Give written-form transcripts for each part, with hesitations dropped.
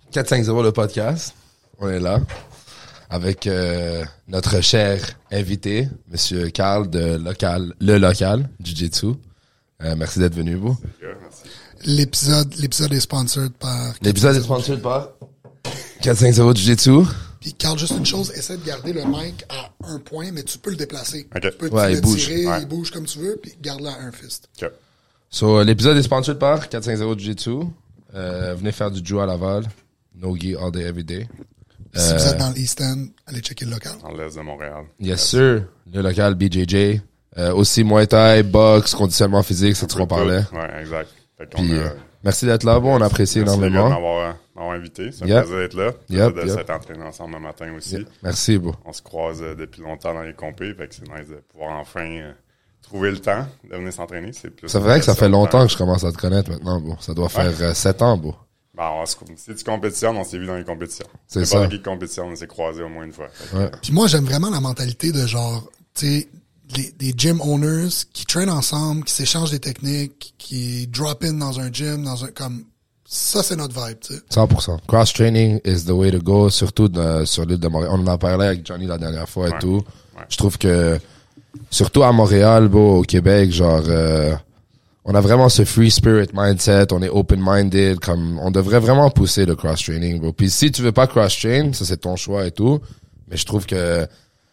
450 le podcast. On est là avec notre cher invité, Monsieur Carl de Le Local Jiu-Jitsu. Merci d'être venu, vous. Merci. L'épisode est sponsored par... L'épisode est sponsored par 450 Jiu-Jitsu. Puis Carl, juste une chose, essaie de garder le mic à un point, mais tu peux le déplacer. Okay. Tu peux il bouge. tirer, Ouais. il bouge comme tu veux, puis garde-le à un fist. Okay. So, l'épisode est sponsored par 450 Jiu-Jitsu. Venez faire du Jiu à Laval. No gi all day, every day. Si vous êtes dans l'East End, allez checker le local. Dans l'Est de Montréal. Yes, sir. Le Local BJJ. Aussi Muay Thai, boxe, conditionnement physique, ça tu en parlais. Ouais, exact. Fait qu'on Puis, merci d'être là, bon, on apprécie merci énormément. les gars de m'avoir invité. C'est un Yep. plaisir d'être là. Yep, De yep. s'être entraîné ensemble le matin aussi. Merci, bro. On se croise depuis longtemps dans les compés, fait que c'est nice de pouvoir enfin trouver le temps de venir s'entraîner. C'est vrai que ça fait longtemps que je commence à te connaître maintenant, bro. Ça doit faire 7 ans, bro. Ben, si tu compétitionnes, on s'est vu dans les compétitions. C'est N'importe ça. qui compétitionne, on s'est croisés au moins une fois. Ouais. Puis moi, j'aime vraiment la mentalité de genre, tu sais, des gym owners qui traînent ensemble, qui s'échangent des techniques, qui drop in dans un gym, comme ça, c'est notre vibe, tu sais. 100%. Cross-training is the way to go, surtout sur l'île de Montréal. On en a parlé avec Johnny la dernière fois et Ouais. tout. Ouais. Je trouve que, surtout à Montréal, bro, au Québec, genre, on a vraiment ce free spirit mindset, on est open-minded, comme, on devrait vraiment pousser le cross-training, bro. Puis si tu veux pas cross-train, ça c'est ton choix et tout, mais je trouve que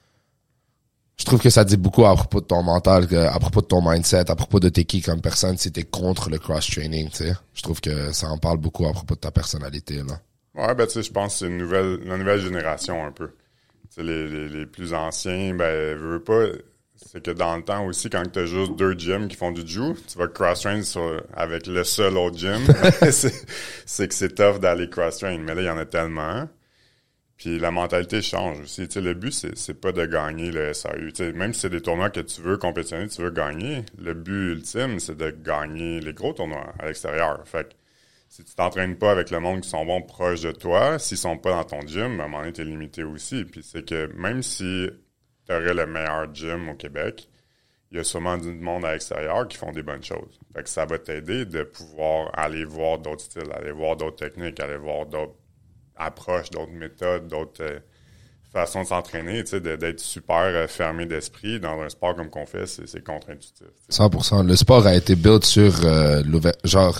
ça dit beaucoup à propos de ton mental, à propos de ton mindset, à propos de t'es qui comme personne si t'es contre le cross-training, tu sais. Je trouve que ça en parle beaucoup à propos de ta personnalité, là. Ouais, ben, tu sais, je pense que c'est la nouvelle génération, un peu. Tu sais, les plus anciens, ben, veux pas, c'est que dans le temps aussi, quand t'as juste 2 gyms qui font du jiu, tu vas cross-train avec le seul autre gym. c'est que c'est tough d'aller cross-train. Mais là, il y en a tellement. Puis la mentalité change aussi. Tu sais, le but, c'est pas de gagner le SAU. Tu sais, même si c'est des tournois que tu veux compétitionner, tu veux gagner, le but ultime, c'est de gagner les gros tournois à l'extérieur. Fait que si tu t'entraînes pas avec le monde qui sont bons proches de toi, s'ils sont pas dans ton gym, à un moment donné, t'es limité aussi. Puis c'est que même si tu aurais le meilleur gym au Québec, il y a sûrement du monde à l'extérieur qui font des bonnes choses. Fait que ça va t'aider de pouvoir aller voir d'autres styles, aller voir d'autres techniques, aller voir d'autres approches, d'autres méthodes, d'autres façons de s'entraîner, tu sais, d'être super fermé d'esprit dans un sport comme qu'on fait, c'est contre-intuitif. T'sais. 100%. Le sport a été built sur genre,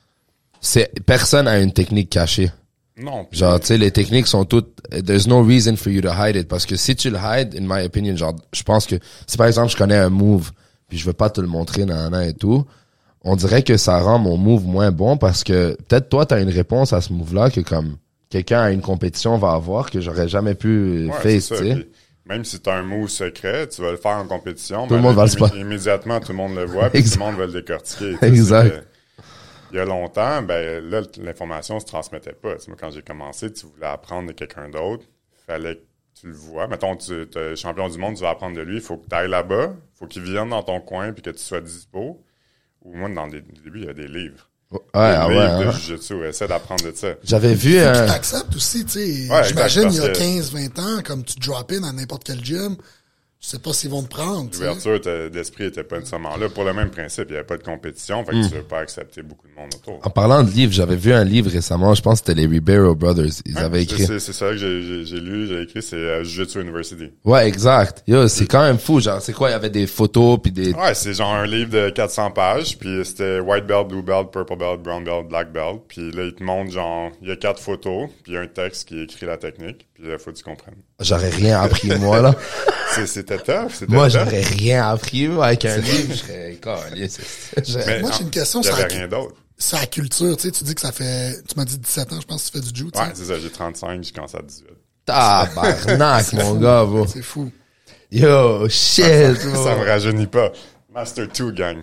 personne a une technique cachée. Non. Puis, Genre, tu sais, les techniques sont toutes, there's no reason for you to hide it. Parce que si tu le hides, in my opinion, genre, je pense que, si par exemple je connais un move, puis je veux pas te le montrer, nanana et tout, on dirait que ça rend mon move moins bon parce que peut-être toi t'as une réponse à ce move-là que comme quelqu'un à une compétition va avoir que j'aurais jamais pu ouais, face, c'est tu ça. sais. Puis, même si tu as un move secret, tu vas le faire en compétition. Tout le monde va le spot. Immédiatement, tout le monde le voit, puis tout le monde va le décortiquer. Tu sais, Exact. c'est que, il y a longtemps, ben là, l'information se transmettait pas. Tu sais, moi, quand j'ai commencé, tu voulais apprendre de quelqu'un d'autre, fallait que tu le vois. Mettons, tu es champion du monde, tu vas apprendre de lui, il faut que tu ailles là-bas, il faut qu'il vienne dans ton coin puis que tu sois dispo. Ou moi, dans le début, il y a des livres. Ouais, Des livres de hein. Jiu-Jitsu, essaie d'apprendre de ça. J'avais vu Tu un, t'acceptes aussi, tu sais. Ouais, J'imagine, exact, il y a parce que- 15-20 ans, comme tu drop in à n'importe quel gym, je sais pas s'ils vont te prendre, tu sais. L'ouverture d'esprit était pas nécessairement là. Pour le même principe, il n'y avait pas de compétition, fait que tu ne veux pas accepter beaucoup de monde autour. en parlant de livres, j'avais vu un livre récemment, je pense que c'était les Ribeiro Brothers. Ils avaient écrit. C'est ça que j'ai écrit, c'est Jiu-Jitsu University. Ouais, exact. Yo, c'est quand même fou, genre, c'est quoi, il y avait des photos puis des, Ouais, c'est genre un livre de 400 pages, puis c'était white belt, blue belt, purple belt, brown belt, black belt, puis là, il te montre genre, il y a 4 photos, puis il y a un texte qui écrit la technique, puis là, faut que tu comprennes. j'aurais rien appris, moi, là. C'était tough, c'était Moi, tough. j'aurais rien appris, moi, avec un livre, je serais, Mais Moi, j'ai une question il y sur avait la- rien d'autre. C'est la culture, tu sais, tu dis que ça fait, tu m'as dit 17 ans, je pense que tu fais du jiu, tu sais. Ouais, c'est ça, j'ai 35, j'ai commencé à 18. Tabarnak, mon gars, bro. C'est fou. Yo, shit, bro. Ça me rajeunit pas. Master 2, gang.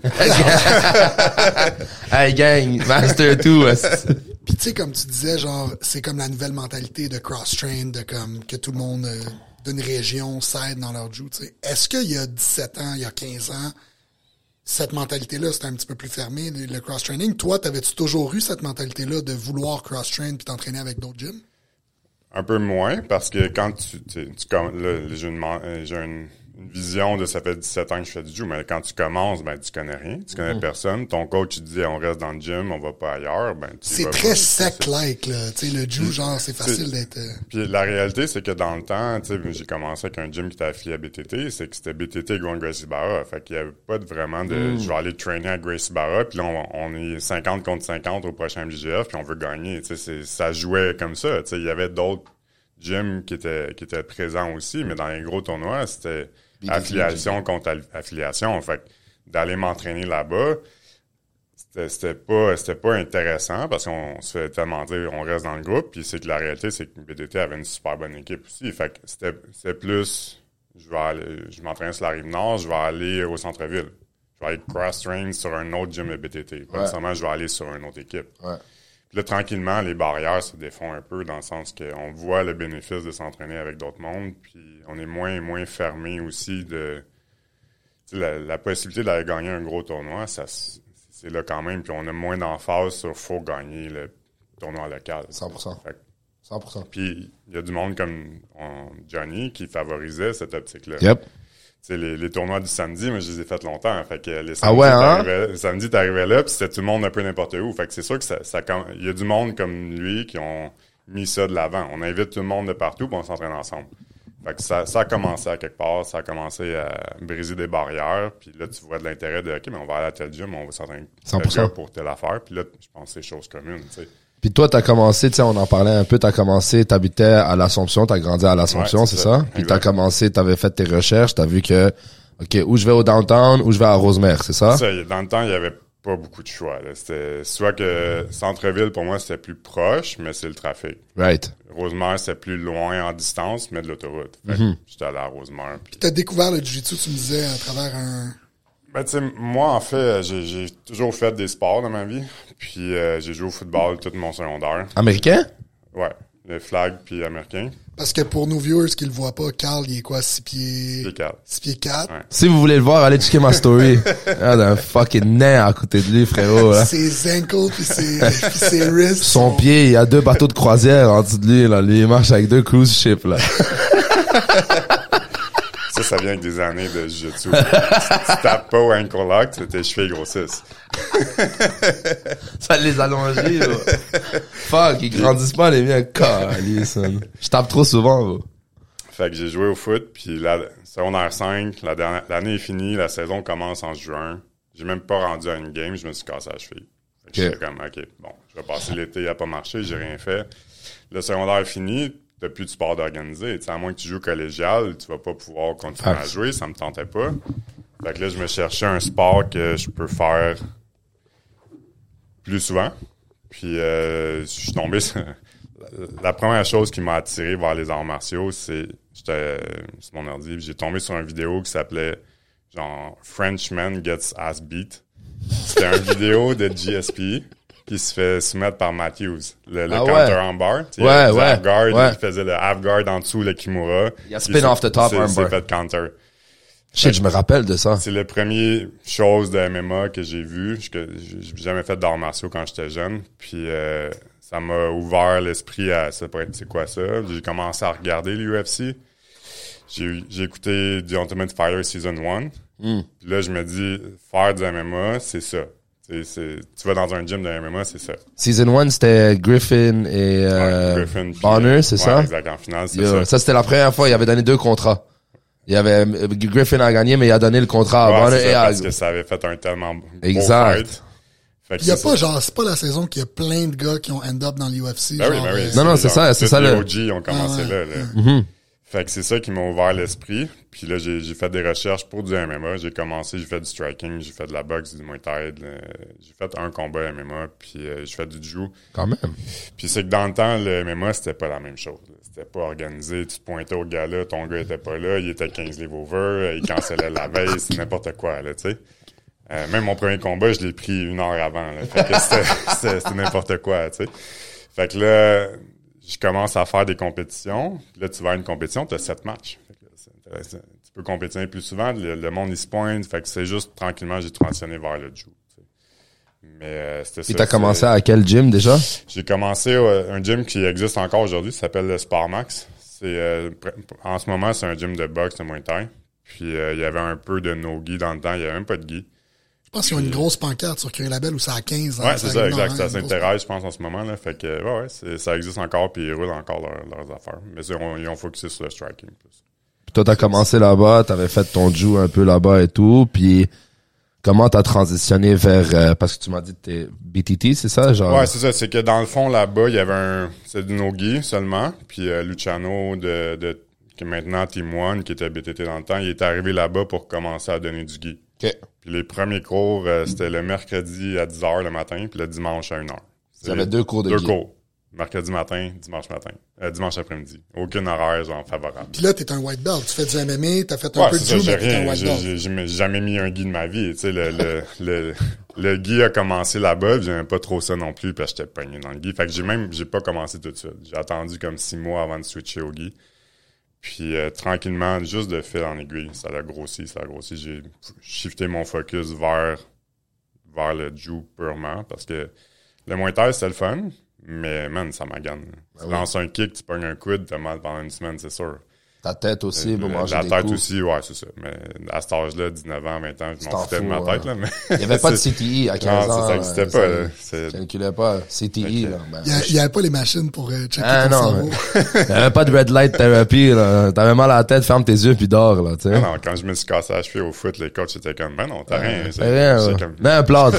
Hey, gang, Master 2. Puis tu sais, comme tu disais, genre, c'est comme la nouvelle mentalité de cross-train, de comme que tout le monde d'une région s'aide dans leur jiu, tu sais. Est-ce qu'il y a 17 ans, il y a 15 ans, cette mentalité-là, c'était un petit peu plus fermé, le cross-training? Toi, t'avais-tu toujours eu cette mentalité-là de vouloir cross-train puis t'entraîner avec d'autres gyms? Un peu moins, parce que quand là, j'ai une vision de ça fait 17 ans que je fais du jiu, mais quand tu commences, ben tu connais rien, tu connais personne. Ton coach, tu te dis on reste dans le gym, on va pas ailleurs. Ben c'est très sec-like, là. Tu sais, le jiu, genre, c'est facile d'être... Puis la réalité, c'est que dans le temps, tu sais, j'ai commencé avec un gym qui était affilié à BTT, c'est que c'était BTT contre Gracie Barra. Fait qu'il y avait pas vraiment de je vais aller trainer à Gracie Barra, puis là, on est 50 contre 50 au prochain MJF, puis on veut gagner. Tu sais, ça jouait comme ça. Tu sais, il y avait d'autres gyms qui étaient présents aussi, mais dans les gros tournois, c'était affiliation contre affiliation. Fait que d'aller m'entraîner là-bas, c'était pas intéressant parce qu'on se fait tellement dire on reste dans le groupe, puis c'est que la réalité, c'est que BDT avait une super bonne équipe aussi. Fait que c'était plus je m'entraîne sur la Rive-Nord, je vais aller au centre-ville. Je vais aller cross-train sur un autre gym de BTT. Pas nécessairement je vais aller sur une autre équipe. Ouais. Puis là, tranquillement, les barrières se défont un peu dans le sens qu'on voit le bénéfice de s'entraîner avec d'autres mondes, puis on est moins fermé aussi de... La possibilité d'aller gagner un gros tournoi, c'est là quand même, puis on a moins d'emphase sur « faut gagner le tournoi local ». 100%. 100%. Puis il y a du monde comme Johnny qui favorisait cette optique-là. Yep. Les tournois du samedi, moi, je les ai fait longtemps. Fait que les samedis, le samedi, t'arrivais là, puis c'était tout le monde un peu n'importe où. Fait que c'est sûr que il y a du monde comme lui qui ont mis ça de l'avant. On invite tout le monde de partout, puis on s'entraîne ensemble. Fait que ça a commencé à quelque part, ça a commencé à briser des barrières, puis là, tu vois de l'intérêt de, OK, mais on va aller à tel gym, on va s'entraîner pour telle affaire, puis là, je pense que c'est chose commune, tu sais. Puis toi, t'as commencé, tu sais, on en parlait un peu, t'habitais à l'Assomption, t'as grandi à l'Assomption, ouais, c'est ça? Puis t'as commencé, t'avais fait tes recherches, t'as vu que, OK, où je vais au downtown, où je vais à Rosemère, c'est ça? Dans le temps, il y avait pas beaucoup de choix, là. C'était soit que centre-ville, pour moi, c'était plus proche, mais c'est le trafic. Right. Rosemère, c'était plus loin en distance, mais de l'autoroute. Fait que j'étais allé à Rosemère. Puis t'as découvert le jiu-jitsu, tu me disais, à travers un... Ben, tu sais, moi, en fait, j'ai toujours fait des sports dans ma vie. Puis, j'ai joué au football tout mon secondaire. Américain? Ouais. Le flag puis américain. Parce que pour nos viewers qui le voient pas, Carl, il est quoi, 6 pieds... 6 pieds 4. Ouais. Si vous voulez le voir, allez checker ma story. Ah, d'un fucking nain à côté de lui, frérot, là. Ses ankles puis ses wrists. Son pied, il y a 2 bateaux de croisière en dessous de lui, là. Lui, il marche avec 2 cruise ships, là. Ça vient avec des années de jiu-jitsu. Tu tapes pas au ankle lock, tes chevilles grossissent. Ça les allongés, là. Fuck, ils grandissent pas, les miens. Calice, je tape trop souvent, là. Fait que j'ai joué au foot, puis secondaire 5, l'année est finie, la saison commence en juin. J'ai même pas rendu à une game, je me suis cassé la cheville. Fait que j'étais comme, OK, bon, je vais passer l'été, il a pas marché, j'ai rien fait. Le secondaire est fini, t'as plus de sport d'organiser. À moins que tu joues collégial, tu vas pas pouvoir continuer à jouer, ça me tentait pas. Fait que là, je me cherchais un sport que je peux faire plus souvent. Puis je suis tombé sur... La première chose qui m'a attiré vers les arts martiaux, j'étais sur mon ordi, j'ai tombé sur une vidéo qui s'appelait genre Frenchman Gets Ass Beat. C'était une vidéo de GSP qui se fait soumettre par Matthews. Le counter armbar. Ouais. Half-guard, il faisait le half-guard en dessous, le Kimura. Il y a spin off the top armbar. C'est fait counter. Shit, je me rappelle de ça. C'est la première chose de MMA que j'ai vu. J'ai jamais fait d'arts martiaux quand j'étais jeune. Puis ça m'a ouvert l'esprit à c'est quoi ça. J'ai commencé à regarder l'UFC. J'ai écouté The Ultimate Fighter Season 1. Puis là, je me dis, faire du MMA, c'est ça. Tu vas dans un gym de MMA, c'est ça. Season 1, c'était Griffin et Griffin, Bonner, c'est ça? Exact, en finale, c'est ça. Ça, c'était la première fois, il avait donné 2 contrats. Il y avait Griffin a gagné, mais il a donné le contrat à Bonner et à... parce que ça avait fait un tellement beau exact. Fight. Il y a pas, genre, c'est pas la saison qu'il y a plein de gars qui ont end up dans l'UFC. Ben oui. Non, c'est ça les le... OG ont commencé là. Fait que c'est ça qui m'a ouvert l'esprit. Puis là, j'ai fait des recherches pour du MMA. J'ai fait du striking, j'ai fait de la boxe, du Muay Thai. J'ai fait un combat MMA, puis j'ai fait du jiu. Quand même. Puis c'est que dans le temps, le MMA, c'était pas la même chose. C'était pas organisé. Tu te pointais au gars-là, ton gars était pas là, il était 15 livres over, il cancellait la veille, c'est n'importe quoi, là, tu sais. Même mon premier combat, je l'ai pris 1 heure avant, là. Fait que c'était n'importe quoi, tu sais. Fait que là... Je commence à faire des compétitions. Là, tu vas à une compétition, tu as 7 matchs. C'est intéressant. Tu peux compétitionner plus souvent. Le monde, il se pointe. Fait que c'est juste, tranquillement, j'ai transitionné vers le jiu. Mais c'était ça. Et t'as commencé à quel gym, déjà? J'ai commencé un gym qui existe encore aujourd'hui. Ça s'appelle le Sparmax. En ce moment, c'est un gym de boxe de Muay Thai. Puis il y avait un peu de no-gi dans le temps. Il y avait même pas de gi. Je pense qu'ils ont une grosse pancarte sur Curie Label où c'est à 15. Ouais, c'est ça, exact. C'est à Saint-Thérèse, je pense, en ce moment. Là. Fait que, ça existe encore, puis ils roulent encore leurs affaires. Mais ils ont focusé sur le striking. Plus. Puis toi, t'as commencé là-bas, t'avais fait ton jiu un peu là-bas et tout, puis comment t'as transitionné vers... parce que tu m'as dit que t'es BTT, c'est ça? Genre... Ouais, c'est ça. C'est que dans le fond, là-bas, il y avait c'est du no-gi seulement, puis Luciano qui est maintenant Team One, qui était BTT dans le temps, il est arrivé là-bas pour commencer à donner du gi. OK. Puis les premiers cours, c'était le mercredi à 10h le matin, puis le dimanche à 1h. Il y avait 2 cours de Deux gi. cours. Mercredi matin, dimanche après-midi. Aucun horaire, genre, favorable. Puis là, t'es un white belt. Tu fais du MMA, t'as fait un peu de jiu, mais t'es un white belt. J'ai jamais mis un gi de ma vie. Tu sais, le gi a commencé là-bas, puis j'aimais pas trop ça non plus, parce que j'étais pogné dans le gi. Fait que j'ai pas commencé tout de suite. J'ai attendu comme 6 mois avant de switcher au gi. Puis tranquillement, juste de fil en aiguille, ça a grossi. J'ai shifté mon focus vers le jiu purement, parce que le Muay Thai, c'était le fun, mais man, ça m'agane. Tu lances un kick, tu pognes un coude, t'as mal pendant une semaine, c'est sûr. Ta tête aussi, pour manger des coups. La tête aussi, ouais, c'est ça. Mais à cet âge-là, 19 ans, 20 ans, je m'en foutais de ma tête, là. Mais il n'y avait pas de CTI à 15 ans. Non, ça n'existait pas, là. Ça n'inculait pas. CTI, là. Ben, il n'y avait pas les machines pour checker ton cerveau. Il n'y avait pas de red light therapy, là. T'avais mal à la tête, ferme tes yeux puis dors, là, tu sais. Non, quand je me suis cassé la cheville au foot, les coachs étaient comme, ben non, t'as rien. Rien, ouais. Mets un plâtre.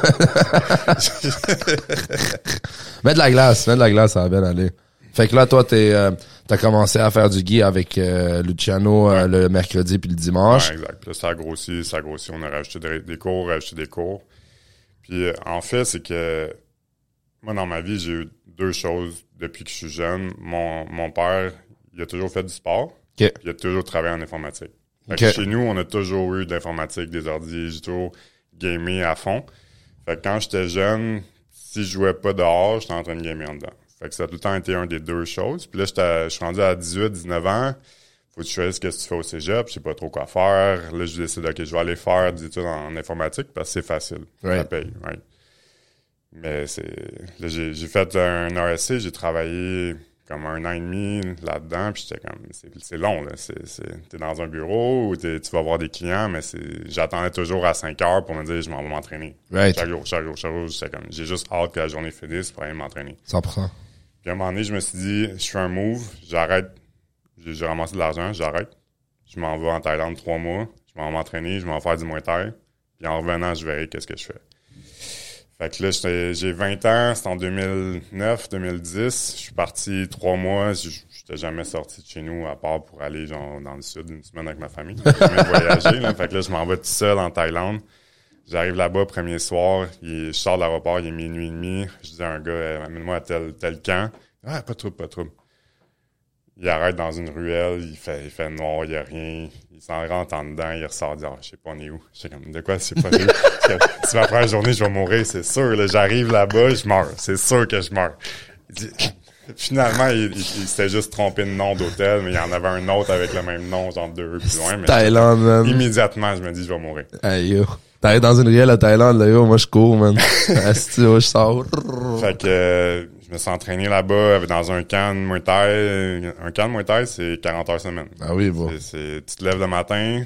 Mets de la glace, ça va bien aller. Fait que là, toi, t'as commencé à faire du gi avec Luciano le mercredi puis le dimanche. Ouais, exact. Puis là, ça a grossi. On a rajouté des cours, Puis en fait, c'est que moi, dans ma vie, j'ai eu 2 choses depuis que je suis jeune. Mon père, il a toujours fait du sport. Okay. Puis il a toujours travaillé en informatique. Fait que chez nous, on a toujours eu de l'informatique, des ordi. J'ai toujours gamé à fond. Fait que quand j'étais jeune, si je jouais pas dehors, j'étais en train de gamer en dedans. Fait que ça a tout le temps été un des 2 choses. Puis là, je suis rendu à 18, 19 ans. Faut que tu choisisses ce que tu fais au cégep. Je sais pas trop quoi faire. Là, je décide, OK, je vais aller faire des études en informatique parce que c'est facile. Right. Ça paye, right? Mais là, j'ai fait un RSC. J'ai travaillé comme 1 an et demi là-dedans. Puis j'étais comme, c'est long, là. T'es dans un bureau où tu vas voir des clients, mais j'attendais toujours à 5 heures pour me dire, je m'en vais m'entraîner. Right. Chaque jour. J'étais comme, j'ai juste hâte que la journée finisse pour aller m'entraîner. 100%. Puis à un moment donné, je me suis dit, je fais un move, j'arrête. J'ai ramassé de l'argent, j'arrête. Je m'en vais en Thaïlande 3 mois. Je m'en vais m'entraîner, je m'en vais faire du Muay Thai. Puis en revenant, je verrai qu'est-ce que je fais. Fait que là, j'ai 20 ans, c'était en 2009, 2010. Je suis parti 3 mois. J'étais jamais sorti de chez nous, à part pour aller genre dans le sud une semaine avec ma famille. J'ai jamais voyagé, là. Fait que là, je m'en vais tout seul en Thaïlande. J'arrive là-bas, premier soir, je sors de l'aéroport, il est minuit et demi. Je dis à un gars, amène-moi à tel camp. Ah, pas de trouble. Il arrête dans une ruelle, il fait noir, il n'y a rien. Il s'en rentre en dedans, il ressort, il dit, je sais pas on est où. Je sais comme, de quoi, c'est pas où? C'est ma première journée, je vais mourir, c'est sûr. Là, j'arrive là-bas, je meurs. C'est sûr que je meurs. Il dit, finalement, il s'était juste trompé de nom d'hôtel, mais il y en avait un autre avec le même nom, genre 2 rues plus loin. Mais Thaïlande, man. Immédiatement, je me dis, je vais mourir. Hey, yo. T'arrives dans une rielle à Thaïlande, là, yo, moi, je cours, man. Asti, je sors. Fait que, je me suis entraîné là-bas dans un camp de Muay Thai. Un camp de Muay Thai, c'est 40 heures semaine. Ah oui, bon. Tu te lèves le matin.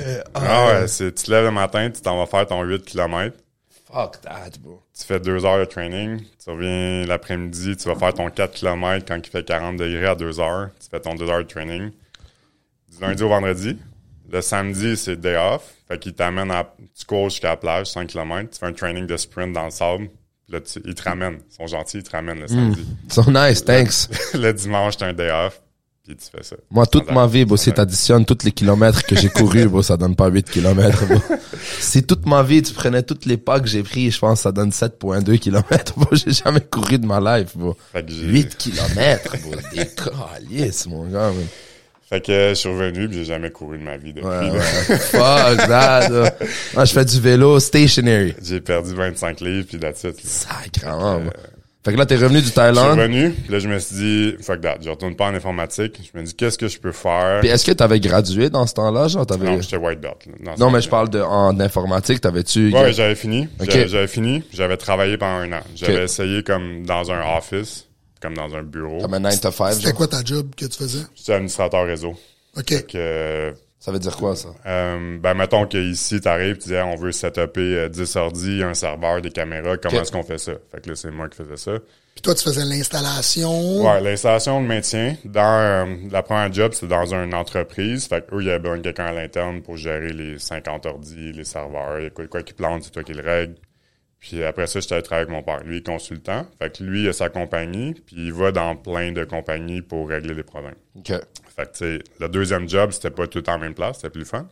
Tu te lèves le matin, tu t'en vas faire ton 8 km. Fuck that, bro. Tu fais 2 heures de training. Tu reviens l'après-midi, tu vas faire ton 4 km quand il fait 40 degrés à 2 heures. Tu fais ton 2 heures de training. Du lundi au vendredi. Le samedi, c'est day off. Fait qu'il t'amène tu cours jusqu'à la plage, 5 km. Tu fais un training de sprint dans le sable. Là, ils te ramènent. Ils sont gentils, ils te ramènent le samedi. So nice, thanks. Le dimanche, t'as un day off. Puis tu fais ça. Moi, toute ma vie, bro, si t'additionnes tous les kilomètres que j'ai couru, bro, ça donne pas 8 kilomètres, bro. Si toute ma vie, tu prenais toutes les pas que j'ai pris, je pense que ça donne 7,2 kilomètres, bro. J'ai jamais couru de ma life, bro. 8 kilomètres, bro. Des calices, mon gars, man. Fait que je suis revenu pis j'ai jamais couru de ma vie depuis. Ouais. Fuck that. Moi, je fais du vélo stationary. J'ai perdu 25 livres pis that's it. Sacrément. Fait que là, t'es revenu du Thaïlande. Je suis revenu pis là, je me suis dit, fuck that, je retourne pas en informatique. Je me dis, qu'est-ce que je peux faire? Puis est-ce que t'avais gradué dans ce temps-là, genre t'avais... Non, j'étais white belt. Non, mais je parle en informatique, t'avais-tu... Ouais, j'avais fini. Okay. J'avais fini. J'avais travaillé pendant 1 an. J'avais essayé comme dans un office, comme dans un bureau. Comme un 9 to 5. C'était quoi ta job que tu faisais? J'étais administrateur réseau. OK. Fait que Ça veut dire quoi, ça? Mettons qu'ici, t'arrives, tu dis, on veut setuper 10 ordi, un serveur, des caméras. Comment est-ce qu'on fait ça? Fait que là, c'est moi qui faisais ça. Puis toi, tu faisais l'installation. Ouais, l'installation, le maintien. Dans la première job, c'était dans une entreprise. Fait qu'eux, il y avait besoin de quelqu'un à l'interne pour gérer les 50 ordis, les serveurs. Il y a quoi qui plante, c'est toi qui le règle. Puis après ça, j'étais travailler avec mon père. Lui, il est consultant. Fait que lui, il a sa compagnie, puis il va dans plein de compagnies pour régler des problèmes. OK. Fait que, tu sais, le deuxième job, c'était pas tout le temps en même place, c'était plus fun.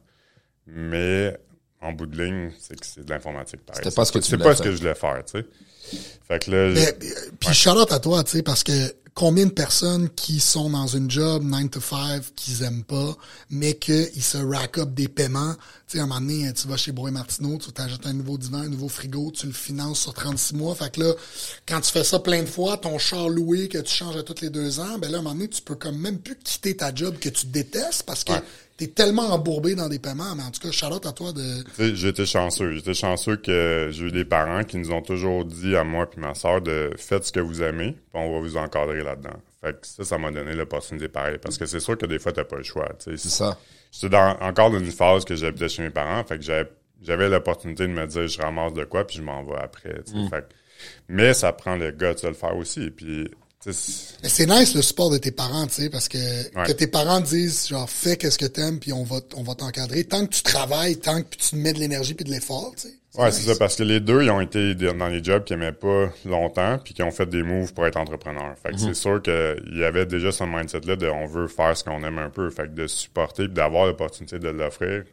Mais, en bout de ligne, c'est que c'est de l'informatique, pareil. C'était pas ce que tu C'est voulais pas ce faire. que je voulais faire, tu sais. Fait que là... Mais, puis shout-out à toi, tu sais, parce que combien de personnes qui sont dans une job 9 to 5 qu'ils aiment pas, mais qu'ils se rack up des paiements. Tu sais, à un moment donné, tu vas chez Bro et Martineau, tu t'achètes un nouveau divan, un nouveau frigo, tu le finances sur 36 mois. Fait que là, quand tu fais ça plein de fois, ton char loué que tu changes à tous les 2 ans, ben là, à un moment donné, tu peux comme même plus quitter ta job que tu détestes parce que t'es tellement embourbé dans des paiements. Mais en tout cas, shout-out à toi de... Tu sais, j'étais chanceux. J'étais chanceux que j'ai eu des parents qui nous ont toujours dit à moi puis ma soeur de faites ce que vous aimez, puis on va vous encadrer là-dedans. Fait que ça m'a donné l'opportunité pareil. Parce que c'est sûr que des fois, t'as pas le choix. Tu sais. C'est ça. J'étais encore dans une phase que j'habitais chez mes parents. Fait que j'avais l'opportunité de me dire je ramasse de quoi puis je m'en vais après. Tu sais. Fait que, mais ça prend le gars de le faire aussi. Puis mais c'est nice le support de tes parents, tu sais, parce que tes parents disent genre fais qu'est-ce que t'aimes puis on va t'encadrer. Tant que tu travailles, tant que tu mets de l'énergie puis de l'effort, tu sais. Ouais, c'est ça, parce que les deux, ils ont été dans les jobs qu'ils aimaient pas longtemps, puis qui ont fait des moves pour être entrepreneurs. Fait que c'est sûr qu'il y avait déjà ce mindset-là de on veut faire ce qu'on aime un peu. Fait que de supporter puis d'avoir l'opportunité de l'offrir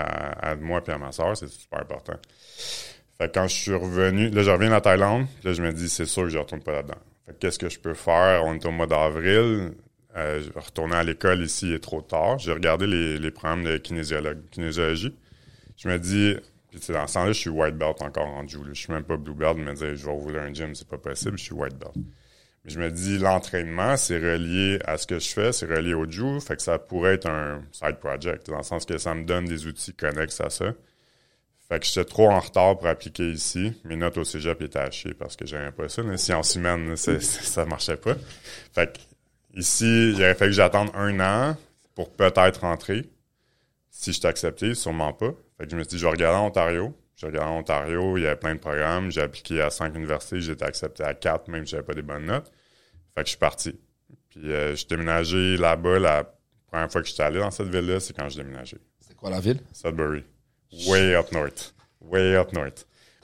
à moi puis à ma soeur, c'est super important. Fait que quand je suis revenu, là, je reviens en Thaïlande, là, je me dis, c'est sûr que je retourne pas là-dedans. Fait que qu'est-ce que je peux faire? On est au mois d'avril. Je vais retourner à l'école ici, il est trop tard. J'ai regardé les programmes de kinésiologie. Je me dis... Puis, tu sais, dans ce temps-là, je suis white belt encore en jiu. Je suis même pas blue belt, de me dire, je vais ouvrir un gym, c'est pas possible, je suis white belt. Mais je me dis, l'entraînement, c'est relié à ce que je fais, c'est relié au jiu, fait que ça pourrait être un side project, dans le sens que ça me donne des outils connexes à ça. Fait que j'étais trop en retard pour appliquer ici. Mes notes au cégep étaient hachées parce que j'aimais pas ça. Là. Sciences humaines, ça marchait pas. Fait que ici, il aurait fallu que j'attende 1 an pour peut-être rentrer. Si je t'ai accepté, sûrement pas. Fait que je me suis dit, je vais regarder en Ontario. J'ai regardé en Ontario, il y avait plein de programmes. J'ai appliqué à 5 universités, j'ai été accepté à 4, même si j'avais pas des bonnes notes. Fait que je suis parti. Puis j'ai déménagé là-bas. La première fois que j'étais allé dans cette ville-là, c'est quand j'ai déménagé. C'est quoi la ville? Sudbury. Way up north. Way up north.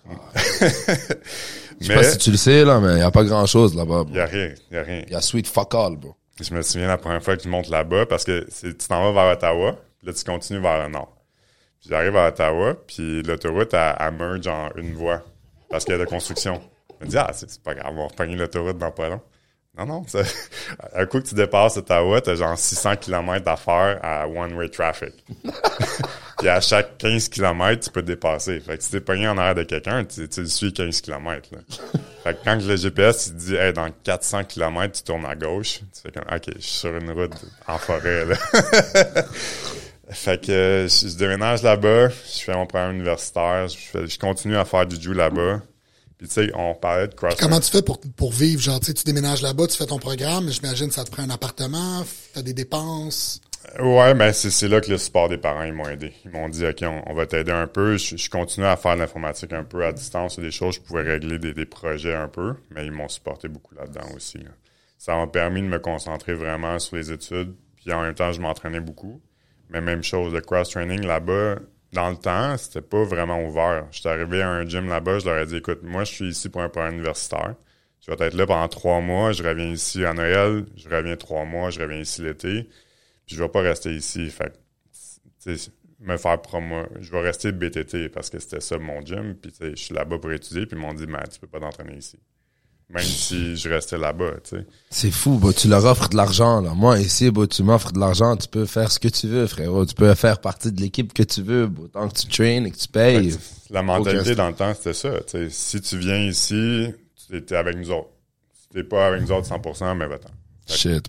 Je sais pas si tu le sais, là, mais il y a pas grand-chose là-bas. Il y a rien. Il y a sweet fuck all, bro. Je me souviens la première fois que je monte là-bas, parce que tu t'en vas vers Ottawa, puis là, tu continues vers le nord. Puis j'arrive à Ottawa, puis l'autoroute, elle merge en une voie, parce qu'il y a de la construction. Je me dis, c'est pas grave, on va repogner l'autoroute dans pas long. Non, un coup que tu dépasses Ottawa, t'as genre 600 km à faire à one-way traffic. Puis à chaque 15 km, tu peux te dépasser. Fait que si t'es pogné en arrière de quelqu'un, tu le suis 15 km, là. Fait que quand le GPS, il te dit, hey, dans 400 km, tu tournes à gauche, tu fais comme, OK, je suis sur une route en forêt, là. Fait que je déménage là-bas, je fais mon programme universitaire, je continue à faire du jiu là-bas. Puis tu sais, on parlait de CrossFit. Comment tu fais pour vivre? Genre, tu sais, tu déménages là-bas, tu fais ton programme, j'imagine que ça te prend un appartement, t'as des dépenses. Ouais, ben c'est là que le support des parents, ils m'ont aidé. Ils m'ont dit, OK, on va t'aider un peu. Je continue à faire de l'informatique un peu à distance. C'est des choses, je pouvais régler des projets un peu, mais ils m'ont supporté beaucoup là-dedans aussi. Là. Ça m'a permis de me concentrer vraiment sur les études. Puis en même temps, je m'entraînais beaucoup. Mais même chose, le cross-training là-bas, dans le temps, c'était pas vraiment ouvert. J'étais arrivé à un gym là-bas, je leur ai dit, écoute, moi, je suis ici pour un programme universitaire. Je vais être là pendant 3 mois, je reviens ici à Noël, je reviens 3 mois, je reviens ici l'été. Puis je vais pas rester ici. Fait que, tu sais, me faire promo. Je vais rester BTT parce que c'était ça mon gym. Puis, tu sais, je suis là-bas pour étudier. Puis ils m'ont dit, tu peux pas t'entraîner ici. Même si je restais là-bas, tu sais. C'est fou, bah, tu leur offres de l'argent, là. Moi, ici, bah, tu m'offres de l'argent, tu peux faire ce que tu veux, frérot. Tu peux faire partie de l'équipe que tu veux, bah, tant que tu traînes et que tu payes. La mentalité dans le temps, c'était ça. Tu sais, si tu viens ici, tu étais avec nous autres. Si t'es pas avec nous autres 100%, mais va-t'en. Shit, man.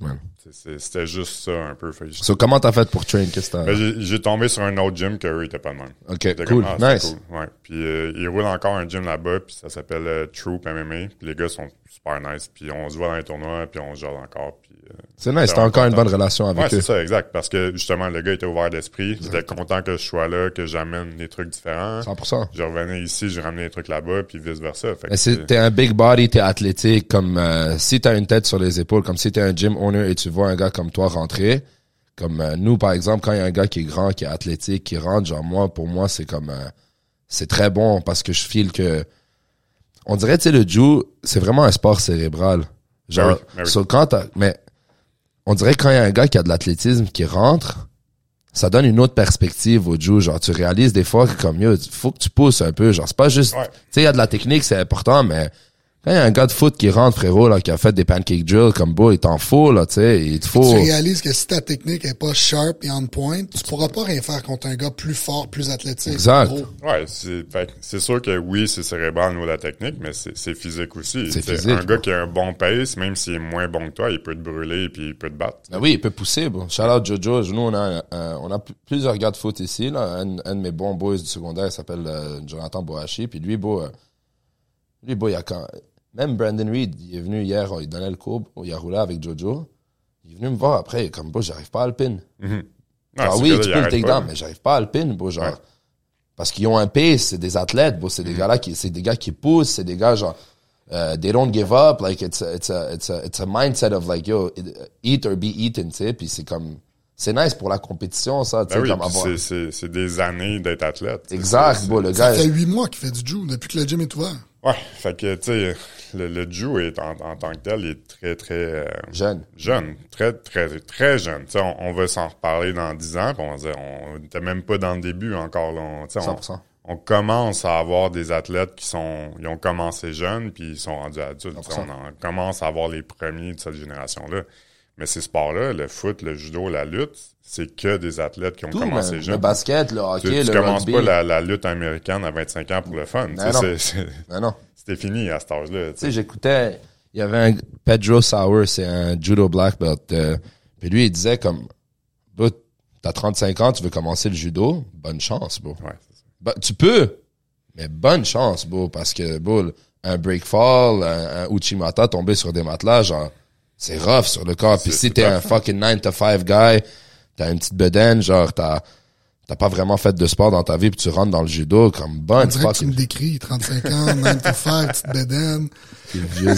C'était juste ça un peu. Fait que So, comment t'as fait pour train? Qu'est-ce que t'as... j'ai tombé sur un autre gym que eux étaient pas de même. Ok, J'étais cool, comme, c'est nice. Cool. Ouais. Puis ils roulent encore un gym là-bas, puis ça s'appelle Troop MMA. Puis les gars sont super nice. Puis on se voit dans les tournois, puis on se jase encore. Puis, C'est nice, t'as encore une bonne relation avec ouais, eux. c'est ça, exact. Parce que justement, le gars était ouvert d'esprit. J'étais content que je sois là, que j'amène des trucs différents. 100%. Je revenais ici, je ramenais des trucs là-bas, puis vice-versa. Fait Mais que t'es un big body, t'es athlétique, comme si t'as une tête sur les épaules, comme si t'es un gym owner et tu vois un gars comme toi rentrer, comme nous par exemple, quand il y a un gars qui est grand, qui est athlétique, qui rentre, genre pour moi c'est comme c'est très bon parce que je feel que on dirait, tu sais, le Jiu, c'est vraiment un sport cérébral. Genre, oui. so, mais on dirait quand il y a un gars qui a de l'athlétisme qui rentre, ça donne une autre perspective au Jiu. Genre, tu réalises des fois que comme, yo, faut que tu pousses un peu. Genre, c'est pas juste, Ouais. tu sais, il y a de la technique, c'est important, mais quand il y a un gars de foot qui rentre, frérot, là, qui a fait des pancake drills, comme, il t'en faut, là, tu sais, il te faut. Tu réalises que si ta technique est pas sharp et on point, tu pourras pas rien faire contre un gars plus fort, plus athlétique. Exact. Gros. ouais, c'est sûr que oui, c'est cérébral au niveau de la technique, mais c'est physique aussi. C'est T'sais, physique, un gars qui a un bon pace, même s'il est moins bon que toi, il peut te brûler puis il peut te battre. Ben oui, il peut pousser, bro. Shout out Jojo. Nous, on a plusieurs gars de foot ici, là. Un de mes bons boys du secondaire, il s'appelle Jonathan Boachi. Puis lui, il y a quand, même Brandon Reed, il est venu hier, il donnait le cours, il a roulé avec Jojo. Il est venu me voir après, il est comme, j'arrive pas à le pin. Genre, oui, tu peux le take down, mais j'arrive pas à le pin, bro, genre. Ouais. Parce qu'ils ont un pace, c'est des athlètes, bro. C'est des gars-là c'est des gars qui poussent, c'est des gars, genre, they don't give up, like, it's a mindset of, like, yo, eat or be eaten, tu sais, puis c'est comme, c'est nice pour la compétition, ça, tu sais, Ben oui, comme puis avoir. c'est des années d'être athlète. Exact, bro, le Ça gars. fait 8 mois qu'il fait du Jiu depuis que le gym est ouvert. Ouais, fait que, tu sais, le Jiu est en tant que tel, il est très, très Jeune. très, très, très jeune. Tu sais, on va s'en reparler dans 10 ans, puis on va dire, on était même pas dans le début encore, là. Tu sais, 100%. on commence à avoir des athlètes ils ont commencé jeunes, puis ils sont rendus adultes. Tu sais, on commence à avoir les premiers de cette génération-là. Mais ces sports-là, le foot, le judo, la lutte, c'est que des athlètes qui ont commencé jeunes. Le basket, le hockey, Tu le commences rugby. pas la lutte américaine à 25 ans pour le fun. Non, non. Non. C'était fini à cet âge-là. Tu sais, j'écoutais, il y avait un Pedro Sauer, c'est un judo black belt, puis lui, il disait comme, bah, t'as 35 ans, tu veux commencer le judo, bonne chance, bro. Ouais, c'est ça. Bah, tu peux, mais bonne chance, bro, parce que, bro, un break fall, un Uchimata tomber sur des matelas, genre, c'est rough sur le corps. Puis si t'es un fucking 9 to 5 guy, t'as une petite bedaine, genre, t'as pas vraiment fait de sport dans ta vie, puis tu rentres dans le judo comme On bonne dirait que tu fucking... me décris, 35 ans, 9 to 5, petite bedaine. C'est le vieux,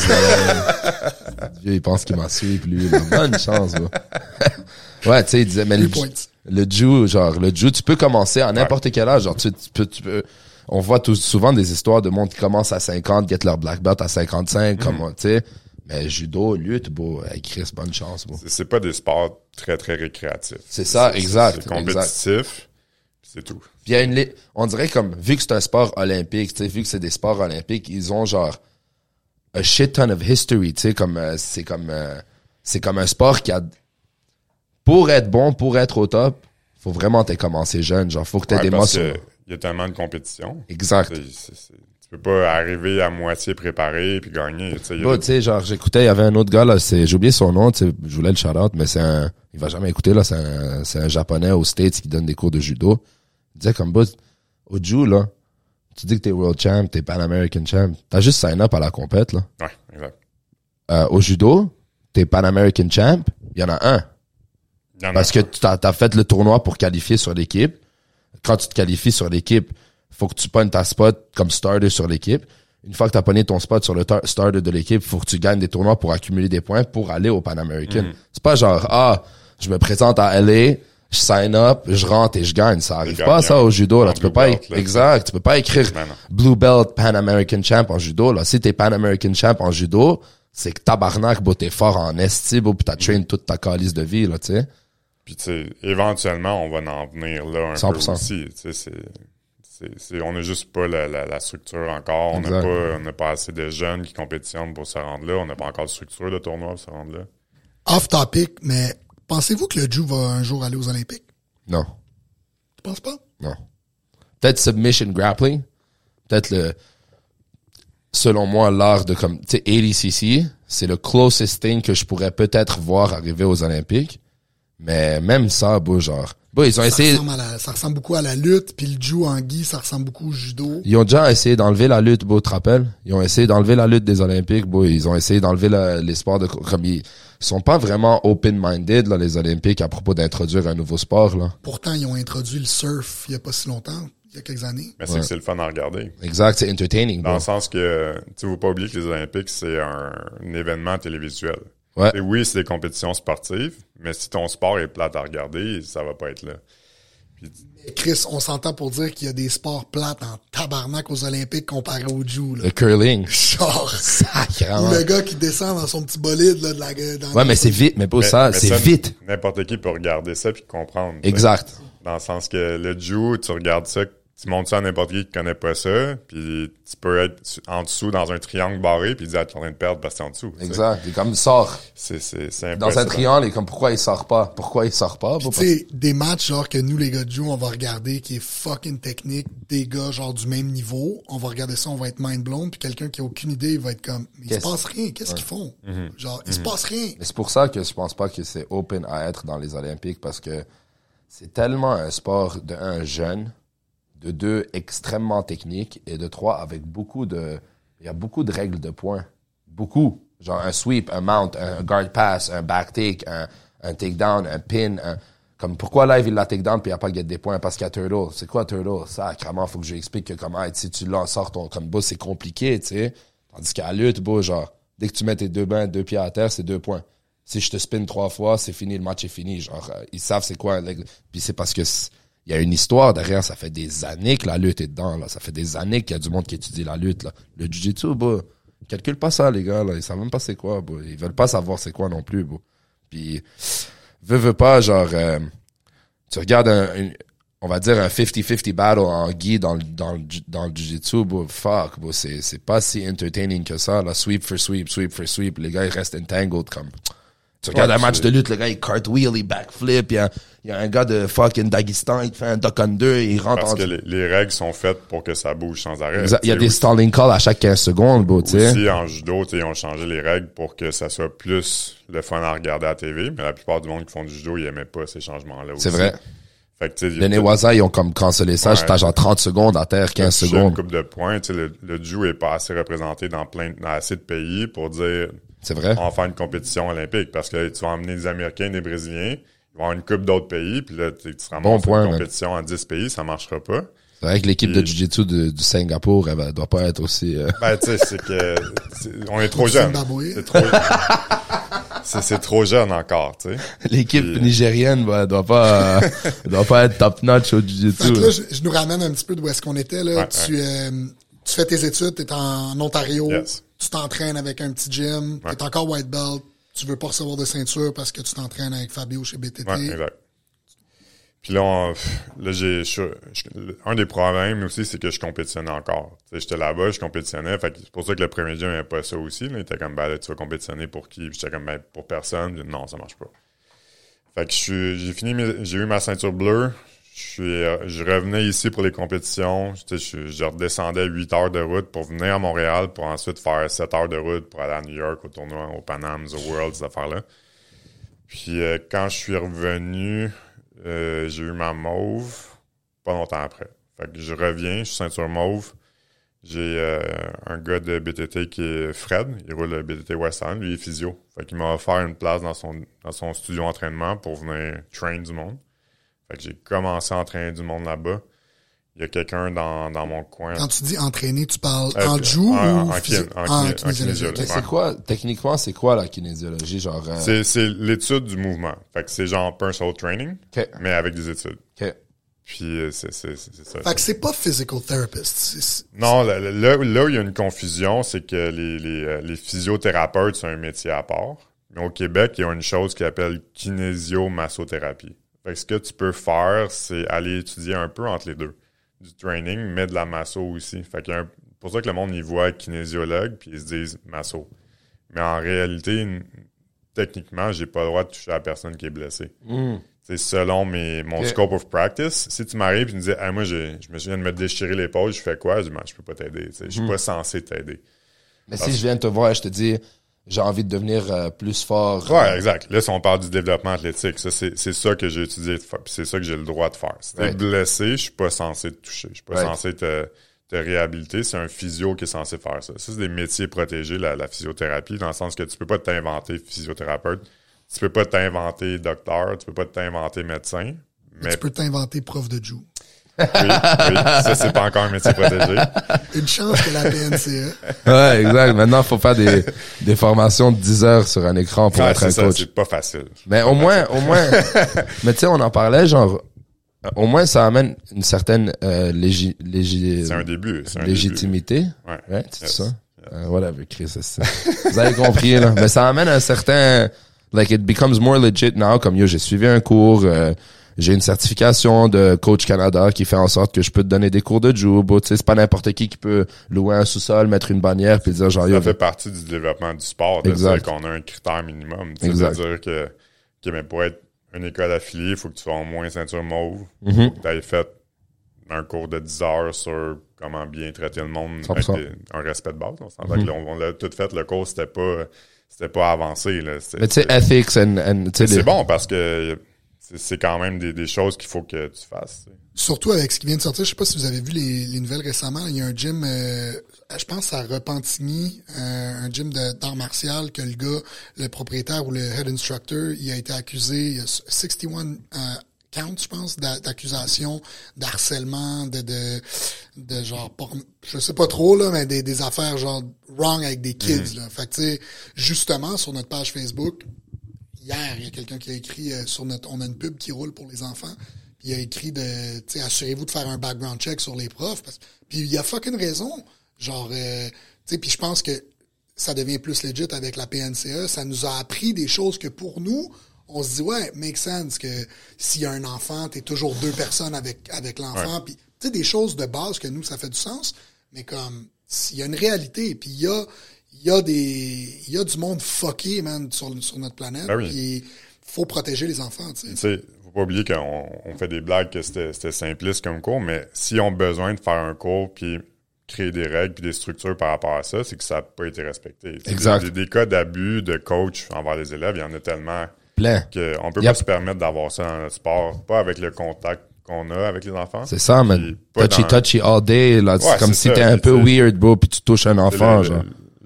le vieux, il pense qu'il m'a suivi, lui. Là. Bonne chance, bro. Ouais, tu sais, il disait, mais le Jiu, tu peux commencer à n'importe quel âge. Genre, tu peux, on voit souvent des histoires de monde qui commencent à 50, get leur black belt à 55, comme, tu sais. Mais judo, lutte, beau, hey, Chris, bonne chance, beau. C'est pas des sports très, très récréatifs. C'est ça, exact. C'est compétitif, c'est tout. Puis il y a on dirait comme, vu que c'est un sport olympique, tu sais, vu que c'est des sports olympiques, ils ont genre, a shit ton of history, tu sais, comme, c'est comme un sport qui a, pour être bon, pour être au top, faut vraiment t'aies commencé jeune, genre, faut que t'aies des muscles. Il y a tellement de compétition. Exact. Tu peux pas arriver à moitié préparé puis gagner. Tu sais, genre, j'écoutais, il y avait un autre gars, là, j'ai oublié son nom, tu sais, je voulais le shout-out, mais il va jamais écouter, là, c'est un japonais aux States qui donne des cours de judo. Il disait comme, au Jiu, là, tu dis que t'es world champ, t'es Pan American champ, t'as juste sign up à la compète, là. Ouais, exact. Au judo, t'es Pan American champ, il y en a un. Parce que t'as fait le tournoi pour qualifier sur l'équipe. Quand tu te qualifies sur l'équipe, faut que tu pognes ta spot comme starter sur l'équipe. Une fois que t'as pogné ton spot sur le starter de l'équipe, faut que tu gagnes des tournois pour accumuler des points pour aller au Pan American. C'est pas genre, je me présente à LA, je sign up, je rentre et je gagne. Ça arrive pas ça au judo, là. Tu peux pas, exact. Tu peux pas écrire Blue Belt Pan American Champ en judo, là. Si t'es Pan American Champ en judo, c'est que tabarnak, t'es fort en esti, pis t'as train toute ta calice de vie, là, tu sais. Puis, tu sais, éventuellement, on va en venir là un 100%. peu aussi. Tu sais, on n'a juste pas la structure encore. On n'a pas assez de jeunes qui compétitionnent pour se rendre là. On n'a pas encore de structure de tournoi pour se rendre là. Off topic, mais pensez-vous que le Jiu va un jour aller aux Olympiques? Non. Tu penses pas? Non. Peut-être submission grappling. Peut-être selon moi, l'art de comme, tu sais, ADCC, c'est le closest thing que je pourrais peut-être voir arriver aux Olympiques. Mais même ça, genre... ils ont essayé... Ça ressemble beaucoup à la lutte, puis le jiu en gi, ça ressemble beaucoup au judo. Ils ont déjà essayé d'enlever la lutte, tu te rappelles? Ils ont essayé d'enlever la lutte des Olympiques, ils ont essayé d'enlever les sports de... Comme ils sont pas vraiment open-minded, là, les Olympiques, à propos d'introduire un nouveau sport, là. Pourtant, ils ont introduit le surf il y a pas si longtemps, il y a quelques années. Mais c'est que c'est le fun à regarder. Exact, c'est entertaining, Dans le sens que, tu faut pas oublier que les Olympiques, c'est un événement télévisuel. Ouais. Et oui, c'est des compétitions sportives, mais si ton sport est plate à regarder, ça va pas être là. Puis, Mais Chris, on s'entend pour dire qu'il y a des sports plates en tabarnak aux Olympiques comparé au jiu, là. Le curling. Genre, Sacrément. ou le gars qui descend dans son petit bolide, là, dans Ouais, mais c'est vite, mais pas ça, c'est ça, vite. N'importe qui peut regarder ça puis comprendre. Exact. Dans le sens que le jiu, tu regardes ça, tu montres ça à n'importe qui connaît pas ça, puis tu peux être en dessous dans un triangle barré, puis dire, tu es en train de perdre parce que t'es en dessous. Exact. Il est comme, il sort. C'est Dans un triangle, il est comme, pourquoi il sort pas? Tu sais, des matchs, genre, que nous, les gars de jiu, on va regarder, qui est fucking technique, des gars, genre, du même niveau, on va regarder ça, on va être mind blown, puis quelqu'un qui a aucune idée, il va être comme, mais il se passe rien, qu'est-ce qu'ils font? Genre, il se passe rien. Mais c'est pour ça que je pense pas que c'est open à être dans les Olympiques, parce que c'est tellement un sport de un jeune, de deux extrêmement technique, et de trois avec il y a beaucoup de règles de points. Beaucoup. Genre un sweep, un mount, un guard pass, un back take, un takedown, un pin, comme pourquoi live il l'a takedown puis il n'y a pas de get des points parce qu'il y a turtle. C'est quoi turtle? Ça, clairement, faut que je lui explique que comment, si tu l'en sors ton comme boss, c'est compliqué, tu sais. Tandis qu'à la lutte, genre, dès que tu mets tes deux pieds à terre, c'est 2 points. Si je te spin 3 fois, c'est fini, le match est fini. Genre, ils savent c'est quoi. Puis c'est parce que il y a une histoire derrière, ça fait des années que la lutte est dedans, là. Ça fait des années qu'il y a du monde qui étudie la lutte, là. Le jiu-jitsu, calcule pas ça, les gars, là. Ils savent même pas c'est quoi, Ils veulent pas savoir c'est quoi non plus, Puis, veux pas, genre, tu regardes on va dire un 50-50 battle en gi dans le jiu-jitsu, fuck, c'est pas si entertaining que ça, là. Sweep for sweep, sweep for sweep. Les gars, ils restent entangled, comme. Tu regardes un match de lutte, le gars, il cartwheel, il backflip, il y a un gars de fucking Daghestan, il te fait un duck under, il rentre Parce que les règles sont faites pour que ça bouge sans arrêt. Exact. Il y a des stalling calls à chaque 15 secondes, tu sais. Aussi, en judo, ils ont changé les règles pour que ça soit plus le fun à regarder à la TV, mais la plupart du monde qui font du judo, ils aimaient pas ces changements-là aussi. C'est vrai. Fait que, les Newaza, ils ont comme cancellé ça, j'étais genre 30 secondes à terre, 15 secondes. Une couple de points, le judo est pas assez représenté dans assez de pays pour dire... C'est vrai. On va faire une compétition olympique parce que tu vas emmener des Américains, des Brésiliens, ils vont avoir une coupe d'autres pays, puis là, tu te ramasses une compétition en 10 pays, ça marchera pas. C'est vrai que l'équipe de Jiu-Jitsu du Singapour, elle doit pas être aussi... Ben, tu sais, c'est que... on est trop jeune. C'est trop jeune encore, tu sais. L'équipe nigérienne, doit pas être top-notch au Jiu-Jitsu. Là, je nous ramène un petit peu d'où est-ce qu'on était, là. Ouais, tu fais tes études, t'es en Ontario. Yes. Tu t'entraînes avec un petit gym, t'es encore white belt, tu veux pas recevoir de ceinture parce que tu t'entraînes avec Fabio chez BTT. Ouais, exact. Puis là, un des problèmes aussi, c'est que je compétitionnais encore. T'sais, j'étais là-bas, je compétitionnais, fait que c'est pour ça que le premier gym n'avait pas ça aussi. Là. Il était comme, ben là, tu vas compétitionner pour qui? Puis j'étais comme, ben pour personne. Puis, non, ça marche pas. Fait que j'ai eu ma ceinture bleue. Je revenais ici pour les compétitions. Je redescendais 8 heures de route pour venir à Montréal pour ensuite faire 7 heures de route pour aller à New York au tournoi, au Pan Am, au World, ces affaires-là. Puis quand je suis revenu, j'ai eu ma mauve pas longtemps après. Fait que je reviens, je suis ceinture mauve. J'ai un gars de BTT qui est Fred, il roule le BTT West Island, lui il est physio. Fait qu'il m'a offert une place dans son studio d'entraînement pour venir train du monde. Fait que j'ai commencé à entraîner du monde là-bas. Il y a quelqu'un dans mon coin. Quand tu dis entraîner, tu parles en jiu ou en kinésiologie. C'est quoi, techniquement, c'est quoi la kinésiologie? Genre, C'est l'étude du mouvement. Fait que c'est genre personal training, mais avec des études. Okay. Puis c'est ça. Fait que c'est pas physical therapist. Non, là où il y a une confusion, c'est que les physiothérapeutes, c'est un métier à part. Mais au Québec, il y a une chose qui s'appelle kinésio-massothérapie. Fait que ce que tu peux faire, c'est aller étudier un peu entre les deux. Du training, mais de la masso aussi. Fait que pour ça que le monde y voit kinésiologue, puis ils se disent masso. Mais en réalité, techniquement, j'ai pas le droit de toucher à la personne qui est blessée. C'est selon mon scope of practice. Si tu m'arrives et tu me dis, hey, moi, je me souviens de me déchirer l'épaule, je fais quoi? Je dis, je peux pas t'aider. Je suis pas censé t'aider. Mais si je viens te voir et je te dis, j'ai envie de devenir plus fort. Ouais, exact. Là, si on parle du développement athlétique, ça, c'est ça que j'ai étudié de faire, puis c'est ça que j'ai le droit de faire. Si t'es blessé, je suis pas censé te toucher. Je suis pas censé te réhabiliter. C'est un physio qui est censé faire ça. Ça, c'est des métiers protégés, la physiothérapie, dans le sens que tu peux pas t'inventer physiothérapeute, tu peux pas t'inventer docteur, tu peux pas t'inventer médecin. Mais tu peux t'inventer prof de jiu. Oui, ça, c'est pas encore un métier protégé. Une chance que la PNCE. Ouais, exact. Maintenant, il faut faire des formations de 10 heures sur un écran pour être un coach. C'est pas facile. Mais au moins, mais tu sais, on en parlait, genre, au moins, ça amène une certaine c'est un début. légitimité. Ouais, c'est ça. Whatever, Chris, c'est ça. Vous avez compris, là. Mais ça amène un certain, like, it becomes more legit now, comme yo, j'ai suivi un cours, j'ai une certification de Coach Canada qui fait en sorte que je peux te donner des cours de judo. Tu sais, c'est pas n'importe qui peut louer un sous-sol, mettre une bannière puis dire genre... Ça fait partie du développement du sport, de dire qu'on a un critère minimum. Tu sais, de dire que mais pour être une école affiliée, il faut que tu sois au moins ceinture mauve. Faut que tu aies fait un cours de 10 heures sur comment bien traiter le monde avec un respect de base. On s'entend que on l'a tout fait. Le cours, c'était pas avancé. Là. Mais tu sais, ethics and c'est bon parce que... C'est quand même des choses qu'il faut que tu fasses. T'sais. Surtout avec ce qui vient de sortir, je sais pas si vous avez vu les nouvelles récemment, il y a un gym, je pense à Repentigny, un gym d'art martial que le gars, le propriétaire ou le head instructor, il a été accusé, il y a 61 counts, je pense, d'accusation, d'harcèlement, de genre, je sais pas trop, là, mais des affaires genre wrong avec des kids, là. Fait que tu sais, justement, sur notre page Facebook, hier, il y a quelqu'un qui a écrit on a une pub qui roule pour les enfants. Puis il a écrit assurez-vous de faire un background check sur les profs. Puis il y a fucking raison. Genre, puis je pense que ça devient plus legit avec la PNCE. Ça nous a appris des choses que pour nous, on se dit, ouais, make sense que s'il y a un enfant, t'es toujours deux personnes avec l'enfant. Puis, tu sais, des choses de base que nous, ça fait du sens. Mais comme, s'il y a une réalité, puis il y a du monde fucké, man, sur notre planète. Ben oui. Puis faut protéger les enfants, tu sais. Tu sais, faut pas oublier qu'on fait des blagues que c'était simpliste comme cours, mais s'ils ont besoin de faire un cours puis créer des règles puis des structures par rapport à ça, c'est que ça n'a pas été respecté. Exact. Des cas d'abus de coach envers les élèves, il y en a tellement plein qu'on peut pas se permettre d'avoir ça dans notre sport, pas avec le contact qu'on a avec les enfants. C'est ça, man. Touchy all day, là. C'est comme si t'es un peu weird, bro, puis tu touches un enfant, genre.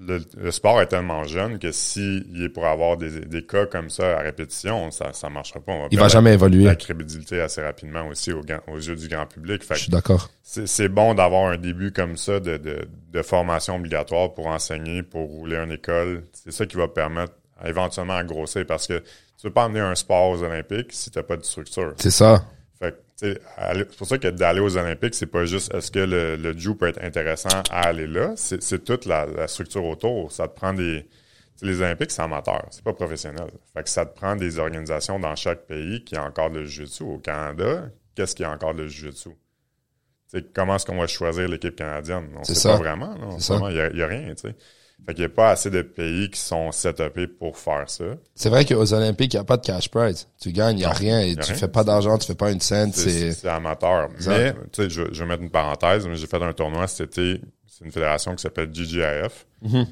Le sport est tellement jeune que s'il est pour avoir des cas comme ça à répétition, ça marchera pas. Il va jamais évoluer. La crédibilité assez rapidement aussi aux yeux du grand public. Fait je suis d'accord. C'est bon d'avoir un début comme ça de formation obligatoire pour enseigner, pour rouler une école. C'est ça qui va permettre éventuellement à grossir parce que tu veux pas emmener un sport aux Olympiques si t'as pas de structure. C'est ça. Fait que, c'est pour ça que d'aller aux Olympiques, c'est pas juste est-ce que le jiu peut être intéressant à aller là, c'est toute la structure autour. Ça te prend les Olympiques, c'est amateur, c'est pas professionnel. Fait que ça te prend des organisations dans chaque pays qui a encore le jiu-jitsu. Au Canada, qu'est-ce qu'il y a encore le jiu-jitsu? Comment est-ce qu'on va choisir l'équipe canadienne? On sait pas vraiment. Il y a rien, tu sais. Fait qu'il n'y a pas assez de pays qui sont setupés pour faire ça. C'est vrai qu'aux Olympiques, il n'y a pas de cash prize. Tu gagnes, il n'y a rien. Et tu fais pas d'argent, tu fais pas une scène. C'est amateur. Mais, tu sais, je vais mettre une parenthèse, mais j'ai fait un tournoi cet été. C'est une fédération qui s'appelle GGIF. Mm-hmm.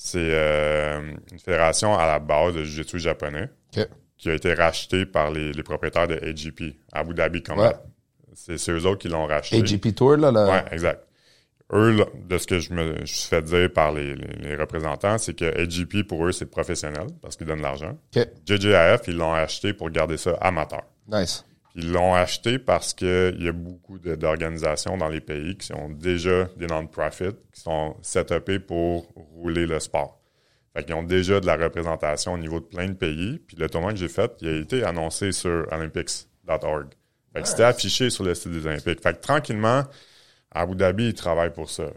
C'est une fédération à la base de jiu-jitsu japonais qui a été rachetée par les propriétaires de AGP, Abu Dhabi Combat. Ouais. C'est eux autres qui l'ont racheté. AGP Tour, là? Ouais, exact. Eux, là, de ce que je me suis fait dire par les représentants, c'est que AGP, pour eux, c'est professionnel parce qu'ils donnent de l'argent. JJIF, ils l'ont acheté pour garder ça amateur. Nice. Ils l'ont acheté parce qu'il y a beaucoup d'organisations dans les pays qui ont déjà des non-profits, qui sont setupés pour rouler le sport. Fait qu'ils ont déjà de la représentation au niveau de plein de pays. Puis le tournoi que j'ai fait, il a été annoncé sur olympics.org. Fait que c'était affiché sur le site des Olympiques. Fait que tranquillement, à Abu Dhabi, ils travaillent pour ça.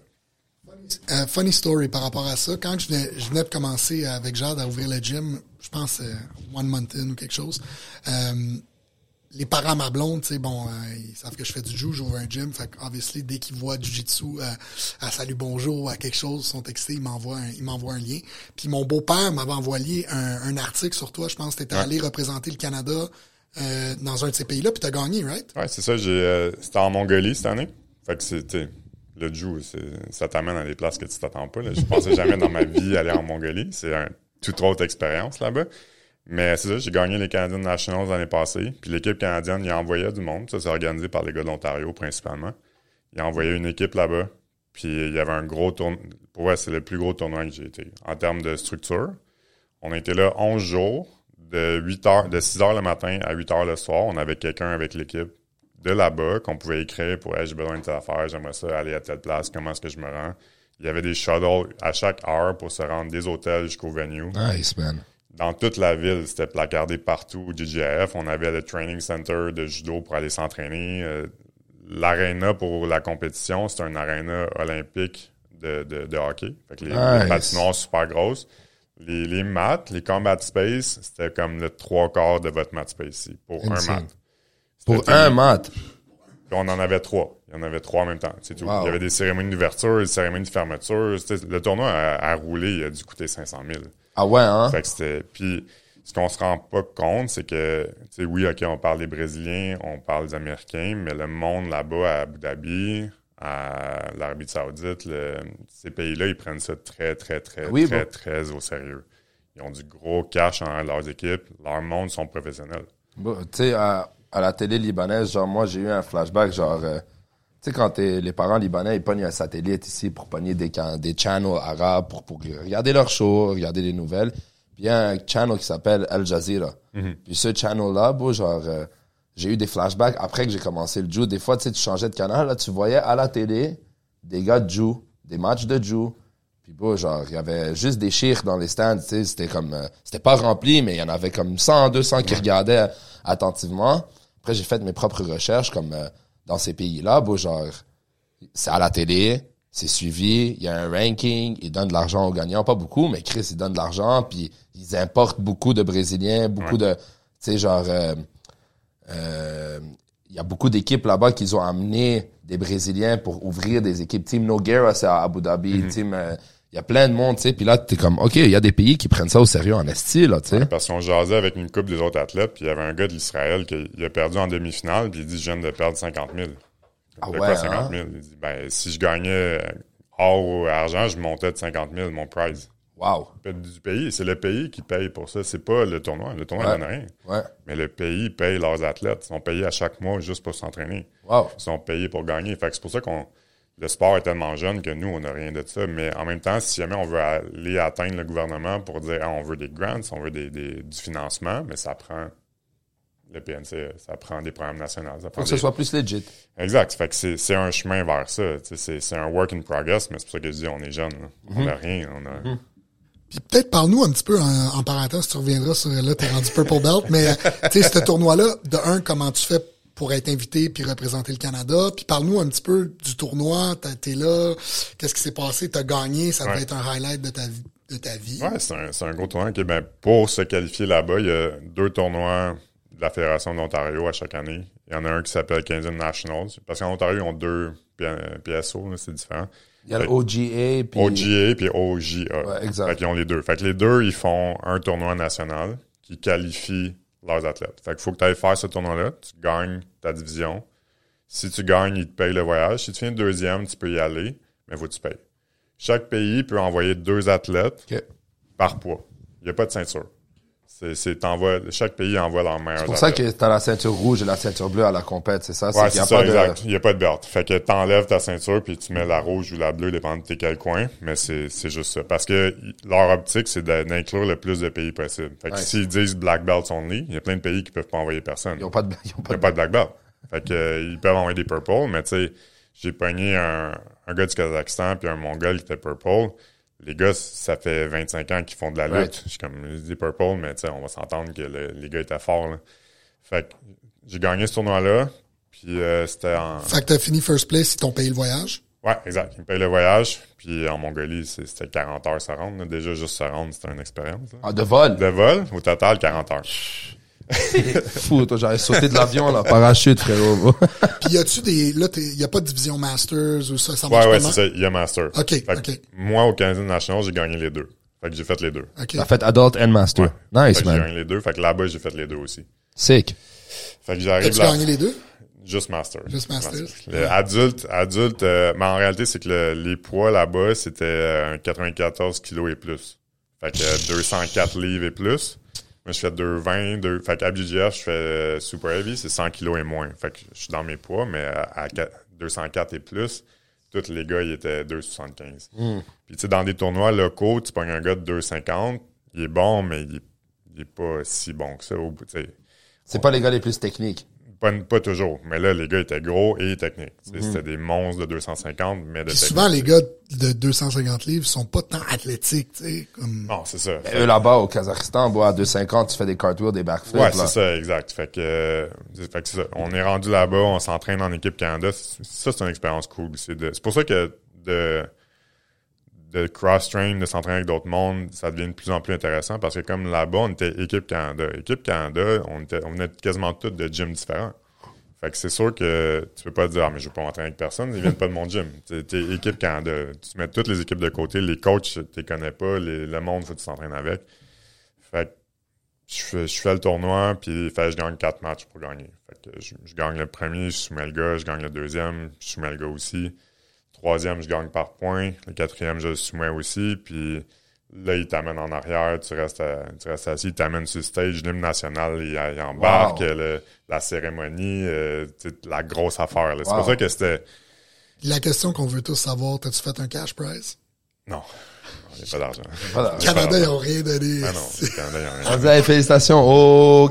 Funny story par rapport à ça. Quand je venais de commencer avec Jade à ouvrir le gym, je pense one month in ou quelque chose, les parents ma blonde, tu sais, ils savent que je fais du jiu, j'ouvre un gym, fait que obviously dès qu'ils voient du jiu-jitsu à Salut Bonjour, à quelque chose, ils sont excités, ils m'envoient un lien. Puis mon beau-père m'avait envoyé un article sur toi, je pense que t'étais allé représenter le Canada dans un de ces pays-là, puis t'as gagné, right? Ouais, c'est ça, c'était en Mongolie cette année. Fait que c'était le jiu, ça t'amène à des places que tu t'attends pas. Là. Je pensais jamais dans ma vie aller en Mongolie. C'est toute autre expérience là-bas. Mais c'est ça, j'ai gagné les Canadian Nationals l'année passée. Puis l'équipe canadienne, il a envoyé du monde. Ça, c'est organisé par les gars de l'Ontario, principalement. Il a envoyé une équipe là-bas. Puis il y avait un gros tournoi. Pour moi, c'est le plus gros tournoi que j'ai été. En termes de structure, on a été là 11 jours, de 6 heures le matin à 8 heures le soir. On avait quelqu'un avec l'équipe de là-bas qu'on pouvait écrire pour « Hey, j'ai besoin de telle affaire, j'aimerais ça aller à telle place, comment est-ce que je me rends? » Il y avait des shuttles à chaque heure pour se rendre des hôtels jusqu'au venue. Nice, man. Dans toute la ville, c'était placardé partout, GGF. On avait le training center de judo pour aller s'entraîner. L'aréna pour la compétition, c'est un aréna olympique de hockey. Fait que les patinoires super grosses. Les mats, les combat space, c'était comme le 3/4 de votre mat space ici, pour un mat. Pour un mat? Puis on en avait 3. Il y en avait 3 en même temps, c'est tout. Wow. Il y avait des cérémonies d'ouverture, des cérémonies de fermeture. Le tournoi a roulé, il a dû coûter 500 000. Ah ouais, hein? Fait que c'était... Puis ce qu'on se rend pas compte, c'est que, tu sais, oui, OK, on parle des Brésiliens, on parle des Américains, mais le monde là-bas, à Abu Dhabi, à l'Arabie Saoudite, ces pays-là, ils prennent ça très, très, très, très au sérieux. Ils ont du gros cash en leurs équipes. Leurs mondes sont professionnels. Bon, tu sais, à la télé libanaise, genre, moi, j'ai eu un flashback, genre... tu sais, quand les parents libanais, ils pognent un satellite ici pour pogner des channels arabes pour regarder leurs shows, regarder les nouvelles. Puis il y a un channel qui s'appelle Al Jazeera. Mm-hmm. Puis ce channel-là, bon, genre, j'ai eu des flashbacks après que j'ai commencé le jiu. Des fois, tu sais, tu changeais de canal, là, tu voyais à la télé des gars de jiu, des matchs de jiu. Puis bon, genre, il y avait juste des chirs dans les stands, tu sais, c'était comme... c'était pas rempli, mais il y en avait comme 100, 200 qui regardaient attentivement. Après, j'ai fait mes propres recherches, comme... dans ces pays-là, bon, genre, c'est à la télé, c'est suivi, il y a un ranking, ils donnent de l'argent aux gagnants, pas beaucoup, mais Chris, ils donnent de l'argent, puis ils importent beaucoup de Brésiliens, beaucoup de, tu sais, genre, il y a beaucoup d'équipes là-bas qui ont amené des Brésiliens pour ouvrir des équipes. Team Nogueira, c'est à Abu Dhabi, il y a plein de monde, tu sais, puis là, t'es comme, OK, il y a des pays qui prennent ça au sérieux en esti, là, tu sais. Ouais, parce qu'on jasait avec une couple des autres athlètes, puis il y avait un gars de l'Israël qui a perdu en demi-finale, puis il dit, je viens de perdre 50 000. Ah de ouais, quoi 50 000? Il dit, ben, si je gagnais or ou argent, je montais de 50 000 mon prize. Wow. Du pays, c'est le pays qui paye pour ça, c'est pas le tournoi. Le tournoi, il donne rien. Ouais. Mais le pays paye leurs athlètes. Ils sont payés à chaque mois juste pour s'entraîner. Wow. Ils sont payés pour gagner. Fait que c'est pour ça le sport est tellement jeune que nous, on n'a rien de ça. Mais en même temps, si jamais on veut aller atteindre le gouvernement pour dire on veut des grants, on veut du financement, mais ça prend le PNC, ça prend des programmes nationaux. Faut que ce soit plus legit. Exact. Fait que c'est un chemin vers ça. C'est un work in progress, mais c'est pour ça que je dis on est jeune. On n'a rien. Puis peut-être parle-nous un petit peu, en parenthèse, tu reviendras sur là, t'es rendu Purple Belt, mais tu sais, ce tournoi-là, de un, comment tu fais pour être invité puis représenter le Canada. Puis parle-nous un petit peu du tournoi. T'es là, qu'est-ce qui s'est passé? T'as gagné, ça devait être un highlight de ta vie. Ouais, c'est un gros tournoi. Okay, ben, pour se qualifier là-bas, il y a 2 tournois de la Fédération d'Ontario à chaque année. Il y en a un qui s'appelle Canadian Nationals. Parce qu'en Ontario, ils ont 2 PSO, là, c'est différent. Il y a le OGA puis... OGA puis OGA. Ouais, exact. Fait qu'ils ont les 2. Fait que les 2, ils font un tournoi national qui qualifie leurs athlètes. Fait qu'il faut que tu ailles faire ce tournoi-là. Tu gagnes ta division. Si tu gagnes, ils te payent le voyage. Si tu finis 2e, tu peux y aller, mais il faut que tu payes. Chaque pays peut envoyer 2 athlètes par poids. Il n'y a pas de ceinture. Chaque pays envoie leur meilleur. C'est pour ça que t'as la ceinture rouge et la ceinture bleue à la compète, c'est ça? Ouais, c'est ça, exact. Il n'y a pas de belt. Fait que t'enlèves ta ceinture puis tu mets la rouge ou la bleue, dépendant de tes quel coin. Mais c'est juste ça. Parce que leur optique, c'est d'inclure le plus de pays possible. Fait que s'ils disent black belt only, il y a plein de pays qui peuvent pas envoyer personne. Ils n'ont pas de black belt. Fait que ils peuvent envoyer des purple, mais tu sais, j'ai pogné un gars du Kazakhstan puis un Mongol qui était purple. Les gars, ça fait 25 ans qu'ils font de la lutte. Je suis comme, je dis purple, mais tu sais, on va s'entendre que les gars étaient forts, là. Fait que j'ai gagné ce tournoi-là, puis c'était en... Fait que t'as fini first place, ils t'ont payé le voyage? Ouais, exact. Ils me payent le voyage, puis en Mongolie, c'était 40 heures se rendre, là. Déjà, juste se rendre, c'était une expérience, là. Ah, de vol? De vol, au total, 40 heures. Fou, toi, j'aurais sauté de l'avion, là, parachute, frérot. Puis y a-tu y a pas de division Masters ou ça marche ouais, c'est ça, il y a Master. OK. Moi, au Canadian National, j'ai gagné les 2. Fait que j'ai fait les 2. Okay. T'as fait Adult and Master. Ouais. Nice, man. J'ai gagné les 2, fait que là-bas, j'ai fait les 2 aussi. Sick. Fait que j'arrive là. As-tu gagné les 2? Juste Master. Juste Master. Adulte, mais en réalité, c'est que les poids là-bas, c'était 94 kilos et plus. Fait que 204 livres et plus. Moi, je fais 220. Fait qu'à BGF, je fais super heavy, c'est 100 kilos et moins. Fait que je suis dans mes poids, mais à 204 et plus, tous les gars, ils étaient 275. Puis, tu sais, dans des tournois locaux, tu pognes un gars de 250, il est bon, mais il est pas si bon que ça. C'est pas les gars les plus techniques. Pas toujours. Mais là, les gars étaient gros et techniques. C'était des monstres de 250, mais de Puis technique. souvent, les gars de 250 livres sont pas tant athlétiques, tu sais. Comme... Non, c'est ça. Eux, là-bas, au Kazakhstan, à 250, tu fais des cartwheels, des backflips. Ouais, là. c'est ça, exact. Fait que c'est ça. On est rendu là-bas, on s'entraîne en équipe Canada. Ça, c'est une expérience cool. C'est pour ça que de cross-train, de s'entraîner avec d'autres mondes, ça devient de plus en plus intéressant parce que comme là-bas, on était équipe Canada. Équipe Canada, on venait quasiment tous de gyms différents. Fait que c'est sûr que tu peux pas te dire « Ah, mais je veux pas m'entraîner avec personne, ils viennent pas de mon gym. » T'es équipe Canada. Tu mets toutes les équipes de côté, les coachs, tu les connais pas, le monde, faut que tu t'entraînes avec. Fait que je fais le tournoi, puis je gagne 4 matchs pour gagner. Fait que je gagne le premier, je soumets le gars, je gagne le deuxième, je soumets le gars aussi. Troisième, je gagne par point. Le quatrième, je le soumets aussi. Puis là, il t'amène en arrière. Tu restes assis. Il t'amène sur le stage. L'hymne national, il embarque. Wow. La cérémonie, la grosse affaire. Là. C'est pour ça que c'était... La question qu'on veut tous savoir, t'as-tu fait un cash prize? Non. Il n'y a pas d'argent. Le Canada, ils n'ont rien donné. Ah non, le Canada, ils n'ont rien On dit, hey, félicitations au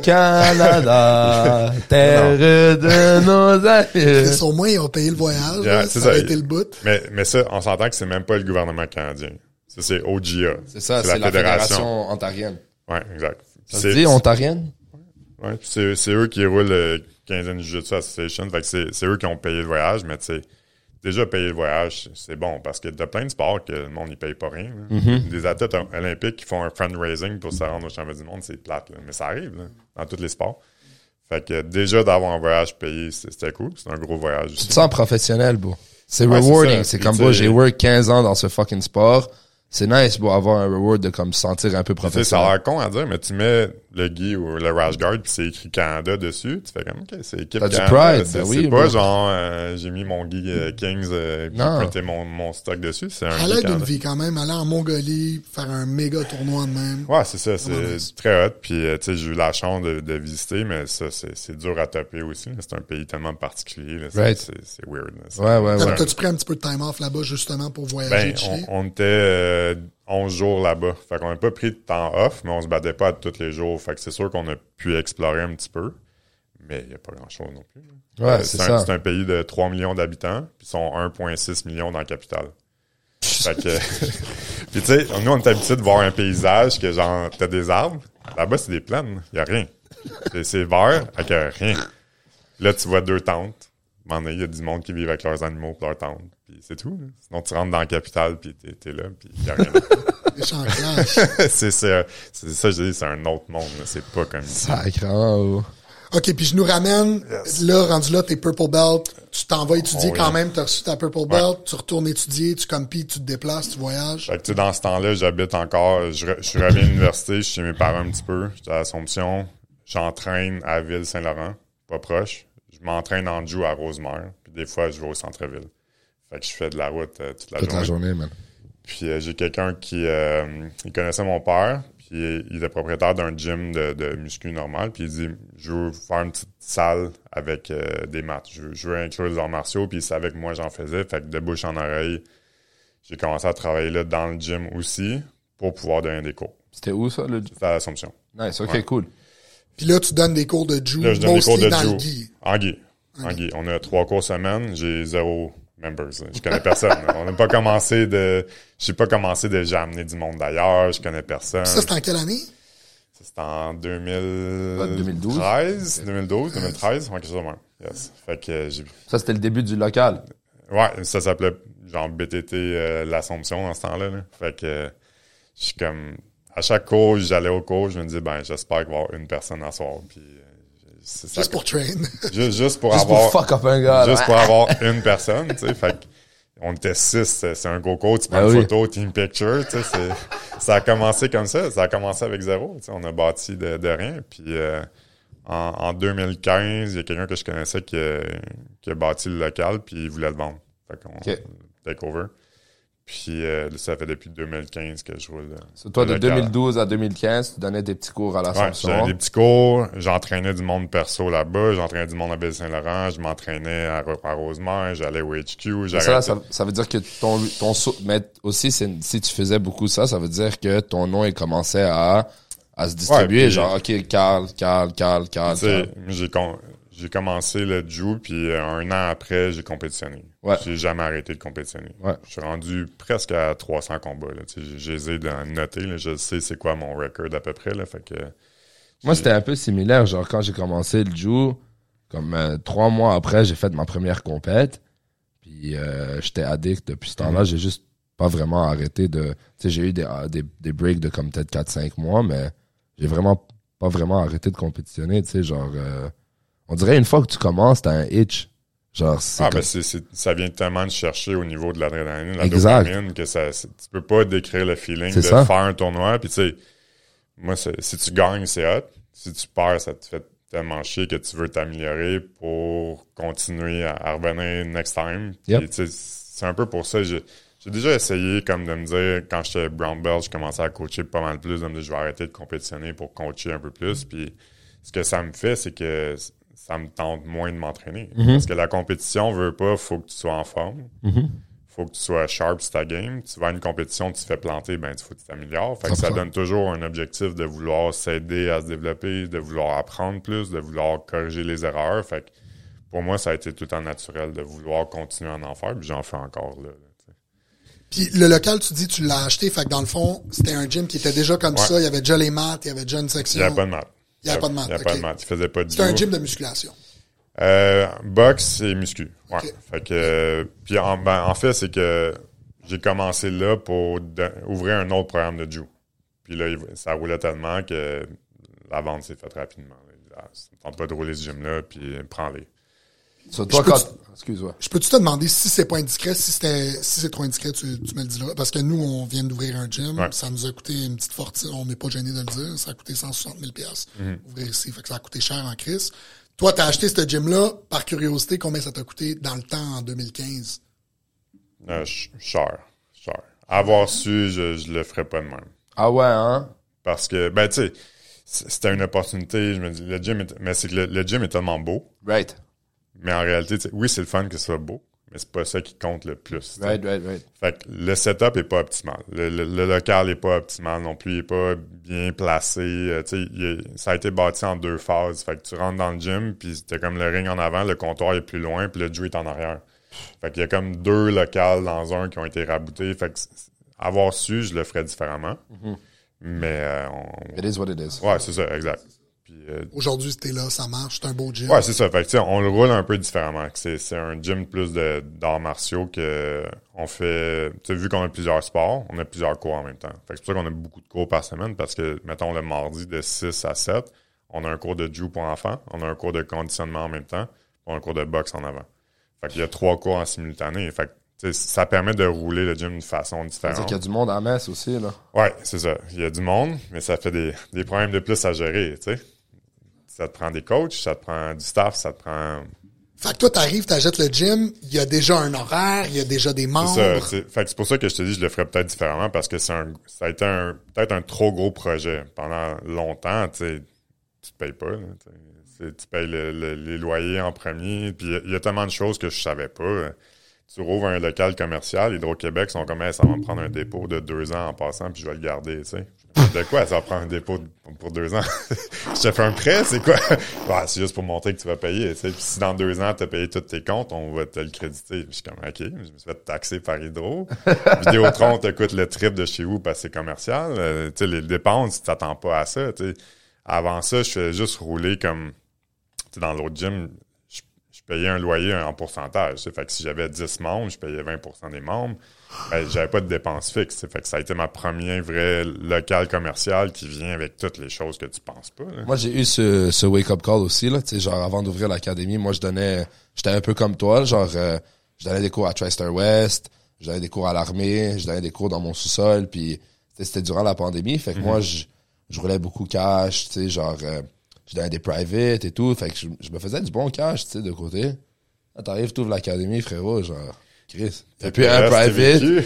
Canada, terre de nos amis. Au moins, ils ont payé le voyage. Yeah, là, c'est ça a ça. été le bout. Mais ça, on s'entend que c'est même pas le gouvernement canadien. Ça, c'est OGA. C'est ça, c'est la fédération ontarienne. Ouais, exact. Ça se dit ontarienne? Ouais, puis c'est eux qui roulent le Canadian Jiu-Jitsu Association. Fait que c'est eux qui ont payé le voyage, mais tu sais, déjà payer le voyage, c'est bon parce que t'as plein de sports que le monde n'y paye pas rien. Des athlètes olympiques qui font un fundraising pour se rendre au championnat du monde, c'est plate. Là. Mais ça arrive là, dans tous les sports. Fait que déjà d'avoir un voyage payé, c'était cool. C'est un gros voyage aussi. Tu te sens professionnel, bro. C'est Ouais, rewarding. c'est C'est ça. comme, Puis, bro, tu sais- j'ai work 15 ans dans ce fucking sport. C'est nice, bro, avoir un reward de comme se sentir un peu Tu sais, ça a professionnel. l'air con à dire, mais tu mets le gi ou le rash guard puis c'est écrit Canada dessus, tu fais comme, OK, c'est équipe T'as du Canada. pride, C'est ben oui, c'est pas bro. genre, j'ai mis mon gi Kings puis Non. printé mon stock dessus. C'est un À gi l'aide d'une Canada. vie quand même, aller en Mongolie, faire un méga tournoi de même. Ouais, c'est ça, c'est nice. très hot. Puis, tu sais, j'ai eu la chance de visiter, mais ça, c'est dur à taper aussi. là. C'est un pays tellement particulier. Là. Right. C'est weird. Là. C'est- Ouais, ouais, ouais. T'as-tu pris un petit peu de time off là-bas justement pour voyager Ben, de chier? on était 11 jours là-bas. Fait qu'on n'a pas pris de temps off, mais on se battait pas tous les jours. Fait que c'est sûr qu'on a pu explorer un petit peu. Mais il n'y a pas grand-chose non plus. là. Ouais, c'est ça. C'est un pays de 3 millions d'habitants, puis ils sont 1,6 million dans la capitale. Fait que... puis tu sais, nous, on est habitués de voir un paysage que genre, t'as des arbres. Là-bas, c'est des plaines. Il n'y a rien. C'est vert avec rien. Là, tu vois 2 tentes. À un moment donné, il y a du monde qui vit avec leurs animaux pour leurs tentes. Puis c'est tout. Là. Sinon, tu rentres dans la capitale, puis t'es là, puis il n'y a rien. Les champs clash. c'est ça, je dis, c'est un autre monde. là. C'est pas comme ici. Sacrement, OK, puis je nous ramène, là, rendu là, t'es Purple Belt, tu t'en vas étudier Oh, oui. quand même, t'as reçu ta Purple Belt, tu retournes étudier, tu compites, tu te déplaces, tu voyages. Fait que, tu sais, dans ce temps-là, j'habite encore. Je suis revenu à l'université, je suis chez mes parents un petit peu. J'étais à Assomption. J'entraîne à Ville-Saint-Laurent, pas proche. Je m'entraîne en Jiu à Rosemère. Puis des fois, je vais au centre-ville. Fait que je fais de la route toute la toute journée. la journée, man. Puis j'ai quelqu'un qui il connaissait mon père, puis il était propriétaire d'un gym de muscu normal, puis il dit je veux faire une petite salle avec des maths. Je veux inclure les arts martiaux, puis il savait que moi j'en faisais, fait que de bouche en oreille, j'ai commencé à travailler là dans le gym aussi pour pouvoir donner des cours. C'était où, ça, le... C'était à l'Assomption. Nice, ok, Ouais. cool. Puis là, tu donnes des cours de Jiu, Là, je donne des cours mostly de dans le Jiu. gi. En gi. En gi. On a 3 cours semaine, j'ai 0 members. Je connais personne. On n'a pas commencé j'ai pas commencé déjà à amener du monde d'ailleurs, je connais personne. Ça, c'est en quelle année? C'était en 2012. 2013, ouais, quelque chose de même. Yes. Fait que Ça, c'était le début du local. ouais, ça s'appelait genre BTT l'Assomption dans ce temps-là. Là. Fait que je suis comme à chaque cours, j'allais au cours, je me disais ben j'espère qu'il va y avoir une personne à soir. Puis c'est ça. Juste pour train. Juste pour Juste avoir pour fuck up un gars. juste là. pour avoir une personne, tu sais. Fait que on était 6, c'est un gros cours, tu prends Ah une oui. photo, team picture, tu sais. Ça a commencé comme ça, ça a commencé avec 0, tu sais. On a bâti de rien. Puis en 2015, il y a quelqu'un que je connaissais qui a bâti le local, puis il voulait le vendre. Fait qu'on Ok. take over. Puis ça fait depuis 2015 que je roule. So, toi, de 2012 à 2015, tu donnais des petits cours à l'Assomption. Ouais, j'avais des petits cours. J'entraînais du monde perso là-bas. J'entraînais du monde à Baie-Saint-Laurent. Je m'entraînais à Rosemère. J'allais au HQ. Ça veut dire que ton saut... Mais aussi, si tu faisais beaucoup ça veut dire que ton nom, il commençait à se distribuer. Puis, genre, OK, Carl. J'ai commencé le Jiu, puis un an après, j'ai compétitionné. Ouais. J'ai jamais arrêté de compétitionner. Ouais. Je suis rendu presque à 300 combats. Là. J'ai essayé de noter. Là. Je sais c'est quoi mon record à peu près. Là. Fait que, moi, c'était un peu similaire. Genre, quand j'ai commencé le Jiu, comme 3 mois après, j'ai fait ma première compète. Puis j'étais addict depuis ce temps-là. J'ai juste pas vraiment arrêté de... Tu sais, j'ai eu des breaks de comme peut-être 4-5 mois, mais j'ai vraiment pas vraiment arrêté de compétitionner. Tu sais, genre... on dirait une fois que tu commences, t'as un itch. Genre, ça vient tellement de chercher au niveau de l'adrénaline, la exact. dopamine, que tu peux pas décrire le feeling de ça. faire un tournoi. Puis tu sais, moi, si tu gagnes, c'est hot. Si tu perds, ça te fait tellement chier que tu veux t'améliorer pour continuer à revenir next time. Yep. Puis, tu sais, c'est un peu pour ça. J'ai déjà essayé comme de me dire, quand j'étais brown belt, je commençais à coacher pas mal plus, de me dire je vais arrêter de compétitionner pour coacher un peu plus. Puis ce que ça me fait, c'est que ça me tente moins de m'entraîner. Parce que la compétition veut pas, faut que tu sois en forme. Faut que tu sois sharp sur ta game. Tu vas à une compétition, tu te fais planter, ben il faut que tu t'améliores. Fait que ça donne toujours un objectif de vouloir s'aider à se développer, de vouloir apprendre plus, de vouloir corriger les erreurs. Fait que pour moi, ça a été tout le temps naturel de vouloir continuer à en faire, puis j'en fais encore là. Puis le local, tu dis, tu l'as acheté, fait que dans le fond, c'était un gym qui était déjà comme ça, il y avait déjà les maths, il y avait déjà une section. Il n'y a pas de maths. Il n'y a pas de maths. Il n'y a pas de maths. Il faisait pas de C'était un gym de musculation. Boxe et muscu. Ouais. Okay. Fait que puis en fait, c'est que j'ai commencé là pour ouvrir un autre programme de Jiu. Puis là, ça roulait tellement que la vente s'est faite rapidement. Ça ne tente pas de rouler ce gym-là, puis prends-les. Excuse-moi. Je peux-tu te demander si c'est pas indiscret, si c'est trop indiscret, tu me le dis là. Parce que nous, on vient d'ouvrir un gym. Ouais. Ça nous a coûté une petite fortune. On n'est pas gêné de le dire. Ça a coûté 160 000 ouvrir ici. Fait que ça a coûté cher en crise. Toi, t'as acheté ce gym-là. Par curiosité, combien ça t'a coûté dans le temps en 2015? Cher. Avoir su, je le ferais pas de même. Ah ouais, hein? Parce que, ben, tu sais, c'était une opportunité. Je me dis, mais c'est que le gym est tellement beau. Right. Mais en réalité, oui, c'est le fun que ce soit beau, mais c'est pas ça qui compte le plus. Right. Fait que le setup est pas optimal. Le local est pas optimal non plus. Il est pas bien placé. Ça a été bâti en 2 phases. Fait que tu rentres dans le gym, puis t'as comme le ring en avant, le comptoir est plus loin, puis le Jiu est en arrière. Fait qu'il y a comme 2 locales dans un qui ont été raboutés. Fait que avoir su, je le ferais différemment. Mais it is what it is. Ouais, c'est ça, exact. Puis, aujourd'hui, t'es là, ça marche, c'est un beau gym. Ouais, c'est ça. Fait que, on le roule un peu différemment. C'est un gym plus d'arts martiaux que on fait. Tu sais, vu qu'on a plusieurs sports, on a plusieurs cours en même temps. Fait que c'est pour ça qu'on a beaucoup de cours par semaine parce que, mettons, le mardi de 6 à 7, on a un cours de Jiu pour enfants, on a un cours de conditionnement en même temps, puis un cours de boxe en avant. Fait qu'il y a 3 cours en simultané. Fait que, ça permet de rouler le gym d'une façon différente. C'est qu'il y a du monde à Metz aussi, là. Ouais, c'est ça. Il y a du monde, mais ça fait des problèmes de plus à gérer, tu sais. Ça te prend des coachs, ça te prend du staff, ça te prend... Fait que toi, t'arrives, t'achètes le gym, il y a déjà un horaire, il y a déjà des membres. C'est ça. Fait que c'est pour ça que je te dis, je le ferais peut-être différemment parce que ça a été peut-être un trop gros projet. Pendant longtemps, tu te payes pas. Là, tu payes les loyers en premier. Puis il y a tellement de choses que je savais pas. Tu rouvres un local commercial, Hydro-Québec sont comme, ça va me prendre un dépôt de 2 ans en passant, puis je vais le garder, tu sais. De quoi ça va prendre un dépôt pour 2 ans? Je te fais un prêt, c'est quoi? Ouais, c'est juste pour montrer que tu vas payer, tu sais. Puis si dans 2 ans, tu as payé tous tes comptes, on va te le créditer. Puis je suis comme, OK, je me suis fait taxer par Hydro. Vidéotron te coûte le triple de chez vous parce que c'est commercial. Tu sais, les dépenses, tu t'attends pas à ça, tu sais. Avant ça, je faisais juste rouler comme, tu sais, dans l'autre gym, je payais un loyer en pourcentage. T'sais. Fait que si j'avais 10 membres, je payais 20% des membres. Ben, j'avais pas de dépenses fixes. T'sais. Fait que ça a été ma première vraie local commercial qui vient avec toutes les choses que tu penses pas. Là. Moi, j'ai eu ce wake-up call aussi, là. T'sais, genre, avant d'ouvrir l'académie, moi, j'étais un peu comme toi, genre, je donnais des cours à TriStar West, je donnais des cours à l'armée, je donnais des cours dans mon sous-sol, puis c'était durant la pandémie. Fait que moi, je roulais beaucoup cash, tu sais, genre, je donnais des privates et tout. Fait que je me faisais du bon cash, tu sais, de côté. Là, t'arrives, t'ouvres l'académie, frérot, genre, Chris. Fais plus un private.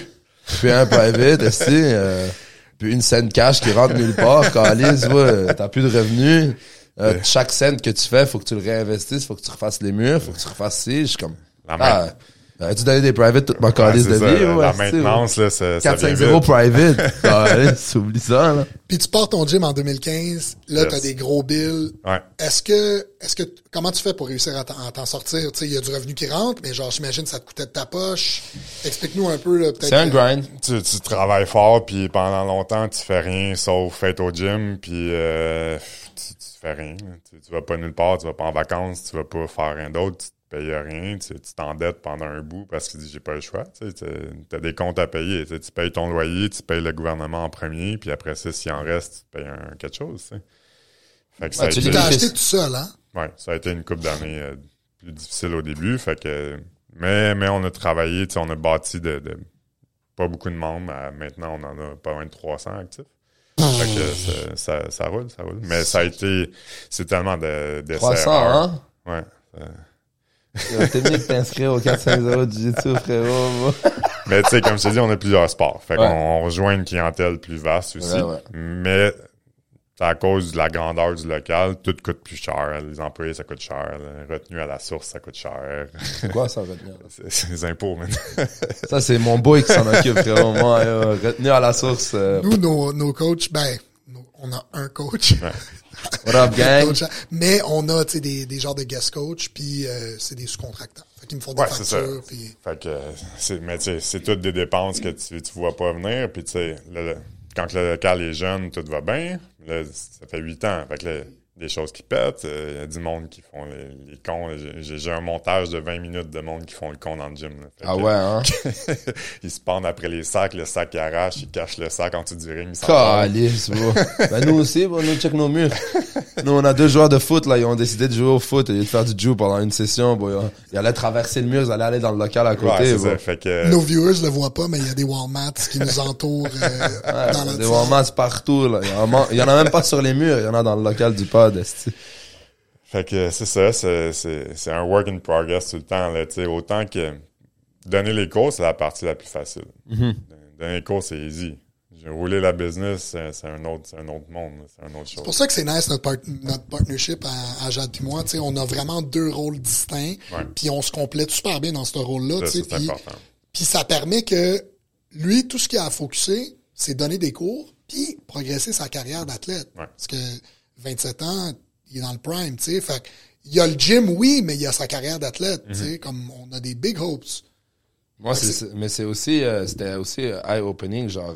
puis un private, puis une scène cash qui rentre nulle part, calice, t'as plus de revenus. Chaque scène que tu fais, faut que tu le réinvestisses, faut que tu refasses les murs, faut que tu refasses ci, je suis comme, tu donné des private toute ma calice de vie, la maintenance, là, ça 4-5-0 private. Calice, oublie ça, là. Puis tu pars ton gym en 2015, là, t'as des gros bills. Ouais. Est-ce que, comment tu fais pour réussir à t'en sortir? Tu sais, il y a du revenu qui rentre, mais genre, j'imagine, ça te coûtait de ta poche. Explique-nous un peu, là, peut-être. C'est un grind. Tu travailles fort, puis pendant longtemps, tu fais rien sauf être au gym, puis tu fais rien. Tu vas pas nulle part, tu vas pas en vacances, tu vas pas faire rien d'autre, tu te payes rien, tu t'endettes pendant un bout parce que tu dis j'ai pas le choix. Tu as des comptes à payer. Tu payes ton loyer, tu payes le gouvernement en premier, puis après ça, s'il en reste, tu payes quelque chose. T'sais. Fait que tu l'as acheté tout seul, hein? Ouais, ça a été une couple d'années plus difficile au début. Fait que mais on a travaillé, on a bâti de pas beaucoup de membres. Maintenant, on en a pas loin de 300 actifs. Fait que ça roule. Mais ça a été... C'est tellement de 300, hein? Ouais. T'es mieux de t'inscrire au 4-5-0 du Jiu-Jitsu, frérot. Mais tu sais, comme je t'ai dit, on a plusieurs sports. Fait qu'on rejoint une clientèle plus vaste aussi. Ouais. Mais à cause de la grandeur du local, tout coûte plus cher. Les employés, ça coûte cher. La retenue à la source, ça coûte cher. C'est quoi ça, retenue? C'est les impôts, man. Ça, c'est mon boy qui s'en occupe, frérot. Moi, retenue à la source. Nous, nos coachs, on a un coach. Ouais. What up, gang? Mais on a, tu sais, des genres de guest coach, puis c'est des sous-contractants. Fait qu'ils me font des factures. Puis... Fait que, c'est toutes des dépenses que tu vois pas venir. Puis, tu sais, quand le local est jeune, tout va bien. Là, ça fait 8 ans. Fait que là, des choses qui pètent. Il y a du monde qui font les cons. J'ai un montage de 20 minutes de monde qui font le con dans le gym. Ouais, hein? Ils se pendent après les sacs. Le sac arrache. Ils cachent le sac en dessous du ring. Calice, bro. Ben, nous aussi, bro, nous check nos murs. Nous, on a 2 joueurs de foot, là. Ils ont décidé de jouer au foot et de faire du jiu pendant une session, bro. Ils allaient traverser le mur. Ils allaient aller dans le local à côté, bro. Fait que... Nos viewers le voient pas, mais il y a des wall mats qui nous entourent dans notre des wall mats partout, là. Il y en a même pas sur les murs. Il y en a dans le local du pod. Fait que c'est ça, c'est un work in progress tout le temps. Là, autant que donner les cours, c'est la partie la plus facile. Mm-hmm. Donner les cours, c'est easy. Rouler la business, c'est un autre monde, c'est un autre chose. C'est pour ça que c'est nice notre partnership à Jade et moi. On a vraiment 2 rôles distincts, puis on se complète super bien dans ce rôle-là. C'est important. Puis ça permet que lui, tout ce qu'il a à focuser, c'est donner des cours, puis progresser sa carrière d'athlète. Ouais. Parce que 27 ans, il est dans le prime, tu sais. Fait il y a le gym, oui, mais il y a sa carrière d'athlète, tu sais. Comme on a des big hopes. Moi, mais c'est aussi, c'était aussi eye-opening, genre,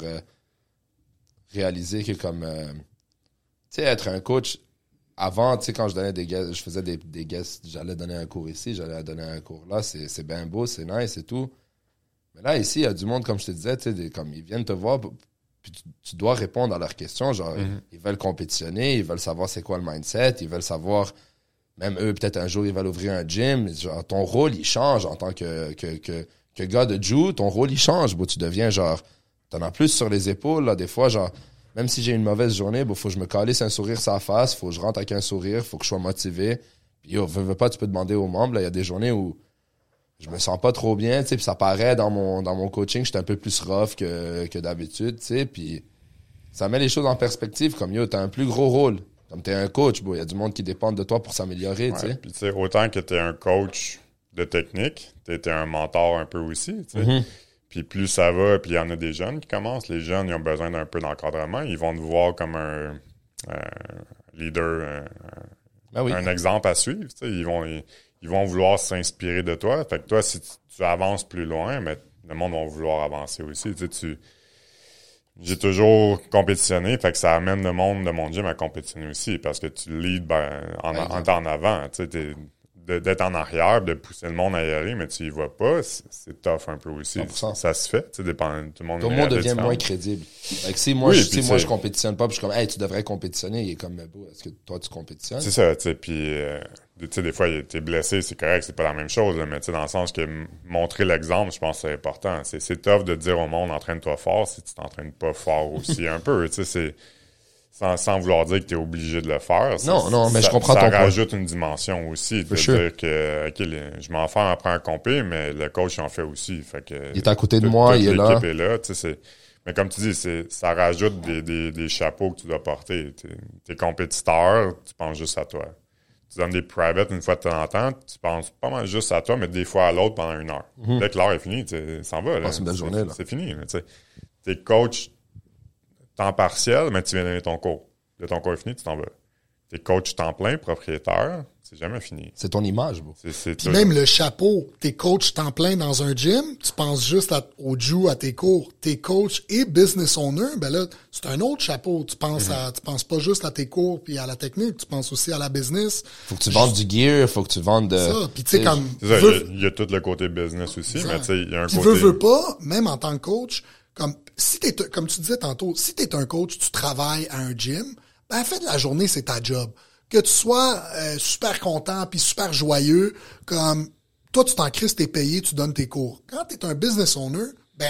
réaliser que comme, tu sais, être un coach, avant, tu sais, quand je donnais des guests, je faisais des guests, j'allais donner un cours ici, j'allais donner un cours là, c'est bien beau, c'est nice et tout. Mais là, ici, il y a du monde, comme je te disais, tu sais, comme ils viennent te voir, puis tu dois répondre à leurs questions. Genre, ils veulent compétitionner, ils veulent savoir c'est quoi le mindset, ils veulent savoir, même eux, peut-être un jour, ils veulent ouvrir un gym. Genre, ton rôle, il change en tant que gars de jiu, ton rôle, il change. Bon, tu deviens genre, t'en as plus sur les épaules, là, des fois, genre, même si j'ai une mauvaise journée, bon, faut que je me calisse un sourire sur la face, faut que je rentre avec un sourire, faut que je sois motivé. Puis, yo, veux pas, tu peux demander aux membres, là, il y a des journées où je me sens pas trop bien, tu sais, puis ça paraît dans mon coaching, j'étais un peu plus rough que d'habitude, tu sais, puis ça met les choses en perspective, comme yo, t'as un plus gros rôle, comme t'es un coach, il y a du monde qui dépend de toi pour s'améliorer, tu sais. Puis tu sais, autant que t'es un coach de technique, t'es un mentor un peu aussi, tu sais. Puis plus ça va, puis il y en a des jeunes qui commencent, les jeunes, ils ont besoin d'un peu d'encadrement, ils vont te voir comme un leader, un exemple à suivre, tu sais, ils vont vouloir s'inspirer de toi. Fait que toi, si tu avances plus loin, mais le monde va vouloir avancer aussi. Tu sais, j'ai toujours compétitionné, fait que ça amène le monde de mon gym à compétitionner aussi, parce que tu leads en avant. Tu sais, d'être en arrière, de pousser le monde à y aller, mais tu y vas pas, c'est tough un peu aussi. 100%. Ça se fait, tu sais, dépend, tout le monde devient moins crédible. Fait que si moi, je compétitionne pas, puis je suis comme, hey, tu devrais compétitionner, il est comme, est-ce que toi, tu compétitionnes? C'est ça, tu sais, puis, tu sais, des fois, t'es blessé, c'est correct, c'est pas la même chose, là, mais tu sais, dans le sens que montrer l'exemple, je pense que c'est important. C'est tough de dire au monde, entraîne-toi fort, si tu t'entraînes pas fort aussi un peu, tu sais, sans vouloir dire que t'es obligé de le faire. Non, mais je comprends ton point. Ça rajoute une dimension aussi. De dire que, OK, je m'en fais après un compé, mais le coach en fait aussi. Fait que, il est à côté de moi, il est là. L'équipe est là, tu sais, mais comme tu dis, ça rajoute des chapeaux que tu dois porter. T'es compétiteur, tu penses juste à toi. Tu donnes des privates une fois de temps en temps, tu penses pas mal juste à toi, mais des fois à l'autre pendant 1 heure. Dès que l'heure est finie, ça va. Là. C'est une belle journée. Là. C'est fini. T'es coach temps partiel, mais tu viens donner ton cours. De ton cours est fini, tu t'en vas. T'es coach temps plein, propriétaire, c'est jamais fini. C'est ton image, bro. Puis même le chapeau, t'es coach temps plein dans un gym, tu penses juste au Jew, à tes cours. T'es coach et business owner, ben là, c'est un autre chapeau. Tu penses tu penses pas juste à tes cours puis à la technique, tu penses aussi à la business. Faut que tu vendes du gear, faut que tu vendes de... Ça, puis tu sais, comme... C'est ça, il y a tout le côté business aussi, mais tu sais, il y a un puis côté... veux pas, même en tant que coach, si comme tu disais tantôt, si t'es un coach, tu travailles à un gym, ben, à la fin de la journée, c'est ta job. Que tu sois super content puis super joyeux, comme toi, tu t'en crises, t'es payé, tu donnes tes cours. Quand t'es un business owner, ben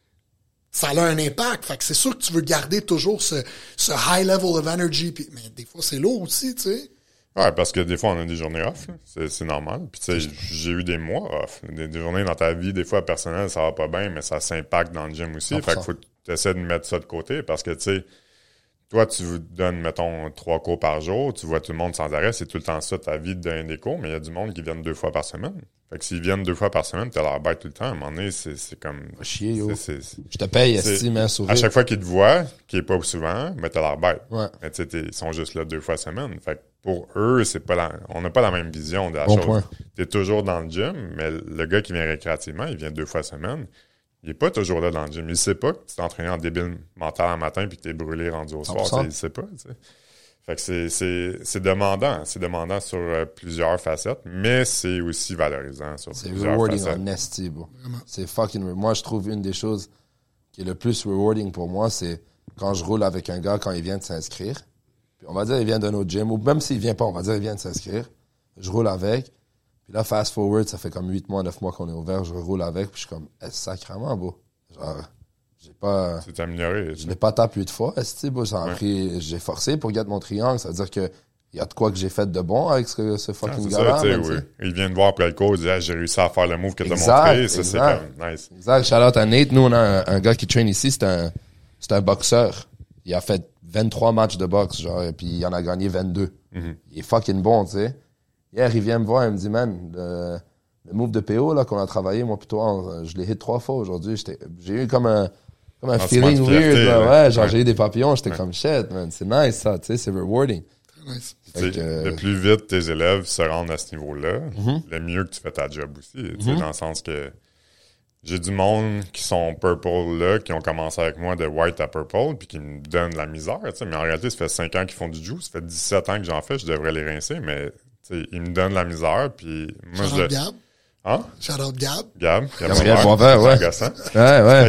ça a un impact. Fait que c'est sûr que tu veux garder toujours ce high level of energy. Puis, mais des fois, c'est lourd aussi, tu sais. Ouais, parce que des fois, on a des journées off. C'est normal. Puis tu sais, j'ai eu des mois off. Des journées dans ta vie, des fois, personnelles, ça va pas bien, mais ça s'impacte dans le gym aussi. 100%. Fait qu'il faut que tu essaies de mettre ça de côté parce que, tu sais, toi, tu donnes, mettons, 3 cours par jour, tu vois tout le monde sans arrêt, c'est tout le temps ça, ta vie de donner des cours, mais il y a du monde qui viennent 2 fois par semaine. Fait que s'ils viennent 2 fois par semaine, t'as l'air bête tout le temps. À un moment donné, c'est comme... Chier, yo. Je te paye, estime, un sourire. À chaque fois qu'ils te voient, qui est pas souvent, mais t'as l'air bête. Ouais. Mais tu sais, ils sont juste là 2 fois semaine. Fait que pour eux, on n'a pas la même vision de la chose. Point. T'es toujours dans le gym, mais le gars qui vient récréativement, il vient 2 fois semaine. Il est pas toujours là dans le gym. Il sait pas que tu t'es entraîné en débile mental un matin puis que t'es brûlé rendu au soir. Il sait pas, tu sais. Fait que c'est demandant. C'est demandant sur plusieurs facettes, mais c'est aussi valorisant sur plusieurs facettes. C'est rewarding en esti, bro. C'est fucking... Moi, je trouve une des choses qui est le plus rewarding pour moi, c'est quand je roule avec un gars quand il vient de s'inscrire. Puis on va dire il vient d'un autre gym, ou même s'il vient pas, on va dire il vient de s'inscrire. Je roule avec. Puis là, fast forward, ça fait comme 8 mois, 9 mois qu'on est ouvert, je roule avec, puis je suis comme, sacrément, beau. Genre, j'ai pas... C'est amélioré. Je l'ai pas tapé 8 fois, beau, j'ai forcé pour gagner mon triangle, ça veut dire que il y a de quoi que j'ai fait de bon avec ce fucking gars-là. Oui. Il vient de voir après le cours, il dit, j'ai réussi à faire le move que t'as montré, ça, c'est comme nice. Exact, shout-out à Nate, nous, on a un gars qui traîne ici, c'est un boxeur. Il a fait 23 matchs de boxe, genre, et puis il en a gagné 22. Il est fucking bon, tu sais. Hier, il vient me voir, il me dit, man, le move de PO, là, qu'on a travaillé, moi, plutôt, je l'ai hit 3 fois aujourd'hui. J'ai eu comme un feeling weird, là, ouais, genre, j'ai eu des papillons, j'étais comme shit, man. C'est nice, ça, tu sais, c'est rewarding. Très nice. Le plus vite tes élèves se rendent à ce niveau-là, le mieux que tu fais ta job aussi, tu sais, dans le sens que j'ai du monde qui sont purple là, qui ont commencé avec moi de white à purple, puis qui me donnent de la misère, tu sais, mais en réalité, ça fait 5 ans qu'ils font du jiu, ça fait 17 ans que j'en fais, je devrais les rincer, mais t'sais, il me donne la misère, puis moi, Shout out Gab. Hein? Shout out Gab. Gab. Gabriel Boisvert, ouais. Ouais.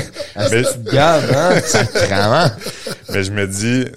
Mais Gab, hein? Sacrément. Mais je me dis,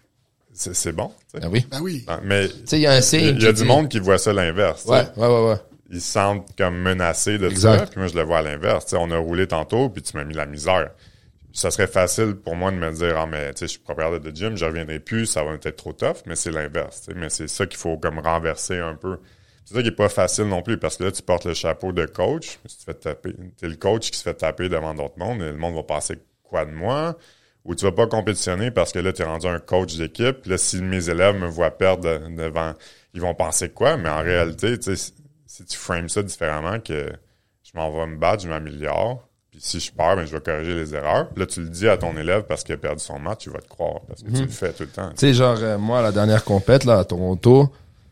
c'est bon. Ben oui. Ben oui. Mais, tu sais, il y a un signe. Il y a du monde qui voit ça l'inverse. Ouais. Ils se sentent comme menacés de ça, puis moi, je le vois à l'inverse. T'sais, on a roulé tantôt, puis tu m'as mis la misère. Ça serait facile pour moi de me dire, ah, mais, tu sais, je suis propriétaire de gym, je reviendrai plus, ça va être trop tough, mais c'est l'inverse, tu sais. Mais c'est ça qu'il faut comme renverser un peu. C'est ça qui est pas facile non plus, parce que là, tu portes le chapeau de coach, si tu fais taper, t'es le coach qui se fait taper devant d'autres mondes, et le monde va penser quoi de moi, ou tu vas pas compétitionner parce que là, t'es rendu un coach d'équipe, là, si mes élèves me voient perdre devant, ils vont penser quoi, mais en réalité, tu sais, si tu frames ça différemment, que je m'en vais me battre, je m'améliore, puis si je perds, ben, je vais corriger les erreurs. Puis là, tu le dis à ton élève parce qu'il a perdu son match, il va te croire parce que tu le fais tout le temps. Tu sais, genre, moi, à la dernière compète, là, à Toronto,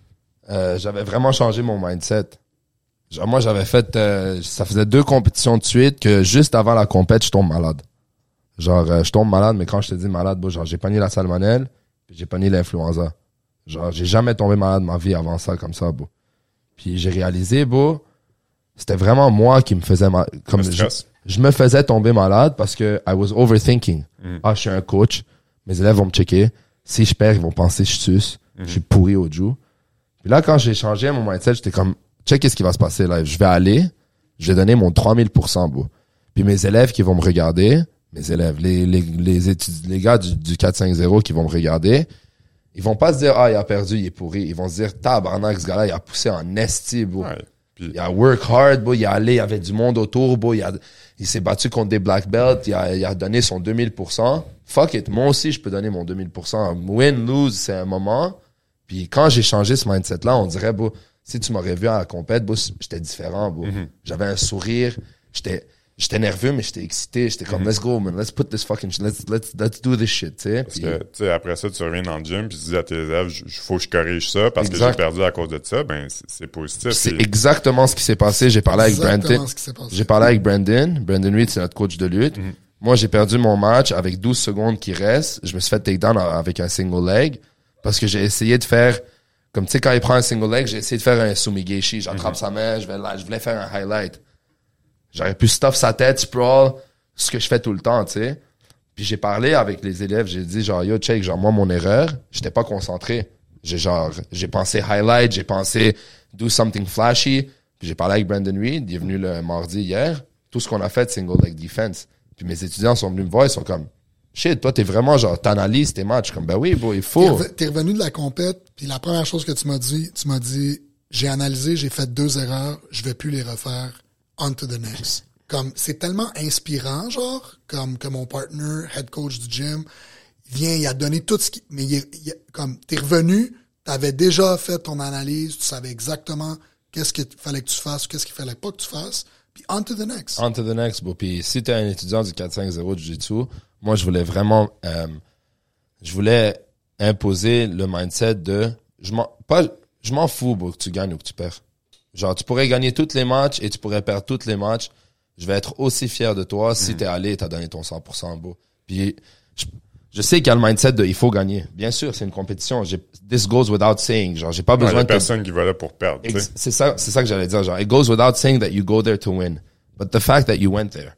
j'avais vraiment changé mon mindset. Genre, moi, j'avais fait... ça faisait 2 compétitions de suite que juste avant la compète, je tombe malade. Genre, je tombe malade, mais quand je te dis malade, bon, genre, j'ai pogné la salmonelle, puis j'ai pogné l'influenza. Genre, j'ai jamais tombé malade de ma vie avant ça, comme ça, beau. Puis j'ai réalisé, beau, c'était vraiment moi qui me faisais mal. Comme je me faisais tomber malade parce que I was overthinking. Ah, je suis un coach, mes élèves vont me checker. Si je perds, ils vont penser que je suce. Je suis pourri au jiu. Puis là, quand j'ai changé mon mindset, j'étais comme, check qu'est-ce qui va se passer là. Je vais aller, je vais donner mon 3000%, beau. Puis mes élèves qui vont me regarder, mes élèves, les gars du 4-5-0 qui vont me regarder, ils vont pas se dire, il a perdu, il est pourri. Ils vont se dire, tabarnak, ce gars-là, il a poussé en esti, bro. Ouais. Puis, Il a work hard, bro. Il a allé, il y avait du monde autour, bro. Il s'est battu contre des black belts. Il a donné son 2000%. Fuck it. Moi aussi, je peux donner mon 2000%. Win, lose, c'est un moment. Puis quand j'ai changé ce mindset-là, on dirait, bro, si tu m'aurais vu à la compète, bro, j'étais différent, bro. J'avais un sourire. J'étais nerveux, mais j'étais excité. J'étais comme, let's go, man. Let's put this fucking shit. Let's do this shit, tu sais. Parce que, tu sais, après ça, tu reviens dans le gym, puis tu dis à tes élèves, faut que je corrige ça parce que j'ai perdu à cause de ça. Ben, c'est positif. C'est exactement ce qui s'est passé. J'ai parlé avec Brandon. J'ai parlé avec Brandon. Brandon Reed, c'est notre coach de lutte. Moi, j'ai perdu mon match avec 12 secondes qui restent. Je me suis fait takedown avec un single leg parce que j'ai essayé de faire, comme tu sais, quand il prend un single leg, j'ai essayé de faire un sumigeshi. J'attrape sa main, je voulais faire un highlight. J'aurais pu stuff sa tête, sprawl, ce que je fais tout le temps, tu sais. Puis j'ai parlé avec les élèves, j'ai dit genre, yo, check, genre, moi, mon erreur, j'étais pas concentré. J'ai pensé highlight, j'ai pensé do something flashy. Puis j'ai parlé avec Brandon Reed, il est venu le mardi hier. Tout ce qu'on a fait, single leg defense. Puis mes étudiants sont venus me voir, ils sont comme, shit, toi, t'es vraiment genre, t'analyses tes matchs. Comme, ben oui, bro, il faut. T'es revenu de la compète, puis la première chose que tu m'as dit, j'ai analysé, j'ai fait 2 erreurs, je vais plus les refaire. On to the next. Comme, c'est tellement inspirant, genre, comme que mon partner, head coach du gym, il a donné tout ce qui, mais comme, t'es revenu, t'avais déjà fait ton analyse, tu savais exactement qu'est-ce qu'il fallait que tu fasses, qu'est-ce qu'il fallait pas que tu fasses, puis on to the next. On to the next, bro. Puis si t'es un étudiant du 4-5-0 de Jiu-Jitsu, moi, je voulais vraiment, je voulais imposer le mindset de, je m'en fous, bro, que tu gagnes ou que tu perds. Genre, tu pourrais gagner tous les matchs et tu pourrais perdre tous les matchs. Je vais être aussi fier de toi si t'es allé et t'as donné ton 100%, beau. Puis, je sais qu'il y a le mindset de il faut gagner. Bien sûr, c'est une compétition. This goes without saying. Genre, j'ai pas besoin de personne qui va là pour perdre. C'est ça que j'allais dire. Genre, it goes without saying that you go there to win. But the fact that you went there,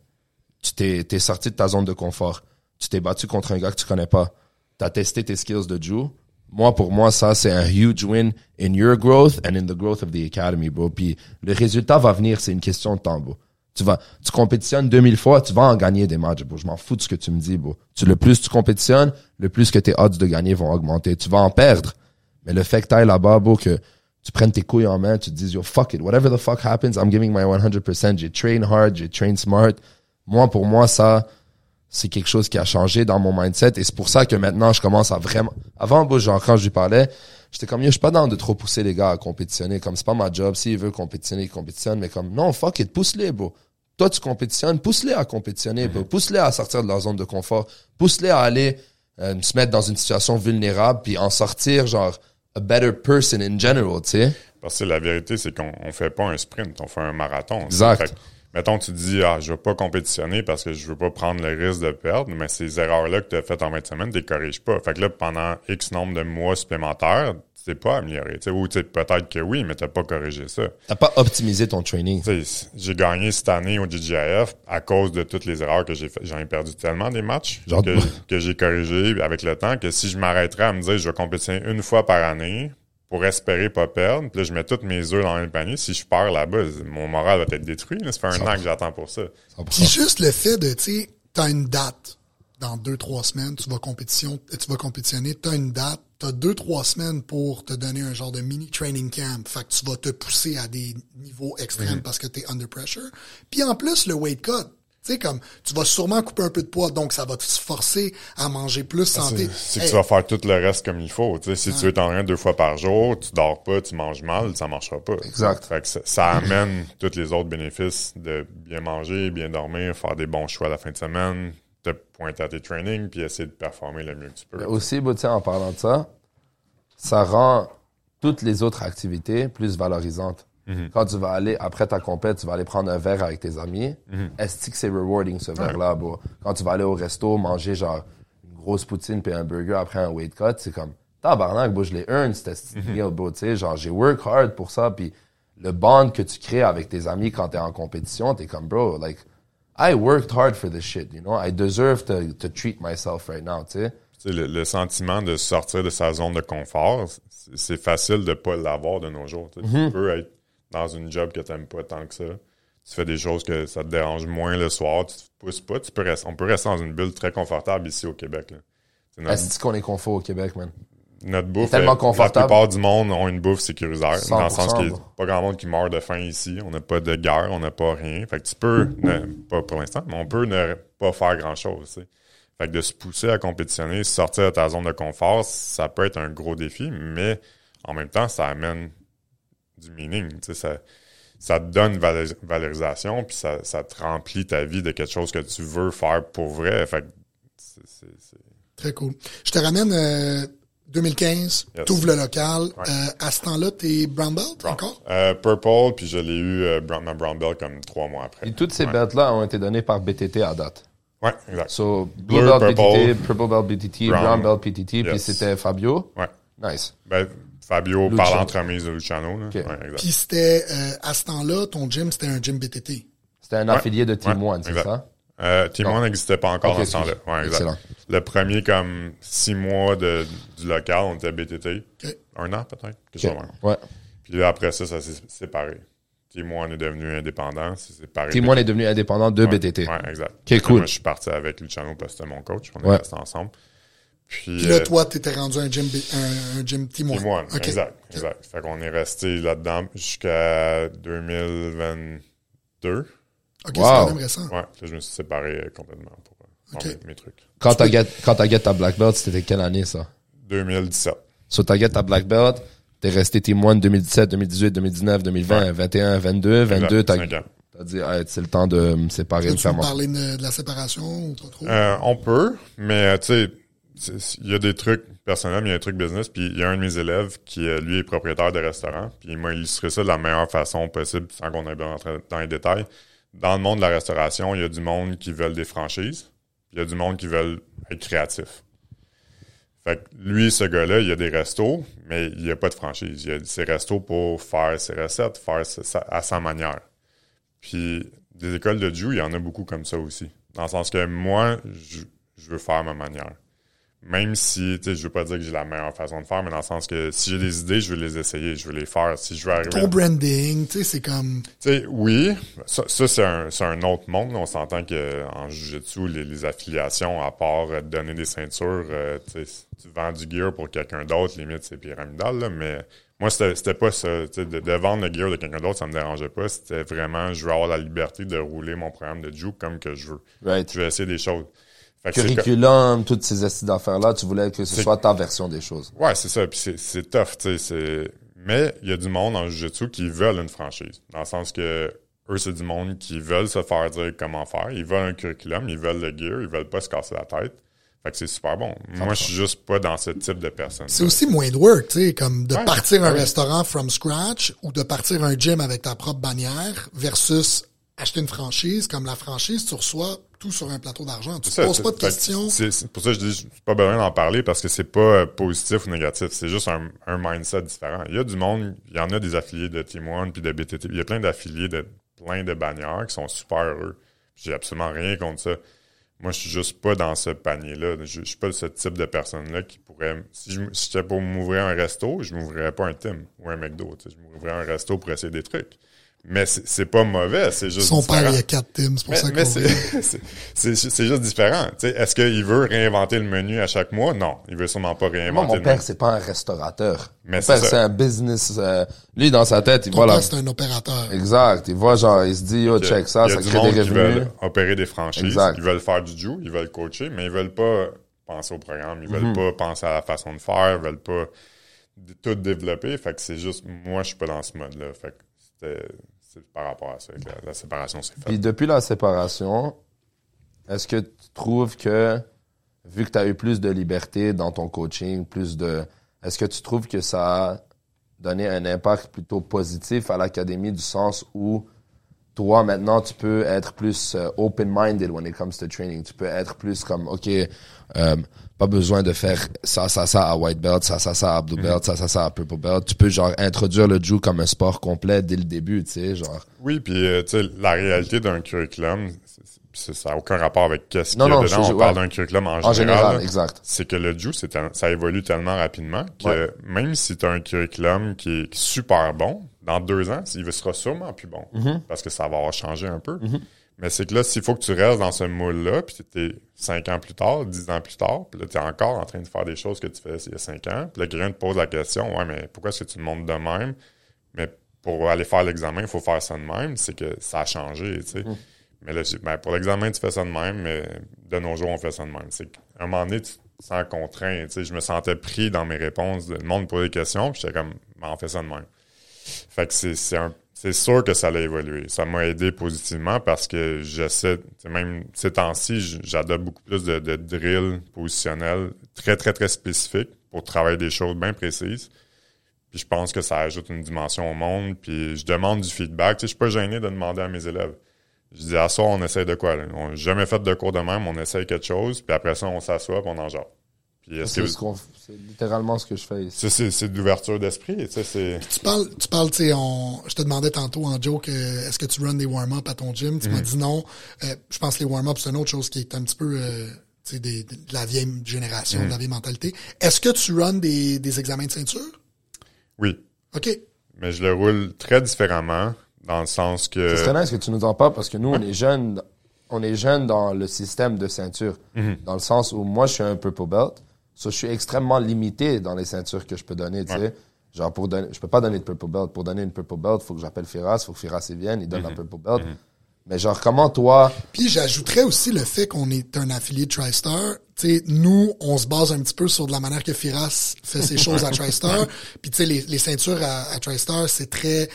t'es sorti de ta zone de confort. Tu t'es battu contre un gars que tu connais pas. T'as testé tes skills de Jiu. Pour moi, ça, c'est un huge win in your growth and in the growth of the academy, bro. Puis le résultat va venir, c'est une question de temps, bro. Tu compétitionnes 2000 fois, tu vas en gagner des matchs, bro. Je m'en fous de ce que tu me dis, bro. Le plus tu compétitionnes, le plus que tes odds de gagner vont augmenter. Tu vas en perdre. Mais le fait que t'ailles là-bas, bro, que tu prennes tes couilles en main, tu te dises, yo, fuck it. Whatever the fuck happens, I'm giving my 100%. J'ai train hard, j'ai train smart. Pour moi, ça, c'est quelque chose qui a changé dans mon mindset et c'est pour ça que maintenant je commence à vraiment, avant, genre, quand je lui parlais, j'étais comme, yo, je suis pas dans de trop pousser les gars à compétitionner, comme c'est pas ma job, s'ils veulent compétitionner, ils compétitionnent, mais comme, non, fuck it, pousse-les, bro. Toi, tu compétitionnes, pousse-les à compétitionner, bro. Pousse-les à sortir de leur zone de confort, pousse-les à aller se mettre dans une situation vulnérable puis en sortir, genre, a better person in general, tu sais. Parce que la vérité, c'est qu'on fait pas un sprint, on fait un marathon. Exact. Mettons, tu te dis, je vais pas compétitionner parce que je veux pas prendre le risque de perdre, mais ces erreurs-là que tu as faites en 20 semaines, tu les corriges pas. Fait que là, pendant X nombre de mois supplémentaires, tu t'es pas amélioré. T'sais, ou peut-être que oui, mais t'as pas corrigé ça. T'as pas optimisé ton training. J'ai gagné cette année au DJIF à cause de toutes les erreurs que j'ai faites. J'en ai perdu tellement des matchs que j'ai corrigé avec le temps que si je m'arrêterais à me dire je vais compétitionner une fois par année pour espérer pas perdre, puis là, je mets tous mes œufs dans le même panier. Si je perds là-bas, mon moral va être détruit. Là. Ça fait un an que j'attends pour ça. Puis juste le fait de, tu sais, t'as une date dans 2-3 semaines, tu vas compétitionner, t'as une date, t'as 2-3 semaines pour te donner un genre de mini training camp. Fait que tu vas te pousser à des niveaux extrêmes parce que t'es under pressure. Puis en plus, le weight cut. Tu sais, comme, tu vas sûrement couper un peu de poids, donc ça va te forcer à manger plus santé. C'est que tu vas faire tout le reste comme il faut. Tu sais, si tu veux t'entraîner 2 fois par jour, tu dors pas, tu manges mal, ça marchera pas. Exact. Fait que ça amène tous les autres bénéfices de bien manger, bien dormir, faire des bons choix la fin de semaine, te pointer à tes trainings, puis essayer de performer le mieux que tu peux. Aussi, tu sais, en parlant de ça, ça rend toutes les autres activités plus valorisantes. Quand tu vas aller, après ta compète, tu vas aller prendre un verre avec tes amis. Est-ce que c'est rewarding, ce verre-là, bro? Quand tu vas aller au resto, manger genre une grosse poutine puis un burger après un weight cut, c'est comme, tabarnak, bro, je l'ai earned, cette meal, bro, tu sais, genre, j'ai work hard pour ça, puis le bond que tu crées avec tes amis quand t'es en compétition, t'es comme, bro, like, I worked hard for this shit, you know? I deserve to treat myself right now, tu sais? Le sentiment de sortir de sa zone de confort, c'est facile de pas l'avoir de nos jours. Tu peux être dans une job que t'aimes pas tant que ça. tu fais des choses que ça te dérange moins le soir, tu te pousses pas, on peut rester dans une bulle très confortable ici au Québec. Là. Est-ce qu'on est confort au Québec, man? Notre bouffe, tellement confortable. La plupart du monde ont une bouffe sécuritaire, dans le sens qu'il n'y a bro. pas grand monde qui meurt de faim ici. On n'a pas de guerre, on n'a pas rien. Fait que tu peux, pas pour l'instant, mais on peut ne pas faire grand-chose. T'sais. Fait que de se pousser à compétitionner, sortir de ta zone de confort, ça peut être un gros défi, mais en même temps, ça amène du meaning. Ça te donne une valorisation, puis ça te remplit ta vie de quelque chose que tu veux faire pour vrai. Fait que c'est... Très cool. Je te ramène 2015, Yes. t'ouvres le local. Ouais. À ce temps-là, t'es brown belt encore? Purple, puis je l'ai eu ma brown belt comme 3 mois après. Et toutes ces Ouais. belts-là ont été données par BTT à date. Ouais, exact. So, Blue Bleu, Belt purple, BTT, Purple Belt BTT, Brown Belt PTT, puis Yes. c'était Fabio. Ouais. Nice. Ben, Fabio Luciano. par l'entremise de Luciano. Là. Ok. Ouais, exact. Puis c'était, à ce temps-là, ton gym, c'était un gym BTT. C'était un Ouais. affilié de Team Ouais, One, c'est exact. ça? Team Non. One n'existait pas encore Ok, dans ce temps-là. Ouais, exact. Excellent. Le premier, comme 6 mois du local, on était BTT. OK. 1 an, peut-être. Quelque chose de même. Ouais. Puis là, après ça s'est séparé. Team One est devenu indépendant. C'est séparé. Team One est devenu indépendant de Ouais, BTT. Ouais, exact. Ok, cool. Moi, je suis parti avec Luciano parce que c'était mon coach. On est Ouais. restés ensemble. Puis là, toi, t'étais rendu un gym Team One. Team One, OK. exact. Fait qu'on est resté là-dedans jusqu'à 2022. OK, Wow. c'est quand même récent. Ouais, là, je me suis séparé complètement pour faire mes trucs. Quand t'as get ta black belt, c'était quelle année, ça? 2017. So, t'as get ta black belt, t'es resté Team One 2017, 2018, 2019, 2020, Ouais. 21, 22, 22, Exact, 5 ans. t'as dit, hey, c'est le temps de me séparer, de Peux-tu faire me mon... parler de la séparation ou pas trop? On peut, mais tu sais, il y a des trucs personnels, mais il y a des trucs business. Puis il y a un de mes élèves qui, lui, est propriétaire de restaurant. Puis il m'a illustré ça de la meilleure façon possible, sans qu'on aille bien rentrer dans les détails. Dans le monde de la restauration, il y a du monde qui veulent des franchises. Puis il y a du monde qui veulent être créatifs. Fait que lui, ce gars-là, il a des restos, mais il n'y a pas de franchise. Il a ses restos pour faire ses recettes, faire à sa manière. Puis des écoles de jiu, il y en a beaucoup comme ça aussi. Dans le sens que moi, je veux faire ma manière. Même si, tu sais, je veux pas dire que j'ai la meilleure façon de faire, mais dans le sens que si j'ai des idées, je veux les essayer, je veux les faire. Si je veux arriver... Ton branding, tu sais, c'est comme... Tu sais, oui, ça c'est un autre monde. On s'entend qu'en jiu-jitsu, les affiliations, à part te donner des ceintures, tu sais, tu vends du gear pour quelqu'un d'autre, limite, c'est pyramidal, là, mais moi, c'était pas ça. Tu sais, de vendre le gear de quelqu'un d'autre, ça me dérangeait pas. C'était vraiment, je veux avoir la liberté de rouler mon programme de jiu comme que je veux. Right. Je vais essayer des choses. Fait que Curriculum, toutes ces astuces d'affaires-là, tu voulais que ce C'est- soit ta version des choses. Ouais, c'est ça. Puis c'est tough, tu sais. Mais il y a du monde en jiu-jitsu qui veulent une franchise. Dans le sens que eux, c'est du monde qui veulent se faire dire comment faire. Ils veulent un curriculum, ils veulent le gear, ils veulent pas se casser la tête. Fait que c'est super bon. Moi, je suis juste pas dans ce type de personne. C'est aussi moins de work, tu sais, comme de Ouais, partir un ouais. restaurant from scratch ou de partir un gym avec ta propre bannière versus acheter une franchise. Comme la franchise, tu reçois tout sur un plateau d'argent. Tu te poses pas de questions. C'est pour ça que je dis, c'est pas besoin d'en parler parce que c'est pas positif ou négatif. C'est juste un mindset différent. Il y a du monde, il y en a des affiliés de Team One puis de BTT. Il y a plein d'affiliés de plein de bannières qui sont super heureux. J'ai absolument rien contre ça. Moi, je suis juste pas dans ce panier-là. Je suis pas ce type de personne-là qui pourrait... Si j'étais pour m'ouvrir un resto, je m'ouvrirais pas un Tim ou un McDo. Tu sais. Je m'ouvrirais un resto pour essayer des trucs. Mais c'est pas mauvais, c'est juste Son différent. père, il y a 4 teams, c'est pour ça Mais qu'on c'est juste différent. Tu sais, est-ce qu'il veut réinventer le menu à chaque mois? Non, il veut sûrement pas Moi, réinventer mon le père, menu. c'est pas un restaurateur. Mais Mon c'est père, ça. c'est un business. Lui, dans sa tête, il Ton voit père, la... c'est un opérateur. Exact. Il voit, genre, il se dit, yo, Il y a- check ça, il y a ça du crée monde des qui revenus. veulent opérer des franchises. Exact. Ils veulent faire du jiu, ils veulent coacher, mais ils veulent pas penser au programme. Ils Mhm. veulent pas penser à la façon de faire. Ils veulent pas tout développer. Fait que c'est juste, moi, je suis pas dans ce mode-là. Fait que c'est par rapport à ça. Que la séparation s'est faite. Puis depuis la séparation, est-ce que tu trouves que, vu que tu as eu plus de liberté dans ton coaching, est-ce que tu trouves que ça a donné un impact plutôt positif à l'académie du sens où toi, maintenant, tu peux être plus open-minded when it comes to training. Tu peux être plus comme, OK, pas besoin de faire ça à white belt, ça à blue belt, ça à purple belt. Tu peux, genre, introduire le jiu comme un sport complet dès le début, tu sais, genre. Oui, puis tu sais, la réalité d'un curriculum, ça n'a aucun rapport avec qu'est-ce qu'il y Non, a non, dedans. je- On parle ouais. d'un curriculum en En général, là. exact. C'est que le jiu, ça évolue tellement rapidement que Ouais. même si tu as un curriculum qui est super bon, dans 2 ans, il sera sûrement plus bon. Parce que ça va avoir changé un peu. Mais c'est que là, s'il faut que tu restes dans ce moule-là, puis t'es 5 ans plus tard, 10 ans plus tard, puis là, t'es encore en train de faire des choses que tu faisais il y a 5 ans, puis là, quelqu'un te pose la question, ouais, mais pourquoi est-ce que tu le montres de même? Mais pour aller faire l'examen, il faut faire ça de même, c'est que ça a changé, tu sais. Mais là, pour l'examen, tu fais ça de même, mais de nos jours, on fait ça de même. C'est qu'à un moment donné, tu te sens contraint, tu sais. Je me sentais pris dans mes réponses. Le monde me posait des questions, puis j'étais comme, on fait ça de même. Fait que c'est sûr que ça l'a évolué. Ça m'a aidé positivement parce que j'essaie, même ces temps-ci, j'adopte beaucoup plus de drills positionnels très, très, très spécifiques pour travailler des choses bien précises. Puis je pense que ça ajoute une dimension au monde. Puis je demande du feedback. Tu sais, je suis pas gêné de demander à mes élèves. Je dis, à soir, on essaie de quoi? Là? On n'a jamais fait de cours de même, on essaye quelque chose, puis après ça, on s'assoit, puis on en jase. Puis c'est littéralement ce que je fais ici. C'est de l'ouverture d'esprit. Tu sais, tu parles, tu sais, je te demandais tantôt en joke, est-ce que tu runs des warm-up à ton gym? Tu m'as dit non. Je pense que les warm-up, c'est une autre chose qui est un petit peu tu sais, de la vieille génération, de la vieille mentalité. Est-ce que tu runs des examens de ceinture? Oui. OK. Mais je le roule très différemment, dans le sens que... C'est très nice que tu nous en parles, parce que nous, on est jeunes dans le système de ceinture. Dans le sens où moi, je suis un purple belt. So, je suis extrêmement limité dans les ceintures que je peux donner, tu sais. Genre, je peux pas donner de purple belt. Pour donner une purple belt, il faut que j'appelle Firas, il faut que Firas y vienne, il donne la purple belt. Mais genre, comment toi... Puis j'ajouterais aussi le fait qu'on est un affilié de TriStar. Tu sais, nous, on se base un petit peu sur de la manière que Firas fait ses choses à TriStar. Puis tu sais, les ceintures à TriStar, c'est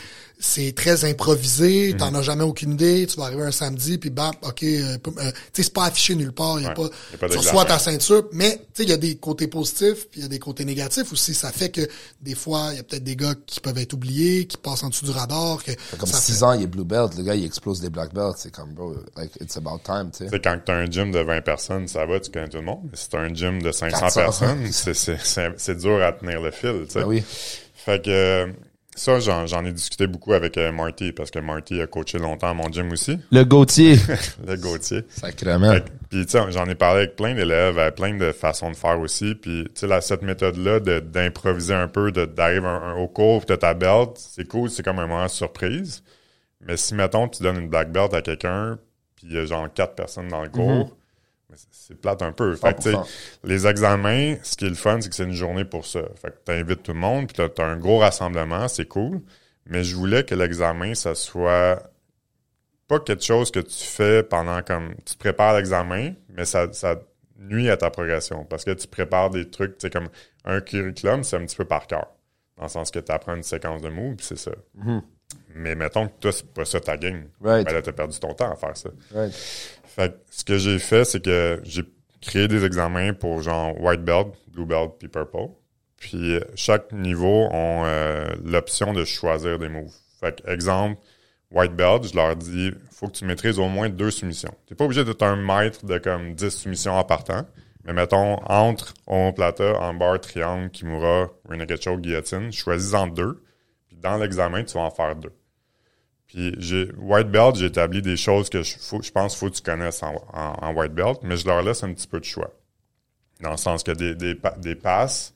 très improvisé, t'en as jamais aucune idée, tu vas arriver un samedi, puis bam, OK, tu sais, c'est pas affiché nulle part, y a pas tu reçois ta ceinture, mais tu sais, il y a des côtés positifs, puis il y a des côtés négatifs aussi, ça fait que des fois, il y a peut-être des gars qui peuvent être oubliés, qui passent en dessous du radar, que comme 6 ans, il est blue belt, le gars, il explose des black belts, c'est comme, bro, like, it's about time, tu sais. Tu sais, quand t'as un gym de 20 personnes, ça va, tu connais tout le monde, mais si t'as un gym de 500 personnes, c'est dur à tenir le fil, tu sais. Ben oui. Fait que... Ça, j'en ai discuté beaucoup avec Marty, parce que Marty a coaché longtemps à mon gym aussi. Le Gauthier. Le Gauthier. Sacrément. Puis, tu sais, j'en ai parlé avec plein d'élèves, plein de façons de faire aussi. Puis, tu sais, cette méthode-là d'improviser un peu, d'arriver au cours, puis de ta belt, c'est cool, c'est comme un moment de surprise. Mais si, mettons, tu donnes une black belt à quelqu'un, puis il y a genre 4 personnes dans le cours, c'est plate un peu. Fait que, tu sais, les examens, ce qui est le fun, c'est que c'est une journée pour ça. Fait que t'invites tout le monde, puis t'as un gros rassemblement, c'est cool. Mais je voulais que l'examen, ça soit pas quelque chose que tu fais pendant comme... Tu te prépares l'examen, mais ça nuit à ta progression. Parce que tu prépares des trucs, tu sais, comme un curriculum, c'est un petit peu par cœur. Dans le sens que tu apprends une séquence de moves, puis c'est ça. Mais mettons que toi, c'est pas ça ta game. Right. Ben là, t'as perdu ton temps à faire ça. Right. Fait que ce que j'ai fait, c'est que j'ai créé des examens pour genre white belt, blue belt puis purple. Puis chaque niveau a l'option de choisir des moves. Fait que exemple, white belt, je leur dis, faut que tu maîtrises au moins 2 soumissions. T'es pas obligé d'être un maître de comme 10 soumissions en partant. Mais mettons, entre omoplata, armbar, triangle, kimura, rear naked choke, guillotine, choisis entre 2. Puis dans l'examen, tu vas en faire 2. Puis white belt, j'ai établi des choses que je pense qu'il faut que tu connaisses en white belt, mais je leur laisse un petit peu de choix. Dans le sens que des passes,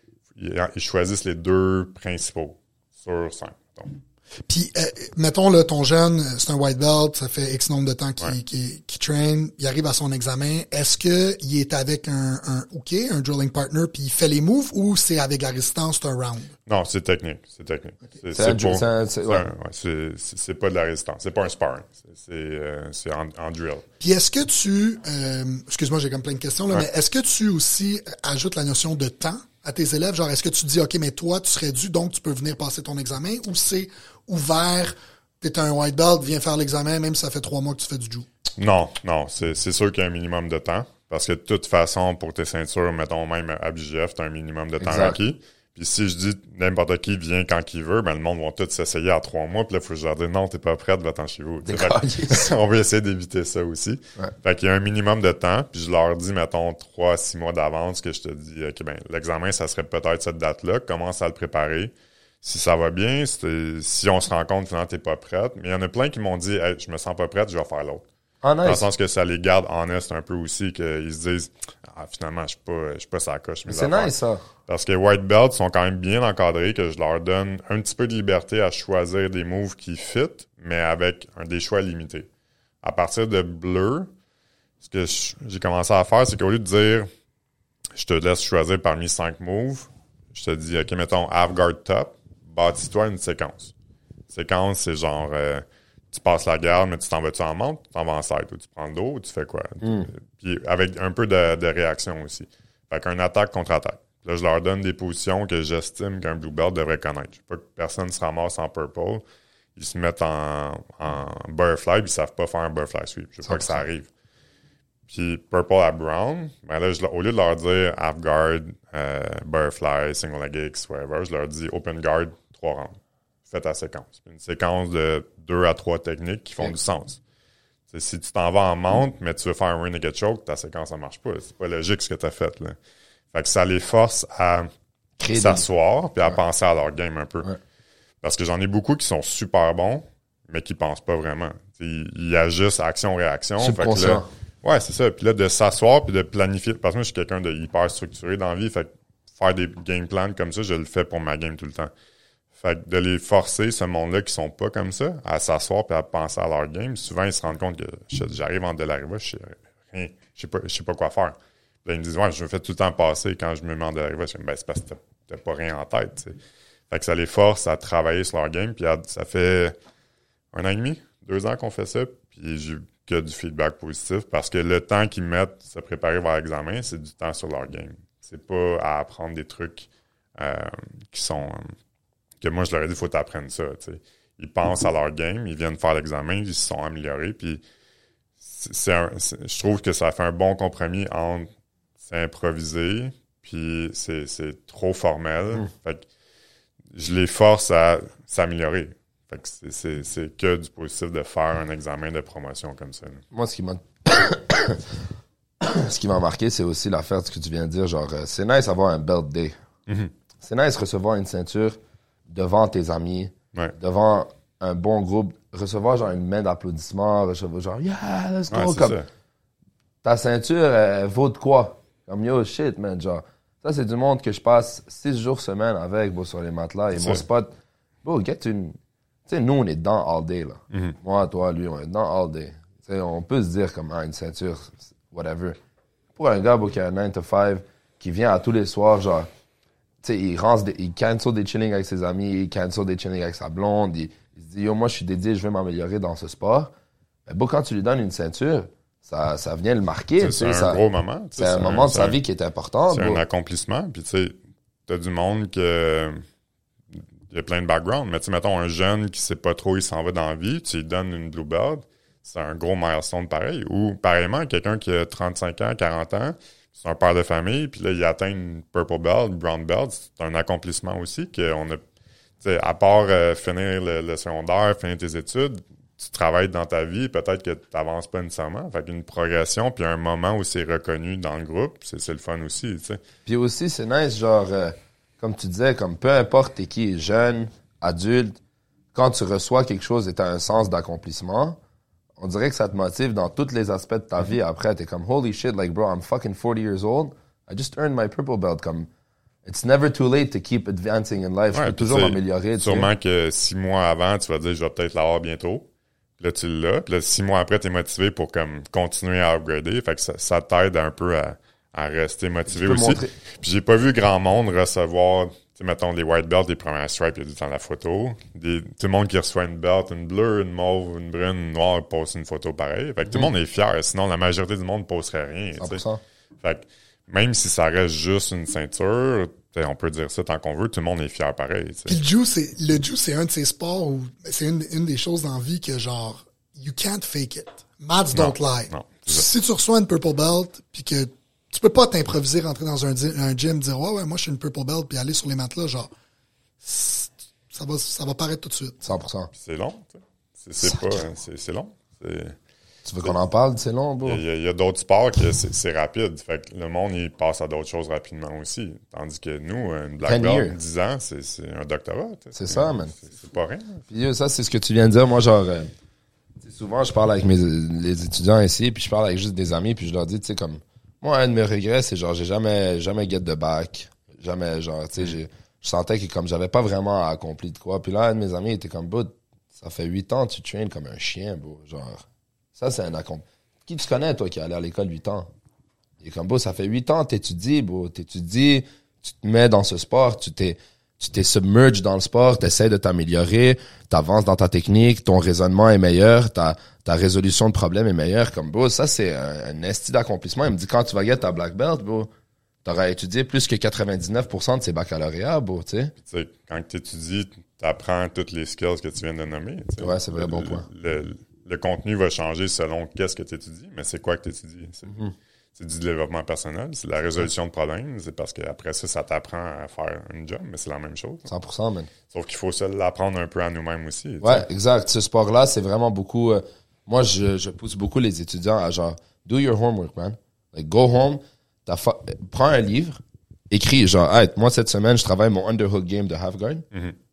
ils choisissent les 2 principaux sur 5. Donc. Puis, mettons, là, ton jeune, c'est un white belt, ça fait X nombre de temps qu'il train, il arrive à son examen. Est-ce que il est avec un drilling partner, puis il fait les moves, ou c'est avec la résistance, c'est un round? Non, c'est technique. Okay. C'est pas de la résistance. C'est pas un sparring. C'est en drill. Puis est-ce que tu, excuse-moi, j'ai comme plein de questions, là, mais est-ce que tu aussi ajoutes la notion de temps à tes élèves? Genre, est-ce que tu dis, OK, mais toi, tu serais dû, donc tu peux venir passer ton examen, ou c'est ouvert, t'es un white belt, viens faire l'examen, même si ça fait 3 mois que tu fais du jiu? Non, c'est sûr qu'il y a un minimum de temps, parce que de toute façon, pour tes ceintures, mettons même à BJF, t'as un minimum de temps requis. Puis si je dis n'importe qui vient quand il veut, ben le monde va tout s'essayer à 3 mois, puis là, il faut que je leur dise non, t'es pas prête, va-t'en chez vous. On va essayer d'éviter ça aussi. Ouais. Fait qu'il y a un minimum de temps, puis je leur dis, mettons, 3 à 6 mois d'avance que je te dis, OK, ben l'examen, ça serait peut-être cette date-là, commence à le préparer. Si ça va bien, si on se rend compte finalement t'es pas prête. Mais il y en a plein qui m'ont dit, hey, je me sens pas prête, je vais faire l'autre. Ah, nice. Dans le sens que ça les garde honest un peu aussi, qu'ils se disent, finalement, je suis pas sa coche. C'est nice, ça. Parce que white belts sont quand même bien encadrés, que je leur donne un petit peu de liberté à choisir des moves qui fit, mais avec des choix limités. À partir de bleu, ce que j'ai commencé à faire, c'est qu'au lieu de dire je te laisse choisir parmi 5 moves, je te dis, OK, mettons, half guard top, bâtis-toi une séquence. Séquence, c'est genre, tu passes la garde, mais tu t'en vas-tu en monte, tu t'en vas en side, ou tu prends le dos, ou tu fais quoi? Puis avec un peu de réaction aussi. Fait qu'un attaque contre attaque. Là, je leur donne des positions que j'estime qu'un blue belt devrait connaître. Je veux pas que personne se ramasse en purple. Ils se mettent en butterfly, puis ils savent pas faire un butterfly sweep. Je veux pas que ça arrive. Puis purple à brown, ben là, au lieu de leur dire half guard, butterfly, single leg X, whatever, je leur dis open guard, 3 rounds. Fais ta séquence. Une séquence de 2 à 3 techniques qui font du sens. T'sais, si tu t'en vas en monte, mais tu veux faire un rear naked choke, ta séquence, ça marche pas. C'est pas logique ce que tu as fait, là. Fait que ça les force à s'asseoir puis à penser à leur game un peu. Ouais. Parce que j'en ai beaucoup qui sont super bons, mais qui pensent pas vraiment. Ils agissent action-réaction. Fait que là, ouais, c'est ça. Puis là, de s'asseoir puis de planifier. Parce que moi, je suis quelqu'un de hyper structuré dans la vie. Fait que faire des game plans comme ça, je le fais pour ma game tout le temps. Fait que de les forcer, ce monde-là qui sont pas comme ça, à s'asseoir puis à penser à leur game, souvent, ils se rendent compte que j'arrive en Delariva, je sais pas quoi faire. Là, ils me disent, ouais, je me fais tout le temps passer quand je me mets en Delariva. Je dis, ben, c'est parce que t'as pas rien en tête, t'sais. Fait que ça les force à travailler sur leur game. Puis ça fait 1 an et demi, 2 ans qu'on fait ça. Puis j'ai eu que du feedback positif parce que le temps qu'ils mettent se préparer vers l'examen, c'est du temps sur leur game. C'est pas à apprendre des trucs qui sont... que moi, je leur ai dit, il faut t'apprendre ça. T'sais. Ils pensent à leur game, ils viennent faire l'examen, ils se sont améliorés. Puis je trouve que ça fait un bon compromis entre c'est improvisé, puis c'est trop formel. Fait que je les force à s'améliorer. Fait que c'est que du positif de faire un examen de promotion comme ça. Là. Moi, ce qui m'a marqué, c'est aussi l'affaire de ce que tu viens de dire. Genre, c'est nice d'avoir un belt day. Mm-hmm. C'est nice recevoir une ceinture devant tes amis, devant un bon groupe, recevoir genre une main d'applaudissements, recevoir genre, yeah, let's go. Comme, ta ceinture, elle vaut de quoi? Comme, yo, shit, man, genre. Ça, c'est du monde que je passe 6 jours semaine avec, bro, sur les matelas. Et mon spot, bro, get une... Tu sais, nous, on est dedans all day, là. Mm-hmm. Moi, toi, lui, on est dedans all day. Tu sais, on peut se dire comme, une ceinture, whatever. Pour un gars, bro, qui a un 9 to 5, qui vient à tous les soirs, genre, tu sais, il cancel des chilling avec ses amis, il cancel des chilling avec sa blonde, il se dit, yo, moi, je suis dédié, je vais m'améliorer dans ce sport. Mais bon, quand tu lui donnes une ceinture, ça vient le marquer. C'est un gros moment. C'est un moment de sa vie qui est important. C'est un accomplissement. Puis, tu sais, t'as du monde que... Il y a plein de backgrounds. Mais, tu sais, mettons, un jeune qui sait pas trop, il s'en va dans la vie, tu lui donnes une blue belt, c'est un gros milestone pareil. Ou, pareillement, quelqu'un qui a 35 ans, 40 ans, c'est un père de famille, puis là, il atteint une purple belt, une brown belt, c'est un accomplissement aussi qu'on a... Tu sais, à part finir le secondaire, finir tes études, tu travailles dans ta vie, peut-être que tu n'avances pas nécessairement. Fait qu'une progression, puis un moment où c'est reconnu dans le groupe, c'est le fun aussi, tu sais. Puis aussi, c'est nice, genre, comme tu disais, comme peu importe t'es qui, jeune, adulte, quand tu reçois quelque chose et tu as un sens d'accomplissement, on dirait que ça te motive dans tous les aspects de ta vie. Après, t'es comme, holy shit, like, bro, I'm fucking 40 years old. I just earned my purple belt. Comme, it's never too late to keep advancing in life. Je peux toujours m'améliorer. Sûrement que 6 mois avant, tu vas dire, je vais peut-être l'avoir bientôt. Puis là, tu l'as. Puis là, 6 mois après, t'es motivé pour comme continuer à upgrader. Fait que ça t'aide un peu à rester motivé aussi. Puis j'ai pas vu grand monde recevoir, tu sais, mettons, les white belts, les premières stripes, il y a du dans la photo. Tout le monde qui reçoit une belt, une bleue, une mauve, une brune, une noire, poste une photo pareille. Fait que tout le monde est fier. Sinon, la majorité du monde ne posterait rien. 100%. Fait que même si ça reste juste une ceinture, on peut dire ça tant qu'on veut, tout le monde est fier pareil. Puis le Jiu, c'est un de ces sports où c'est une des choses dans la vie que genre, you can't fake it. Maths don't lie. Non, si tu reçois une purple belt, puis que tu peux pas t'improviser, rentrer dans un gym, dire ouais, moi je suis une purple belt, puis aller sur les matelas, genre, ça va paraître tout de suite. 100%. C'est long, c'est long. Tu veux qu'on en parle, c'est long, bro? Il y a d'autres sports que c'est rapide. Fait que le monde, il passe à d'autres choses rapidement aussi. Tandis que nous, une black belt, 10 ans, c'est un doctorat. C'est ça, man. C'est pas rien. Puis ça, c'est ce que tu viens de dire. Moi, genre, souvent, je parle avec les étudiants ici, puis je parle avec juste des amis, puis je leur dis, tu sais, comme, moi, un de mes regrets, c'est genre, j'ai jamais get de bac. Jamais, genre, tu sais, je sentais que comme j'avais pas vraiment accompli de quoi. Puis là, un de mes amis était comme, bro, ça fait 8 ans, tu traînes comme un chien, bro. Genre, ça, c'est un accomplissement. Qui tu connais, toi, qui est allé à l'école 8 ans? Il est comme, bro, ça fait 8 ans, t'étudies, bro. T'étudies, tu te mets dans ce sport, tu t'es submerge dans le sport, t'essaies de t'améliorer, t'avances dans ta technique, ton raisonnement est meilleur, ta résolution de problème est meilleure. Comme, bro, ça, c'est un esti d'accomplissement. Il me dit, quand tu vas get ta black belt, bro, t'auras étudié plus que 99% de ces baccalauréats, bro, tu sais. Tu sais, quand t'étudies, t'apprends toutes les skills que tu viens de nommer. T'sais. Ouais, c'est vrai, bon point. Le contenu va changer selon qu'est-ce que t'étudies, mais c'est quoi que t'étudies? C'est du développement personnel, c'est de la résolution de problèmes, c'est parce qu'après ça t'apprend à faire une job, mais c'est la même chose. 100%, man. Sauf qu'il faut se l'apprendre un peu à nous-mêmes aussi. Ouais, exact. Ce sport-là, c'est vraiment beaucoup... moi, je pousse beaucoup les étudiants à genre, do your homework, man. Like, go home, prends un livre, écris, genre, hey, moi, cette semaine, je travaille mon underhook game de half guard,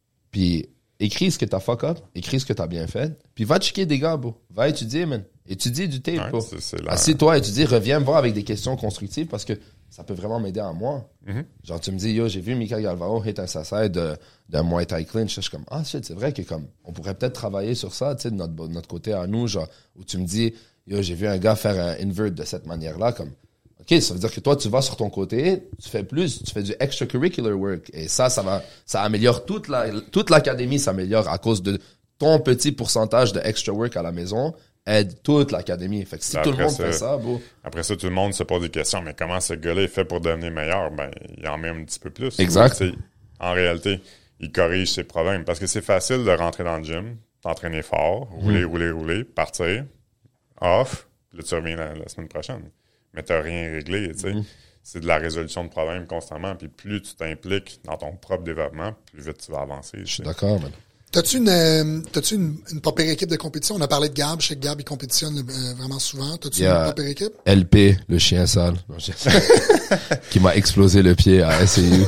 puis écris ce que t'as fuck up, écris ce que t'as bien fait, puis va checker des gars, bro. Va étudier, man. Étudie du tape, bro. Assis-toi, étudie, reviens me voir avec des questions constructives parce que ça peut vraiment m'aider à moi. Genre, tu me dis, yo, j'ai vu Mika Galvao hit un sasai d'un Muay Thai clinch. Je suis comme, ah, shit, c'est vrai que comme, on pourrait peut-être travailler sur ça, tu sais, de notre côté à nous, genre, où tu me dis, yo, j'ai vu un gars faire un invert de cette manière-là, comme, OK, ça veut dire que toi, tu vas sur ton côté, tu fais plus, tu fais du extracurricular work. Et ça améliore toute l'académie s'améliore à cause de ton petit pourcentage de extra work à la maison aide toute l'académie. Fait que si tout le monde fait ça, bro. Après ça, tout le monde se pose des questions. Mais comment ce gars-là est fait pour devenir meilleur? Ben, il en met un petit peu plus. Exact. En réalité, il corrige ses problèmes. Parce que c'est facile de rentrer dans le gym, t'entraîner fort, rouler, partir, off, puis là, tu reviens la semaine prochaine. Mais t'as rien réglé, tu sais. C'est de la résolution de problèmes constamment. Puis plus tu t'impliques dans ton propre développement, plus vite tu vas avancer. Je suis d'accord, man. T'as-tu une pas pire équipe de compétition? On a parlé de Gab. Je sais que Gab, il compétitionne vraiment souvent. T'as-tu une pas pire équipe? LP, le chien sale. Qui m'a explosé le pied à SCU.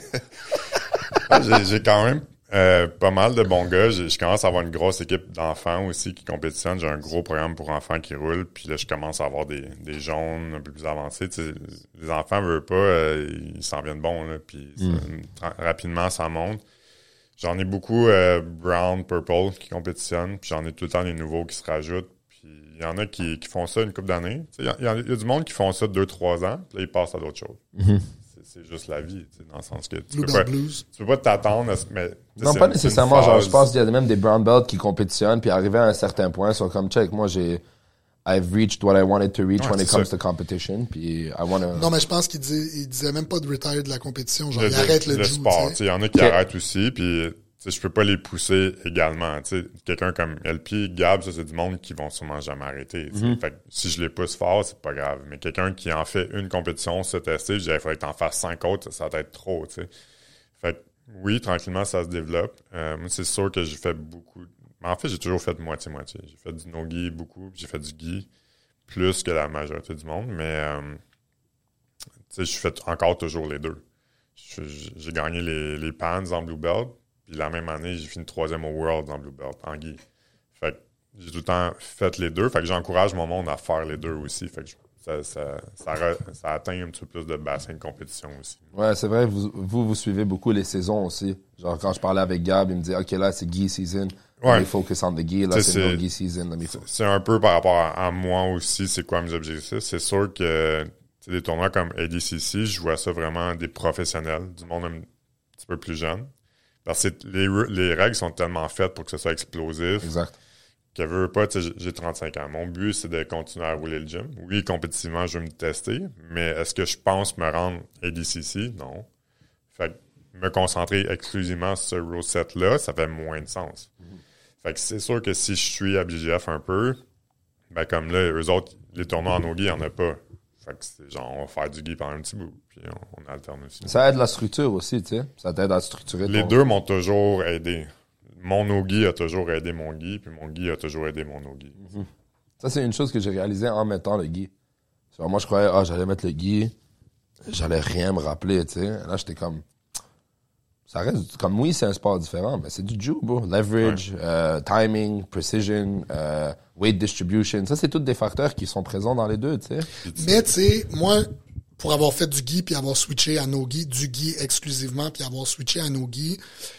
J'ai quand même pas mal de bons gars. Je commence à avoir une grosse équipe d'enfants aussi qui compétitionnent. J'ai un gros programme pour enfants qui roule. Puis là, je commence à avoir des jaunes un peu plus avancés. Tu sais, les enfants veulent pas, ils s'en viennent bons. Là, puis rapidement, ça monte. J'en ai beaucoup brown, purple qui compétitionnent, puis j'en ai tout le temps des nouveaux qui se rajoutent. Puis il y en a qui font ça une couple d'années. Il y a du monde qui font ça 2-3 ans, puis là, ils passent à d'autres choses. C'est juste la vie, dans le sens que tu peux pas t'attendre. Mais, non, pas nécessairement. Genre, je pense qu'il y a même des brown belts qui compétitionnent, puis arriver à un certain point, ils sont comme, check, moi, I've reached what I wanted to reach when it comes to competition. Puis I wanna... Non, mais je pense qu'il disait même pas de retire de la compétition. Genre, il arrête le sport. Il y en a qui arrêtent aussi. Puis je peux pas les pousser également. T'sais. Quelqu'un comme LP, Gab, ça, c'est du monde qui vont sûrement jamais arrêter. Fait que si je les pousse fort, c'est pas grave. Mais quelqu'un qui en fait une compétition, se tester, je dirais, il faudrait que t'en fasses 5 autres, ça va être trop. T'sais. Fait que oui, tranquillement, ça se développe. Moi, c'est sûr que j'ai fait beaucoup... En fait, j'ai toujours fait moitié-moitié. J'ai fait du no-gi beaucoup, puis j'ai fait du gi plus que la majorité du monde, mais je fais encore toujours les deux. J'ai gagné les Pans en Blue Belt, puis la même année, j'ai fini 3e au World en Blue Belt, en gi. Fait que j'ai tout le temps fait les deux, fait que j'encourage mon monde à faire les deux aussi. Fait que ça atteint un petit peu plus de bassin de compétition aussi. Ouais, c'est vrai, vous suivez beaucoup les saisons aussi. Genre, quand je parlais avec Gab, il me disait, OK, là, c'est gi season. Ouais. Focus on the gi, là, c'est no-gi season. C'est un peu par rapport à moi aussi, c'est quoi mes objectifs. C'est sûr que des tournois comme ADCC, je vois ça vraiment des professionnels, du monde un petit peu plus jeune. Parce que les règles sont tellement faites pour que ce soit explosif. Exact. Que veut pas, j'ai 35 ans. Mon but, c'est de continuer à rouler le gym. Oui, compétitivement, je veux me tester, mais est-ce que je pense me rendre ADCC? Non. Fait que me concentrer exclusivement sur ce rule set-là, ça fait moins de sens. Fait que c'est sûr que si je suis à BGF un peu, ben comme là, eux autres, les tournois en no-gi, il n'y en a pas. Fait que c'est genre, on va faire du gi pendant un petit bout, puis on alterne aussi. Ça aide la structure aussi, tu sais. Ça t'aide à structurer Les deux m'ont toujours aidé. Mon no-gi a toujours aidé mon gi, puis mon gi a toujours aidé mon no-gi. Ça, c'est une chose que j'ai réalisée en mettant le gi. Moi, je croyais, j'allais mettre le gi, j'allais rien me rappeler, tu sais. Là, j'étais comme... Ça reste comme, oui, c'est un sport différent, mais c'est du jiu, bro. Leverage, timing, precision, weight distribution. Ça, c'est tous des facteurs qui sont présents dans les deux, tu sais. Mais, tu sais, moi, pour avoir fait du gi puis avoir switché à no-gi, du gi exclusivement puis avoir switché à no-gi,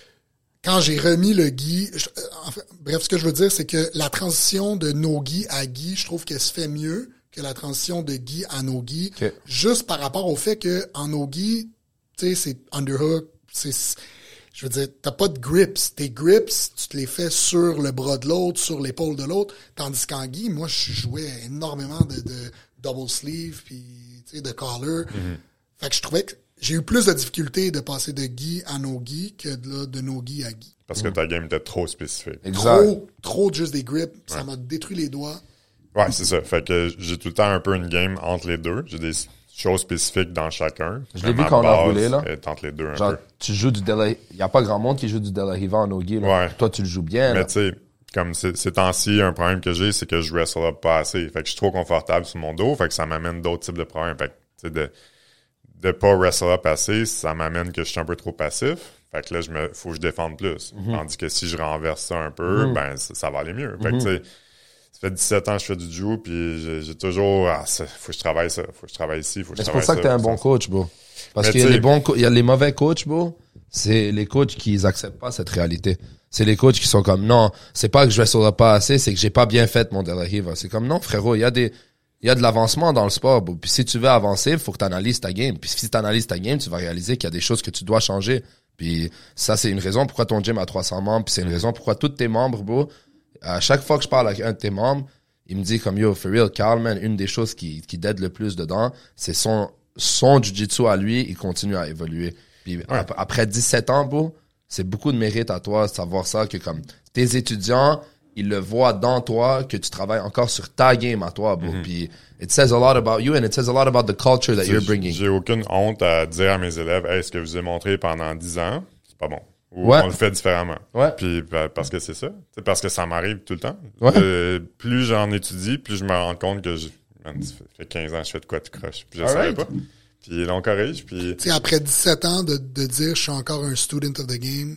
quand j'ai remis le gi, bref, ce que je veux dire, c'est que la transition de no-gi à gi, je trouve qu'elle se fait mieux que la transition de gi à no-gi, juste par rapport au fait que en no-gi, tu sais, c'est underhook, je veux dire, t'as pas de grips. Tes grips, tu te les fais sur le bras de l'autre, sur l'épaule de l'autre, tandis qu'en gi, moi, je jouais énormément de double sleeve puis tu sais, de collar. Fait que je trouvais que j'ai eu plus de difficultés de passer de gi à no-gi que de no-gi à gi. Parce que ta game était trop spécifique. Exact. Trop juste des grips. Ça m'a détruit les doigts. Ouais, c'est ça. Fait que j'ai tout le temps un peu une game entre les deux. J'ai des choses spécifiques dans chacun. Je l'ai vu quand on a roulé, là. Est entre les deux un Genre, peu. tu joues du il y a pas grand monde qui joue du De La Riva en no-gi, là. Ouais. Toi, tu le joues bien, Mais là. tu sais, comme ces temps-ci, un problème que j'ai, c'est que je wrestle up pas assez. Fait que je suis trop confortable sur mon dos. Fait que ça m'amène d'autres types de problèmes. Fait que, tu sais, de pas wrestle up assez, ça m'amène que je suis un peu trop passif. Fait que là, faut que je défende plus. Tandis que si je renverse ça un peu, ben, ça va aller mieux. Fait que, tu sais, ça fait 17 ans que je fais du jiu, puis j'ai toujours, faut que je travaille ça, faut que je travaille ici, faut que je travaille ça. C'est pour ça que t'es un bon coach, bro. Parce Mais qu'il y a il y a les mauvais coachs, bro. C'est les coachs qui acceptent pas cette réalité. C'est les coachs qui sont comme, non, c'est pas que je wrestle pas assez, c'est que j'ai pas bien fait mon De La Riva. C'est comme, non, frérot, il y a de l'avancement dans le sport, bro. Puis si tu veux avancer, faut que tu analyses ta game. Puis si tu analyses ta game, tu vas réaliser qu'il y a des choses que tu dois changer. Puis ça, c'est une raison pourquoi ton gym a 300 membres. Puis c'est une raison pourquoi tous tes membres, bro, à chaque fois que je parle avec un de tes membres, il me dit comme, yo, for real, Carl, man, une des choses qui t'aide le plus dedans, c'est son jiu-jitsu à lui, il continue à évoluer. Puis après 17 ans, bro, c'est beaucoup de mérite à toi de savoir ça, que comme tes étudiants, ils le voient dans toi, que tu travailles encore sur ta game à toi, bro. Puis it says a lot about you and it says a lot about the culture that you're bringing. J'ai aucune honte à dire à mes élèves, hey, ce que je vous ai montré pendant 10 ans, c'est pas bon. Ou on le fait différemment. Ouais. Puis parce que c'est ça. C'est parce que ça m'arrive tout le temps. Ouais. Plus j'en étudie, plus je me rends compte que ça fait 15 ans que je fais de quoi tu croches. Puis je savais pas. Puis l'on corrige. Puis tu sais, après 17 ans de dire je suis encore un student of the game.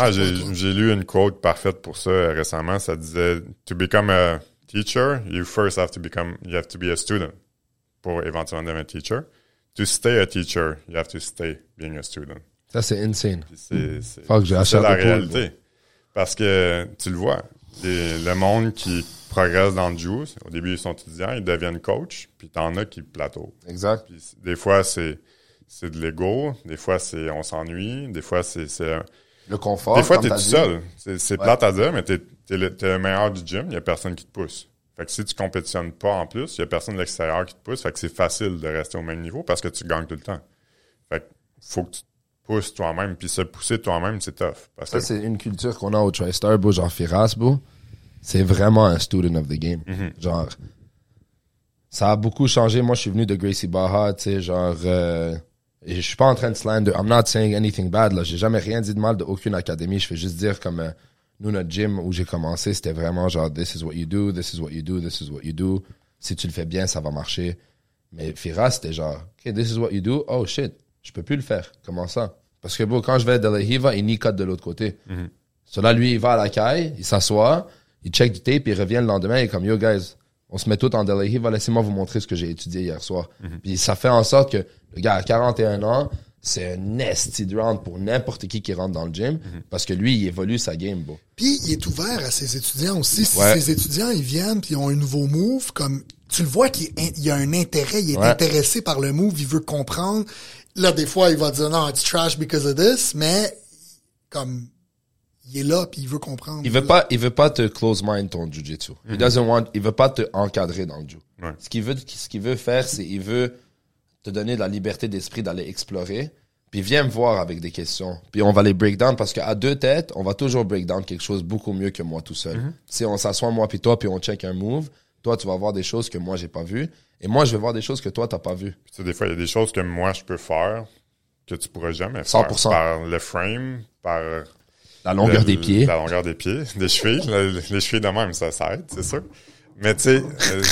J'ai lu une quote parfaite pour ça récemment. Ça disait, to become a teacher, you have to be a student pour éventuellement devenir un teacher. To stay a teacher, you have to stay being a student. Ça, c'est insane. C'est la réalité. Parce que, tu le vois, le monde qui progresse dans le jiu, au début, ils sont étudiants, ils deviennent coach, puis t'en as qui plateau. Exact. Puis, des fois, c'est de l'ego, des fois, on s'ennuie, des fois, c'est le confort. Des fois, t'es tout seul. C'est plate à dire, mais t'es le meilleur du gym, il y a personne qui te pousse. Fait que si tu compétitionnes pas en plus, il y a personne de l'extérieur qui te pousse, fait que c'est facile de rester au même niveau parce que tu gagnes tout le temps. Fait que faut que tu pousses toi-même, puis se pousser toi-même, c'est tough. Parce que c'est une culture qu'on a au TriStar, bro, genre Firas, bro. C'est vraiment un student of the game. Genre, ça a beaucoup changé. Moi, je suis venu de Gracie Barra, tu sais, genre, et je suis pas en train de slander. I'm not saying anything bad, là. J'ai jamais rien dit de mal de aucune académie. Je fais juste dire comme, nous, notre gym où j'ai commencé, c'était vraiment genre, this is what you do, this is what you do, this is what you do. Si tu le fais bien, ça va marcher. Mais Firas, c'était genre, OK, this is what you do. Oh shit, je peux plus le faire. Comment ça? Parce que, bon, quand je vais à De La Riva, il knee cut de l'autre côté. Là, lui, il va à la caille, il s'assoit, il check du tape, il revient le lendemain, il est comme, yo, guys, on se met tout en De La Riva, laissez-moi vous montrer ce que j'ai étudié hier soir. Puis ça fait en sorte que le gars à 41 ans, c'est un nasty round pour n'importe qui rentre dans le gym, parce que lui, il évolue sa game, bro. Puis il est ouvert à ses étudiants aussi. Si Ouais. ses étudiants, ils viennent puis ils ont un nouveau move, comme tu le vois qu'il y a un intérêt, il est intéressé par le move, il veut comprendre. Là, des fois, il va dire non, it's trash because of this, mais comme il est là puis il veut comprendre. Il veut pas te close mind ton jiu-jitsu. Il veut pas te encadrer dans le jiu. Ouais. Ce qu'il veut faire, c'est il veut te donner de la liberté d'esprit d'aller explorer. Puis viens me voir avec des questions. Puis on va les break down parce qu'à deux têtes, on va toujours break down quelque chose beaucoup mieux que moi tout seul. Si on s'assoit moi puis toi puis on check un move, toi tu vas voir des choses que moi j'ai pas vues et moi je vais voir des choses que toi t'as pas vues. Tu sais, des fois, il y a des choses que moi, je peux faire que tu pourras jamais faire. 100%. Par le frame, par La longueur des pieds. La longueur des pieds, des chevilles. Les chevilles de même, ça aide, c'est sûr. Mais tu sais...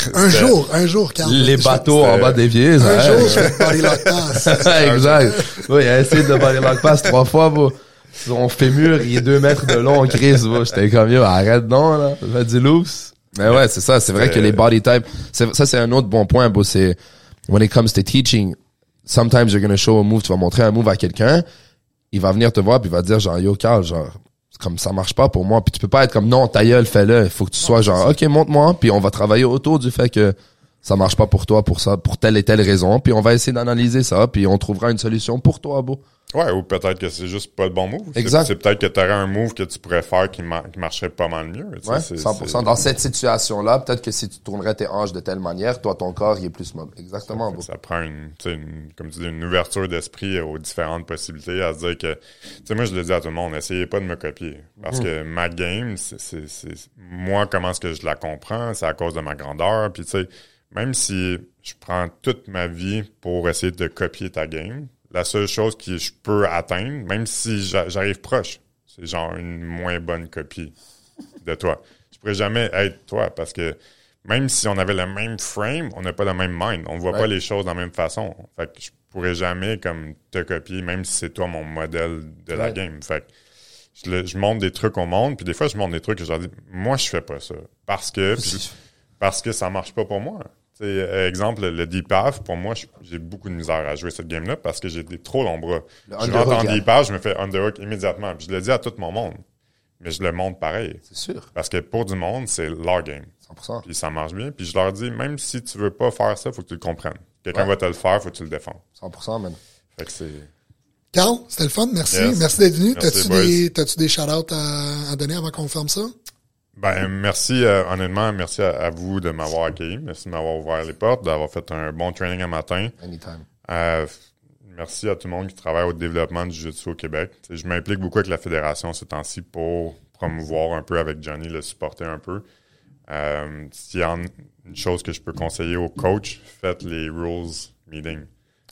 un jour, Carl. Les bateaux en bas des pieds. Un jour, je fais body lock pass. Exact. Oui, il a essayé de body lock pass 3 fois, bro. Son fémur, il est 2 mètres de long, Chris, bro. J'étais comme, yo, arrête non, là. Fais du loose. Mais ouais, c'est ça. C'est vrai que les body types, ça, c'est un autre bon point, bro. C'est, when it comes to teaching, sometimes you're gonna show a move, tu vas montrer un move à quelqu'un, il va venir te voir puis il va te dire genre yo Carl, genre comme ça marche pas pour moi, puis tu peux pas être comme non ta gueule fais-le, il faut que tu sois genre ok montre-moi, puis on va travailler autour du fait que ça marche pas pour toi pour ça, pour telle et telle raison, puis on va essayer d'analyser ça, puis on trouvera une solution pour toi, beau. Ouais, ou peut-être que c'est juste pas le bon move. Exact. C'est peut-être que t'aurais un move que tu pourrais faire qui marcherait pas mal mieux. Ouais, 100%. Dans cette situation-là, peut-être que si tu tournerais tes hanches de telle manière, toi, ton corps, il est plus mobile. Exactement, beau. Ça prend comme tu dis, une ouverture d'esprit aux différentes possibilités, à se dire que, tu sais, moi, je le dis à tout le monde, essayez pas de me copier. Parce que ma game, moi, comment est-ce que je la comprends, c'est à cause de ma grandeur. Puis, tu sais, même si je prends toute ma vie pour essayer de copier ta game, la seule chose que je peux atteindre, même si j'arrive proche, c'est genre une moins bonne copie de toi. Je pourrais jamais être toi parce que même si on avait le même frame, on n'a pas le même mind. On voit pas les choses de la même façon. Fait que je pourrais jamais comme te copier, même si c'est toi mon modèle de la game. Fait que je montre des trucs au monde, puis des fois je montre des trucs que je leur dis, moi je fais pas ça. Parce que ça marche pas pour moi. T'sais, exemple, le deep half, pour moi, j'ai beaucoup de misère à jouer cette game-là parce que j'ai des trop longs bras. Je rentre en deep half, je me fais underhook immédiatement. Puis je le dis à tout mon monde, mais je le montre pareil. C'est sûr. Parce que pour du monde, c'est leur game. 100%. Puis ça marche bien. Puis je leur dis, même si tu veux pas faire ça, faut que tu le comprennes. Quelqu'un va te le faire, faut que tu le défends. 100%, man. Fait que c'est... Carl, c'était le fun. Merci. Yes. Merci d'être venu. Merci, T'as-tu des shout-outs à donner avant qu'on ferme ça? Ben, merci, honnêtement, merci à vous de m'avoir accueilli. Merci de m'avoir ouvert les portes, d'avoir fait un bon training un matin. Anytime. Merci à tout le monde qui travaille au développement du jiu-jitsu au Québec. T'sais, je m'implique beaucoup avec la fédération ces temps-ci pour promouvoir un peu avec Johnny, le supporter un peu. S'il y a une chose que je peux conseiller aux coachs, faites les rules meetings.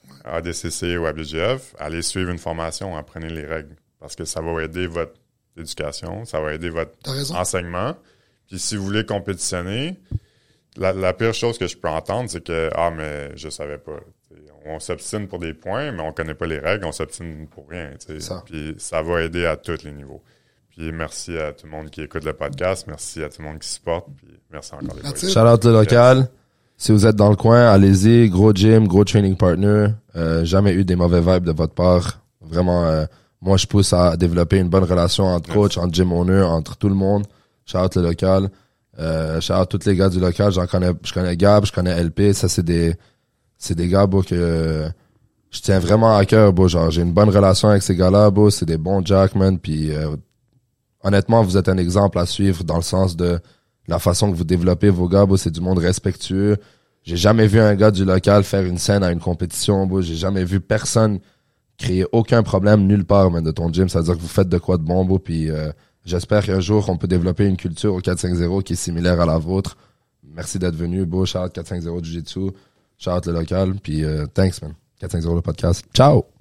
ADCC ou ABGF, allez suivre une formation, apprenez les règles. Parce que ça va aider votre éducation, ça va aider votre enseignement. Puis si vous voulez compétitionner, la pire chose que je peux entendre, c'est que « Ah, mais je savais pas. » On s'obstine pour des points, mais on connaît pas les règles, on s'obstine pour rien. Puis ça va aider à tous les niveaux. Puis merci à tout le monde qui écoute le podcast, merci à tout le monde qui supporte, puis merci encore les boys. Shout out le local. Si vous êtes dans le coin, allez-y. Gros gym, gros training partner. Jamais eu des mauvais vibes de votre part. Vraiment... moi, je pousse à développer une bonne relation entre coach, entre gym owner, entre tout le monde. Shout out le local. Shout out tous les gars du local. Je connais Gab, je connais LP. Ça, c'est des gars, beau, que je tiens vraiment à cœur, beau. Genre, j'ai une bonne relation avec ces gars-là, beau. C'est des bons jackmen. Puis, honnêtement, vous êtes un exemple à suivre dans le sens de la façon que vous développez vos gars, beau. C'est du monde respectueux. J'ai jamais vu un gars du local faire une scène à une compétition, beau. J'ai jamais vu personne créer aucun problème nulle part, man, de ton gym. Ça veut dire que vous faites de quoi de bon, beau, puis j'espère qu'un jour, on peut développer une culture au 450 qui est similaire à la vôtre. Merci d'être venu, beau. Shout out 450 Jiu-Jitsu. Shout out le local, puis thanks, man. 450 le podcast. Ciao!